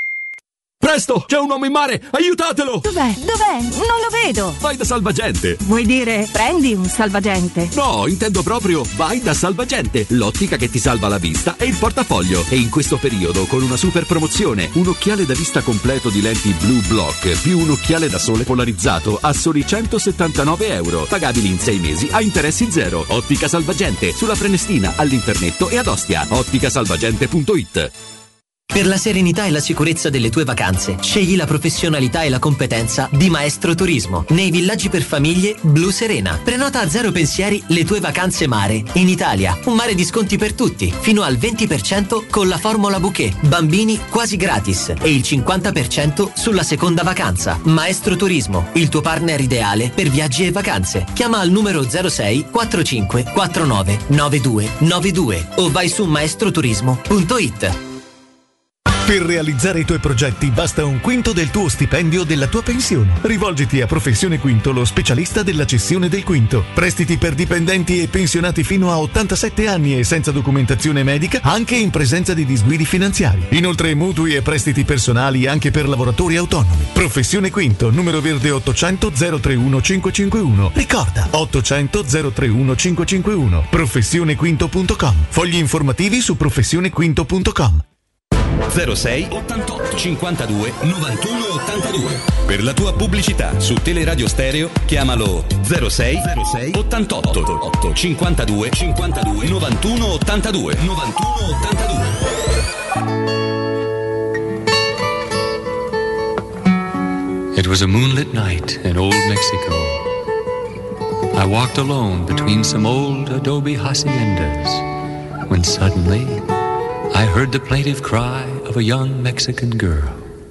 Presto! C'è un uomo in mare! Aiutatelo! Dov'è? Dov'è? Non lo vedo! Vai da Salvagente! Vuoi dire prendi un salvagente? No, intendo proprio vai da Salvagente, l'ottica che ti salva la vista e il portafoglio. E in questo periodo con una super promozione, un occhiale da vista completo di lenti Blue Block più un occhiale da sole polarizzato a soli centosettantanove euro, pagabili in sei mesi a interessi zero. Ottica Salvagente, sulla Prenestina, all'Infernetto e ad Ostia. ottica salvagente punto it. Per la serenità e la sicurezza delle tue vacanze, scegli la professionalità e la competenza di Maestro Turismo. Nei villaggi per famiglie Blu Serena. Prenota a zero pensieri le tue vacanze mare. In Italia, un mare di sconti per tutti, fino al venti per cento con la formula bouquet. Bambini quasi gratis e il cinquanta per cento sulla seconda vacanza. Maestro Turismo, il tuo partner ideale per viaggi e vacanze. Chiama al numero zero sei quattro cinque quattro nove nove due nove due o vai su maestro turismo punto it. Per realizzare i tuoi progetti basta un quinto del tuo stipendio o della tua pensione. Rivolgiti a Professione Quinto, lo specialista della cessione del quinto. Prestiti per dipendenti e pensionati fino a ottantasette anni e senza documentazione medica, anche in presenza di disguidi finanziari. Inoltre mutui e prestiti personali anche per lavoratori autonomi. Professione Quinto, numero verde ottocento zero trentuno cinquecentocinquantuno. Ricorda, ottocento zero trentuno cinquecentocinquantuno. professione quinto punto com. Fogli informativi su professione quinto punto com. zero sei ottantotto cinquantadue novantuno ottantadue. Per la tua pubblicità su Teleradio Stereo chiamalo zero sei ottantotto cinquantadue cinquantadue novantuno ottantadue novantuno ottantadue. It was a moonlit night in old Mexico. I walked alone between some old adobe haciendas when suddenly I heard the plaintive cry of a young Mexican girl.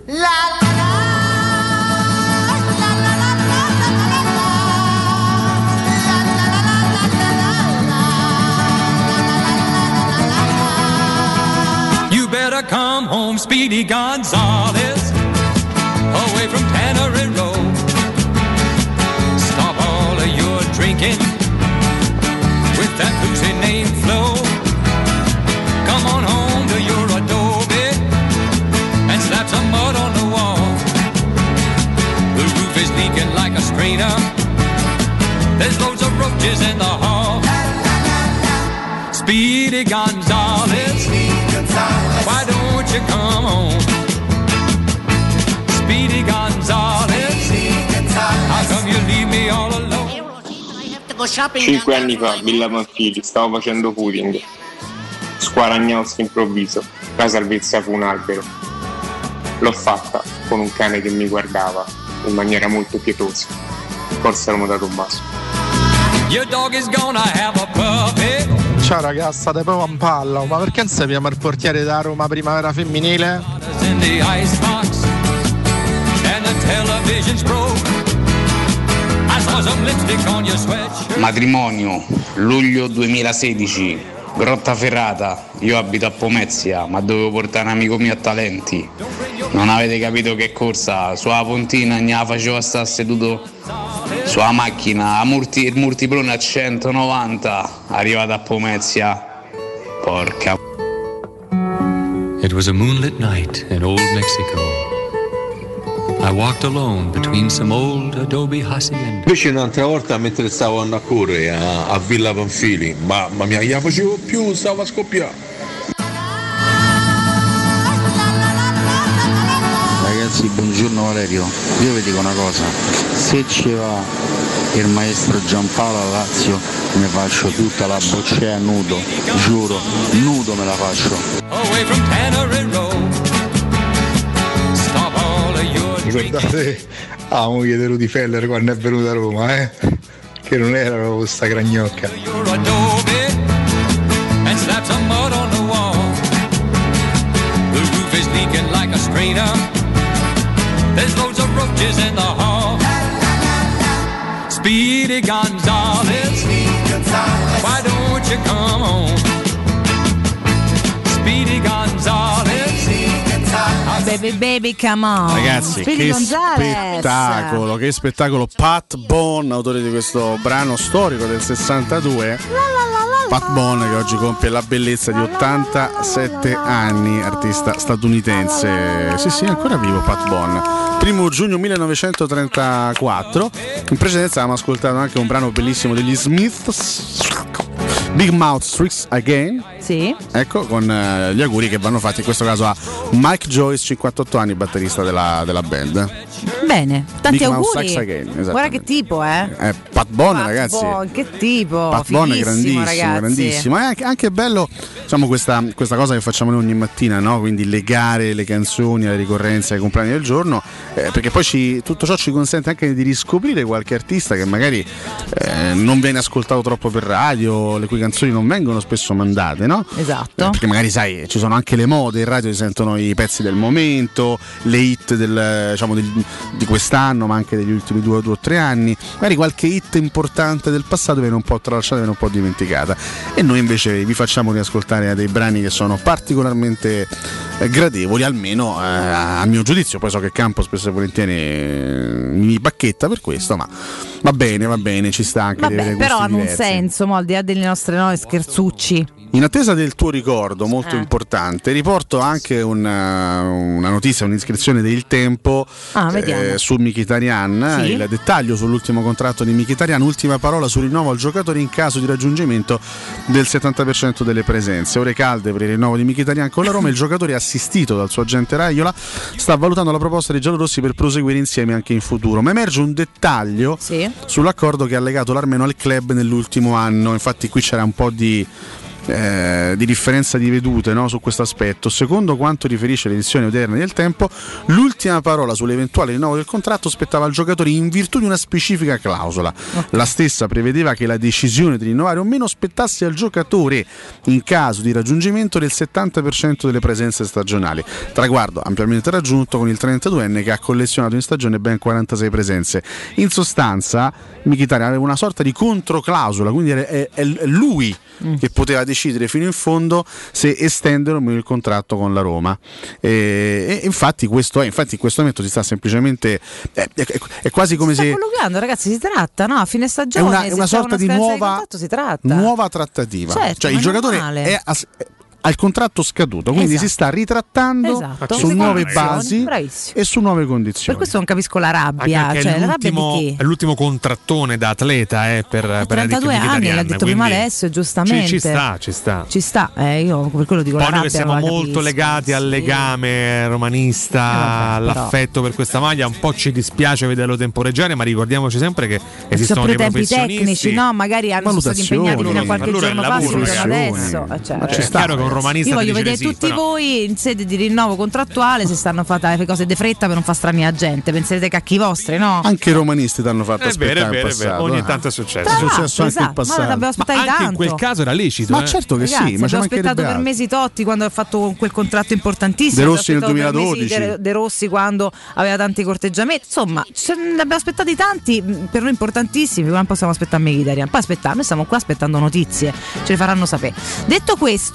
You better come home, Speedy Gonzales, away from Tannery Road. Stop all of your drinking with that boozy name Flo. Come on home to your adobe and slap some mud on the wall. The roof is leaking like a strainer. There's loads of roaches in the hall. Speedy Gonzales, why don't you come home? Speedy Gonzales, how come you leave me all alone? Cinque anni fa, Villa Pamphili, stavo facendo footing. Squaragnozzo improvviso, la salvezza fu un albero. L'ho fatta con un cane che mi guardava in maniera molto pietosa. Forse ero dato un basso. Ciao ragazza, state proprio in palla, ma perché non sappiamo il portiere da Roma Primavera Femminile? Matrimonio, luglio duemilasedici, Grottaferrata. Io abito a Pomezia, ma dovevo portare un amico mio a Talenti. Non avete capito che corsa, sulla pontina ne la facevo stare seduto sulla macchina, a multi, il multiplone a centonovanta, arrivato a Pomezia. Porca. It was a moonlit night in old Mexico. I walked alone between some old adobe haciendas. Invece un'altra volta mentre stavo andando a correre a, a Villa Panfili, mamma mia, io facevo più, stavo a scoppiare. Ragazzi, buongiorno Valerio, io vi dico una cosa, se ci va il maestro Giampaolo a Lazio mi faccio tutta la boccea nudo, giuro, nudo me la faccio. Away from Tannery Road. Stop all of your Ricordate la moglie di Rudy Feller quando è venuta a Roma, eh? Che non era proprio sta gragnocca. your adobe and slap some mud on the wall. The roof is leaking like a strainer. There's loads of roaches in the hall. Speedy Gonzales, why don't you come home? Speedy Gonzales, Baby baby come on. Ragazzi, Speedy che Gonzales. spettacolo, che spettacolo. Pat Boone, autore di questo brano storico del sessantadue. Pat Boone che oggi compie la bellezza di ottantasette anni, artista statunitense. Sì, sì, ancora vivo Pat Boone. Primo giugno millenovecentotrentaquattro. In precedenza avevamo ascoltato anche un brano bellissimo degli Smiths, Big Mouth Strikes Again. Sì. Ecco, con eh, gli auguri che vanno fatti in questo caso a Mike Joyce, cinquantotto anni, batterista della, della band. Bene, tanti Big Mouth auguri. Strikes Again, Guarda che tipo, eh. Eh, Pat Boone, Pat ragazzi. Boone, che tipo. Pat Boone è grandissimo, ragazzi. grandissimo. È anche, anche bello, diciamo, questa, questa cosa che facciamo noi ogni mattina, no? Quindi legare le canzoni alle ricorrenze, ai compleanni del giorno, eh, perché poi ci, tutto ciò ci consente anche di riscoprire qualche artista che magari eh, non viene ascoltato troppo per radio, le cui canzoni non vengono spesso mandate, no? Esatto. Eh, perché magari sai, ci sono anche le mode, in radio si sentono i pezzi del momento, le hit del, diciamo, del, di quest'anno, ma anche degli ultimi due, due o tre anni. Magari qualche hit importante del passato viene un po' tralasciata, viene un po' dimenticata. E noi invece vi facciamo riascoltare dei brani che sono particolarmente eh, gradevoli, almeno eh, a mio giudizio. Poi so che Campo spesso e volentieri eh, mi bacchetta per questo, ma va bene, va bene, ci sta anche. Vabbè, però hanno un diversi. senso, mo, al di là delle nostre no, scherzucci. In attesa del tuo ricordo molto Eh. importante, riporto anche una, una notizia, un'iscrizione del Tempo Ah, vediamo. eh, su Mkhitaryan, Sì. il dettaglio sull'ultimo contratto di Mkhitaryan, ultima parola sul rinnovo al giocatore in caso di raggiungimento del settanta per cento delle presenze. Ore calde per il rinnovo di Mkhitaryan con la Roma, il giocatore assistito dal suo agente Raiola sta valutando la proposta dei giallorossi per proseguire insieme anche in futuro, ma emerge un dettaglio Sì. sull'accordo che ha legato l'Armeno al club nell'ultimo anno. Infatti qui c'era un po' di Eh, di differenza di vedute, no, su questo aspetto. Secondo quanto riferisce l'edizione odierna del Tempo, l'ultima parola sull'eventuale rinnovo del contratto spettava al giocatore in virtù di una specifica clausola. La stessa prevedeva che la decisione di rinnovare o meno spettasse al giocatore in caso di raggiungimento del settanta per cento delle presenze stagionali, traguardo ampiamente raggiunto con il trentaduenne che ha collezionato in stagione ben quarantasei presenze. In sostanza Mkhitaryan aveva una sorta di controclausola, quindi è, è, è lui mm. che poteva decidere fino in fondo se estendere o meno il contratto con la Roma. E, e infatti questo è, infatti in questo momento si sta semplicemente è, è, è quasi come si se sta collegando, ragazzi, si tratta, no? A fine stagione è una, è una se sorta una di nuova di si tratta. nuova trattativa. Certo, cioè ma il giocatore normale. è as- ha il contratto scaduto, quindi Esatto. si sta ritrattando Esatto. su Sì, nuove condizioni. basi Bravissimo. e su nuove condizioni. Per questo non capisco la rabbia, Anche cioè è la rabbia l'ultimo, di chi? è l'ultimo contrattone da atleta eh, per, per trentadue Enrico anni, Mkhitaryan, l'ha detto prima quindi Alessio, giustamente. Ci, ci sta, ci sta. Ci sta, eh, io per quello dico Poi la noi rabbia. che siamo non la molto capisco. legati al legame romanista, Eh, vabbè, all'affetto per questa maglia, un po' ci dispiace vederlo temporeggiare, ma ricordiamoci sempre che esistono Sono dei tempi professionisti. tecnici, no? Magari hanno sono stati impegnati fino a qualche Allora è giorno fa, si lavoro, vedono ragazzi. adesso. Eh, cioè, Ma ci eh. sta, chiaro che un romanista Io voglio ti dice vedere di sì, tutti però- voi in sede di rinnovo contrattuale se stanno fatte le cose de fretta per non far strani la gente. Penserete cacchi vostri, no? Anche i romanisti ti hanno fatto È aspettare vero, è vero, il è vero. passato. Ogni eh. tanto è successo. È successo anche Esatto, il passato. ma l'abbiamo aspettati anche tanto. in quel caso era lecito. Ma eh. certo che sì, Ragazzi, ma ci abbiamo aspettato mancherebbe per altro. mesi Totti quando ha fatto quel contratto importantissimo. De Rossi nel abbiamo aspettato per mesi duemiladodici. De, De Rossi quando aveva tanti corteggiamenti. Insomma, ce ne abbiamo aspettati tanti, mh, per noi importantissimi. Non possiamo aspettare Mkhitaryan. Poi aspettare, noi stiamo qua aspettando notizie, ce le faranno sapere. Detto questo, va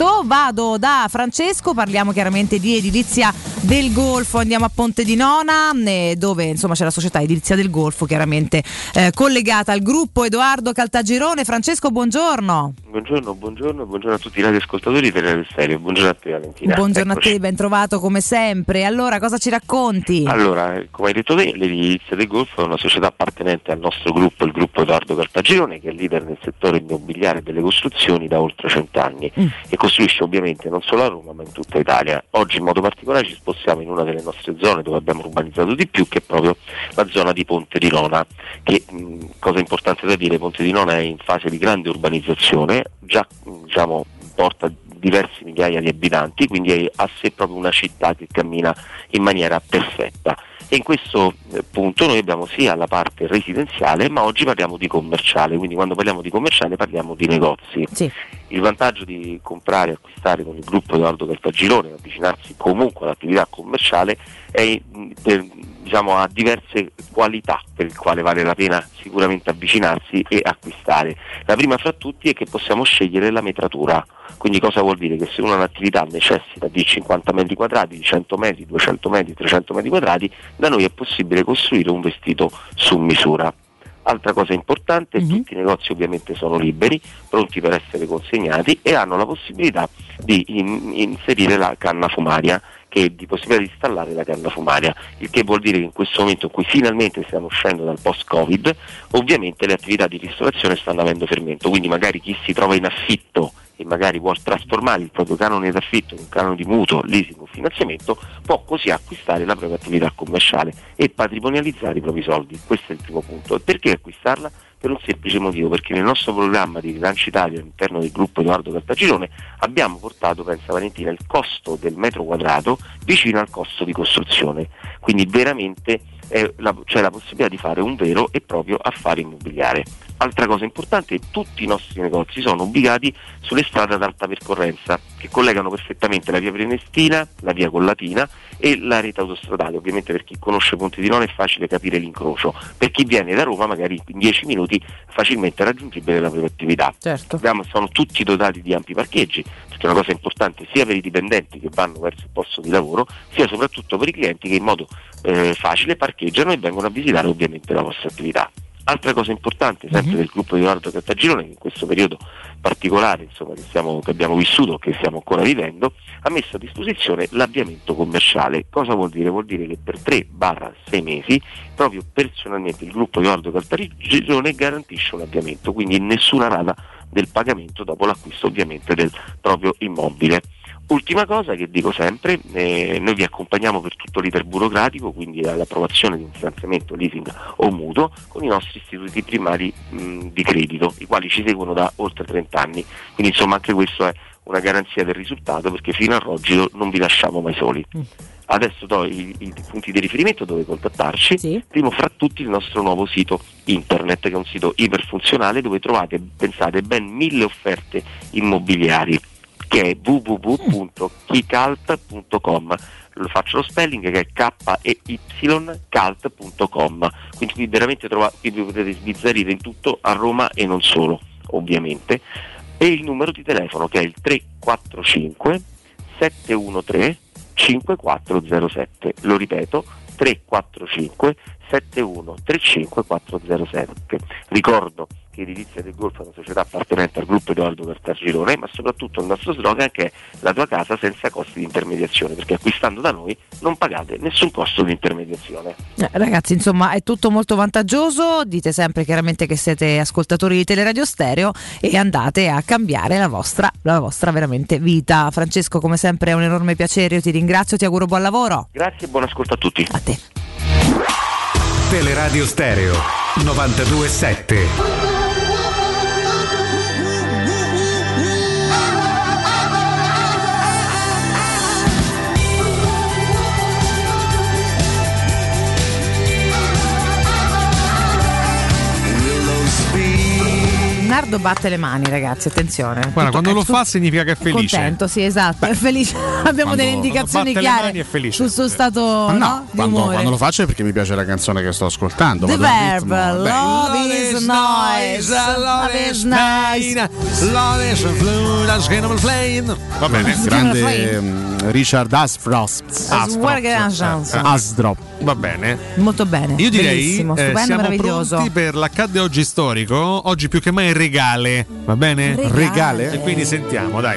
vado da Francesco, parliamo chiaramente di edilizia del Golfo, andiamo a Ponte di Nona eh, dove insomma c'è la società edilizia del Golfo chiaramente eh, collegata al gruppo Edoardo Caltagirone. Francesco, buongiorno. Buongiorno, buongiorno, buongiorno a tutti i radioascoltatori di Radio Stereo, buongiorno a te Valentina. Buongiorno Eccoci. a te, ben trovato come sempre. Allora, cosa ci racconti? Allora, come hai detto te, l'edilizia del Golfo è una società appartenente al nostro gruppo, il gruppo Edoardo Caltagirone, che è leader nel settore immobiliare e delle costruzioni da oltre cent'anni mm. e costruisce ovviamente non solo a Roma ma in tutta Italia. Oggi in modo particolare ci spostiamo in una delle nostre zone dove abbiamo urbanizzato di più, che è proprio la zona di Ponte di Nona, che mh, cosa importante da dire, Ponte di Nona è in fase di grande urbanizzazione, già diciamo porta diversi migliaia di abitanti, quindi è a sé proprio una città che cammina in maniera perfetta. E in questo eh, punto noi abbiamo sia la parte residenziale, ma oggi parliamo di commerciale, quindi quando parliamo di commerciale parliamo di negozi. Sì. Il vantaggio di comprare e acquistare con il gruppo Edoardo Caltagirone, avvicinarsi comunque all'attività commerciale, è per, diciamo, ha diverse qualità per il quale vale la pena sicuramente avvicinarsi e acquistare. La prima fra tutti è che possiamo scegliere la metratura. Quindi cosa vuol dire? Che se una un'attività necessita di cinquanta metri quadrati, di cento metri, duecento metri, trecento metri quadrati, da noi è possibile costruire un vestito su misura. Altra cosa importante, mm-hmm. tutti i negozi ovviamente sono liberi, pronti per essere consegnati e hanno la possibilità di in- inserire la canna fumaria, che è di possibilità di installare la canna fumaria, il che vuol dire che in questo momento in cui finalmente stiamo uscendo dal post-Covid, ovviamente le attività di ristorazione stanno avendo fermento, quindi magari chi si trova in affitto e magari vuol trasformare il proprio canone d'affitto in un canone di mutuo, leasing o finanziamento, può così acquistare la propria attività commerciale e patrimonializzare i propri soldi. Questo è il primo punto. E perché acquistarla? Per un semplice motivo, perché nel nostro programma di Rilancio Italia all'interno del gruppo Edoardo Caltagirone abbiamo portato, pensa Valentina, il costo del metro quadrato vicino al costo di costruzione, quindi veramente è la, c'è la possibilità di fare un vero e proprio affare immobiliare. Altra cosa importante, tutti i nostri negozi sono ubicati sulle strade ad alta percorrenza che collegano perfettamente la via Prenestina, la via Collatina e la rete autostradale. Ovviamente per chi conosce Ponte di Nona è facile capire l'incrocio, per chi viene da Roma magari in dieci minuti facilmente raggiungibile la propria attività. Certo. Abbiamo, sono tutti dotati di ampi parcheggi, che è una cosa importante sia per i dipendenti che vanno verso il posto di lavoro, sia soprattutto per i clienti che in modo eh, facile parcheggiano e vengono a visitare ovviamente la vostra attività. Altra cosa importante, sempre mm-hmm. del gruppo di Edoardo Caltagirone, che in questo periodo particolare insomma, che, stiamo, che abbiamo vissuto, che stiamo ancora vivendo, ha messo a disposizione l'avviamento commerciale. Cosa vuol dire? Vuol dire che per tre sei mesi proprio personalmente il gruppo di Edoardo Caltagirone garantisce un avviamento, quindi nessuna rata del pagamento dopo l'acquisto ovviamente del proprio immobile. Ultima cosa che dico sempre, eh, noi vi accompagniamo per tutto l'iter burocratico, quindi all'approvazione di un finanziamento leasing o mutuo con i nostri istituti primari mh, di credito, i quali ci seguono da oltre trenta anni, quindi insomma anche questo è una garanzia del risultato, perché fino a oggi non vi lasciamo mai soli. Mm. Adesso do i, i punti di riferimento dove contattarci. Sì. Primo fra tutti il nostro nuovo sito internet, che è un sito iperfunzionale dove trovate, pensate, ben mille offerte immobiliari, che è w w w punto kicalt punto com. Lo faccio lo spelling, che è K E Y calt punto com. Quindi qui veramente trovate, qui vi potete sbizzarrire in tutto a Roma e non solo, ovviamente. E il numero di telefono, che è il tre quattro cinque sette uno tre cinque quattro zero sette. Lo ripeto, tre quattro cinque sette uno tre cinque quattro zero sette. Ricordo che Edilizia del Golfo è una società appartenente al gruppo Edoardo Caltagirone, ma soprattutto il nostro slogan, che è la tua casa senza costi di intermediazione, perché acquistando da noi non pagate nessun costo di intermediazione. Eh, ragazzi, insomma, è tutto molto vantaggioso. Dite sempre chiaramente che siete ascoltatori di Teleradio Stereo e andate a cambiare la vostra, la vostra veramente vita. Francesco, come sempre è un enorme piacere, io ti ringrazio, ti auguro buon lavoro. Grazie e buon ascolto a tutti. A te. Teleradio Stereo novantadue sette. Nardo batte le mani, ragazzi, attenzione. Guarda, tutto, quando lo tutto, fa significa che è felice. Contento, sì, esatto, è felice. Abbiamo quando, delle indicazioni quando chiare sul suo stato no, no, di quando, umore. quando lo faccio è perché mi piace la canzone che sto ascoltando. The verb, love is noise, love is nice, love is fluid, as kind of a plane. Va bene. Grande um, Richard Asfrost. Asdrop. Va bene. Molto bene. Io direi Bellissimo, eh, stupendo, siamo meraviglioso. pronti per l'accadde oggi storico. Oggi più che mai regale. Va bene? Regale. Regale? E quindi sentiamo, dai.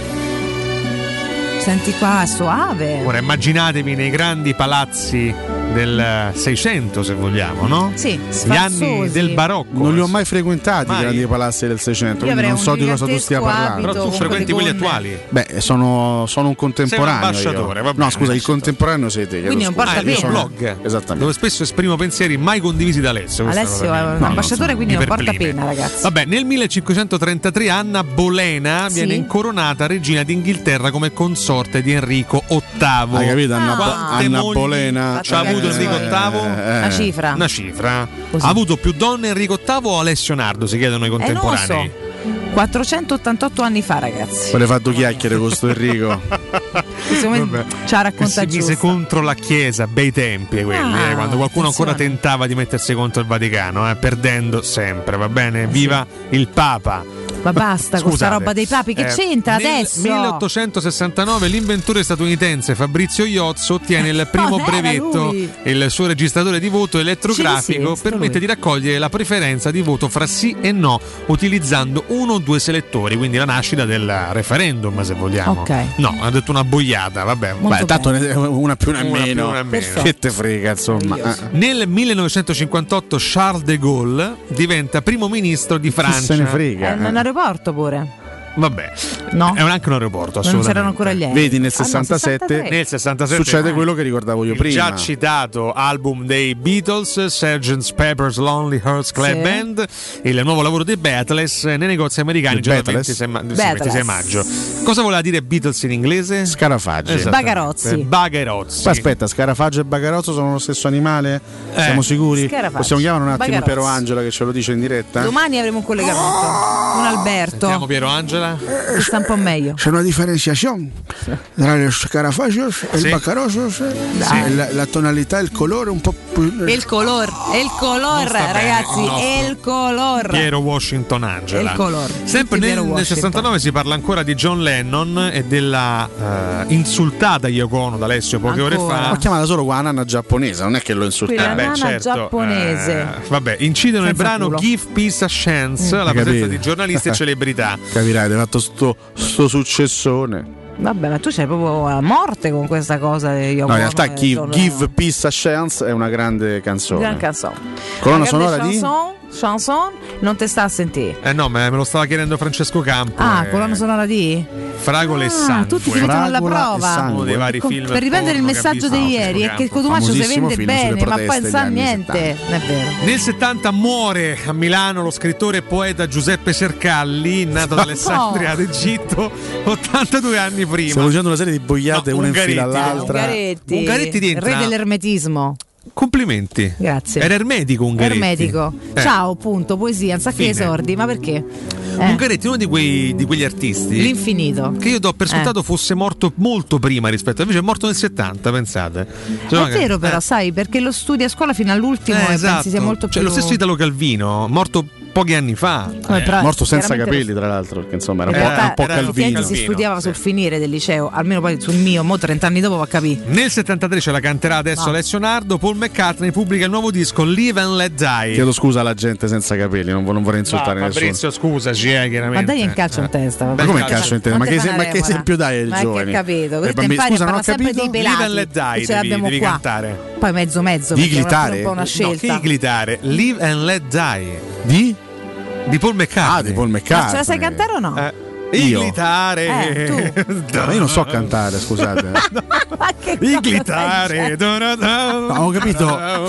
Senti qua, è soave. Ora immaginatevi nei grandi palazzi del Seicento, se vogliamo, no? Sì, gli anni del barocco. Non li ho mai frequentati Mai? i grandi palazzi del Seicento, Io quindi avrei non un so di cosa tu stia gigantesco parlando. abito Però tu con frequenti quelle quelli gonne. attuali. Beh, sono, sono un contemporaneo. Sei un ambasciatore, io. va bene. No, scusa, il contemporaneo siete. Quindi non porta Ah, il mio pena. blog, Esattamente. dove spesso esprimo pensieri mai condivisi da Alessio. Questa Alessio cosa è mi- un no, ambasciatore, no, quindi mi non porta perplime. pena, ragazzi. Vabbè, nel millecinquecentotrentatré Anna Bolena Sì. viene incoronata regina d'Inghilterra come consorte di Enrico ottavo. Hai capito? Anna, Bo- Quante Anna mogli Bolena. c'ha avuto Enrico ottavo? Una cifra. Una cifra. Così. Ha avuto più donne Enrico ottavo o Alessio Nardo? Si chiedono i Eh, non lo contemporanei. so. quattrocentottantotto anni fa, ragazzi. Poi le fa due chiacchiere con sto Enrico. Secondo me Vabbè. ce la Che racconta si mise giusta. contro la Chiesa, bei tempi quelli, Ah, eh, quando qualcuno ancora attenzione. tentava di mettersi contro il Vaticano, eh, perdendo sempre, va bene? Viva il Papa! Ma basta con questa Scusate, roba dei papi, che eh, c'entra nel adesso? milleottocentosessantanove l'inventore statunitense Fabrizio Iozzo ottiene il primo Non era brevetto. lui. Il suo registratore di voto elettrografico Sì, sì, è permette lui. di raccogliere la preferenza di voto fra sì e no utilizzando uno o due selettori, quindi la nascita del referendum, se vogliamo. Ok. No, ha detto una boiata, vabbè. Molto Beh, tanto ne- una più una Una più, meno. una meno. Perfetto. Che te frega, insomma. Meraviglioso. Eh. Nel millenovecentocinquantotto Charles de Gaulle diventa primo ministro di Chi Francia. se ne frega. È in un aeroporto pure. Vabbè, No. è un- anche un aeroporto, Non assolutamente. c'erano ancora gli aerei. Vedi, nel Ah, no, sessantasette sessantatré. Nel sessantasette succede ah, quello che ricordavo io il prima. già citato album dei Beatles, sergeant Pepper's Lonely Hearts Club Sì. Band, il nuovo lavoro dei Beatles nei negozi americani I già dal Beatles? ventisei, ma- sì, Beatles. ventisei maggio. Cosa voleva dire Beatles in inglese? Scarafaggi. Esattamente. Bagarozzi. Bagarozzi. Poi aspetta, Scarafaggio e Bagarozzo sono lo stesso animale? Eh. Siamo sicuri? Scarafaggio. Possiamo chiamare un attimo Bagarozzi. Piero Angela che ce lo dice in diretta? Domani avremo un collegamento con Alberto. Sentiamo Piero Angela. Che sta un po' meglio. C'è una differenziazione tra le scarafagios e Sì. il baccarosos. La, la tonalità e il colore un po' più. E il color, e il color, Non sta bene, ragazzi, il nostro e il color. Piero Washington Angela. E il color. Sempre Tutti nel, Piero nel Washington. sessantanove si parla ancora di John Lennon e della eh, insultata Yoko Ono da Alessio poche ore Ancora. fa. L'ho chiamata solo qua nana giapponese, non è che l'ho insultata. Quella Beh, nana certo, giapponese. eh, vabbè, incidono nel Senza brano culo. Give Peace a Chance alla Hai presenza capito? di giornalisti e celebrità. Capirai, ti hai fatto sto, sto successone. Vabbè, ma tu sei proprio a morte con questa cosa di Yoko No, in realtà Ono e Give, John Give Lennon. Peace a Chance è una grande canzone. Gran canzone. Colonna La grande sonora di? chanson, chanson, non te sta a sentire. Eh no, ma me lo stava chiedendo Francesco Campo. Ah, eh, colonna sonora di? Fragole e Ah, Sangue. tutti ti mettono alla Fragola e prova. Sangue. Uno dei vari Com- film per riprendere il porno che ha messaggio visto di Francesco ieri è che il Campo. Cotumaccio si Famosissimo vende film sulle bene, ma poi proteste non sa degli anni niente. Non è vero. Nel settanta muore a Milano lo scrittore e poeta Giuseppe Sercalli, nato ad Alessandria d'Egitto ottantadue anni prima. Stiamo facendo una serie di boiate No, una in fila Ungaretti. all'altra. Ungaretti, Ungaretti rientra- re dell'ermetismo. Complimenti. Grazie. Era ermetico Ungaretti. Ermetico. Eh. Ciao, punto, poesia, un sacco di Fine. esordi, ma perché? Eh, Ungaretti è uno di, quei, di quegli artisti L'infinito. che io do per scontato Eh. fosse morto molto prima rispetto, invece è morto nel settanta, pensate. Cioè, È magari- vero però, eh. sai, perché lo studi a scuola fino all'ultimo Eh, e esatto. pensi sia molto più... Cioè, lo stesso Italo Calvino, morto pochi anni fa. Come però- Morto senza chiaramente capelli, tra l'altro, perché insomma era un In po', realtà, un po' era- calvino. effettivamente si studiava sul finire del liceo, almeno poi sul mio, mo trent'anni dopo va a capire. Nel settantatré ce la canterà adesso No. Alessio Nardo. Paul McCartney pubblica il nuovo disco Live and Let Die. Chiedo scusa alla gente senza capelli, non, non vorrei insultare No, nessuno. Fabrizio, scusaci, eh, chiaramente. Ma dai in calcio in testa. Ma vabbè. come calcio in testa? Ma Non che, te ma che fanno esempio dai ai Ma giovani? che capito? Eh, Così te bambini, impari scusa, a non ho parlare sempre capito. dei Live and pelati. Let Die, e ce devi, l'abbiamo devi qua. cantare. Poi mezzo mezzo, Di perché è una- glitare? un po' una No, scelta. che glitare? Live and Let Die. Di? Di Paul McCartney. Ah, di Paul Ma McCartney. ce la sai cantare o no? Eh, Io? Iglitare. Eh, Ma io non so cantare, scusate. Ma che Iglitare. No, ho capito.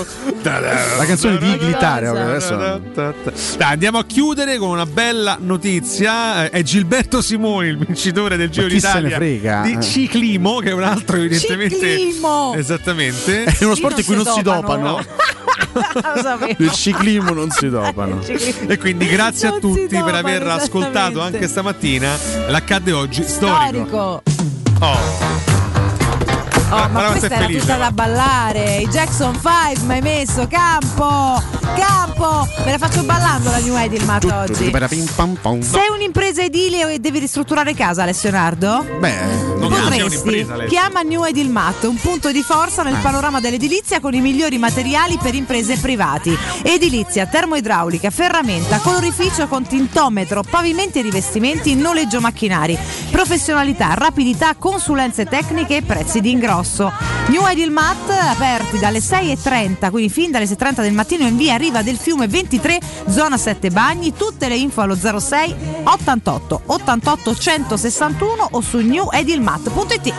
La canzone di Iglitare. Adesso. Dai, andiamo a chiudere con una bella notizia. È Gilberto Simoni, il vincitore del Giro chi se ne d'Italia frega? di ciclismo, che è un altro evidentemente. Ciclismo! Esattamente. È uno Lì sport non in cui si non si dopano, dopano. Lo sapevo. Nel ciclismo non si dopano. E quindi grazie a Non si tutti per dopano, aver ascoltato esattamente. anche stamattina l'Accadde Oggi storico. Storico. Oh. Oh, ma questa era felice, tutta da ballare. I Jackson cinque mi hai messo campo, campo. Me la faccio ballando la New Edilmat oggi. Sei un'impresa edile e devi ristrutturare casa, Alessio Nardo? Beh, non potresti. Chiama New Edilmat, un punto di forza nel panorama dell'edilizia con i migliori materiali per imprese e privati. Edilizia, termoidraulica, ferramenta, colorificio con tintometro, pavimenti e rivestimenti, noleggio macchinari, professionalità, rapidità, consulenze tecniche e prezzi di ingrosso. New Edilmat aperti dalle sei e trenta, quindi fin dalle sei e trenta del mattino in via Riva del Fiume ventitré, zona sette Bagni. Tutte le info allo zero sei ottantotto ottantotto centosessantuno o su new edilmat punto it.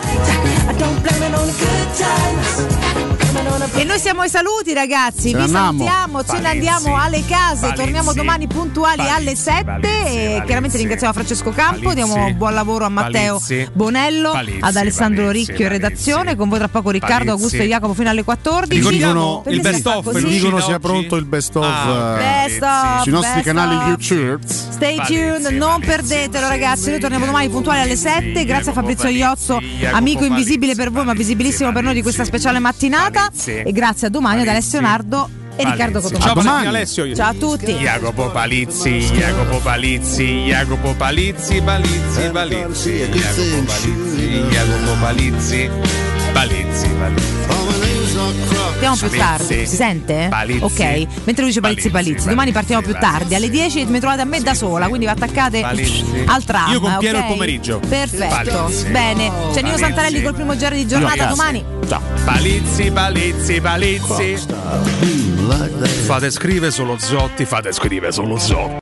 E noi siamo ai saluti, ragazzi. Ce Vi andiamo. salutiamo, ce ne andiamo alle case. Palizzi. Torniamo domani puntuali Palizzi. alle sette. Palizzi, E Palizzi. chiaramente ringraziamo Francesco Campo. Palizzi. Diamo buon lavoro a Matteo Palizzi. Bonello, Palizzi, ad Alessandro Palizzi, Ricchio in redazione. Con voi tra poco Riccardo, Palizzi. Augusto e Jacopo fino alle quattordici. Dicono Perché il si best fa of, così? dicono sia pronto il best of, Ah, eh, best of, sui nostri best canali of. YouTube. Stay tuned, non perdetelo, ragazzi. Noi torniamo domani puntuali alle sette. Grazie a Fabrizio Iozzo, amico invisibile per voi ma visibilissimo per noi di questa speciale mattinata. E grazie a domani ad Alessio Nardo e Riccardo Cotomano. Ciao Palizzi, Alessio. Ciao a tutti. Jacopo Palizzi, Jacopo Palizzi, Jacopo Palizzi, Palizzi, Palizzi, Jacopo Palizzi, Jacopo Palizzi, Palizzi, Palizzi. Partiamo più tardi, si sente? Palizzi. Ok, mentre lui dice Palizzi Palizzi, domani partiamo più tardi, alle dieci mi trovate a me da sola, quindi vi attaccate Palizzi. al tram. Io con Piero ok? il pomeriggio. Perfetto, Palizzi. bene. C'è Nino Palizzi. Santarelli col primo giro di giornata Ragazzi. domani. Ciao. Palizzi, Palizzi, Palizzi. Fate scrivere solo Zotti, fate scrivere solo Zotti.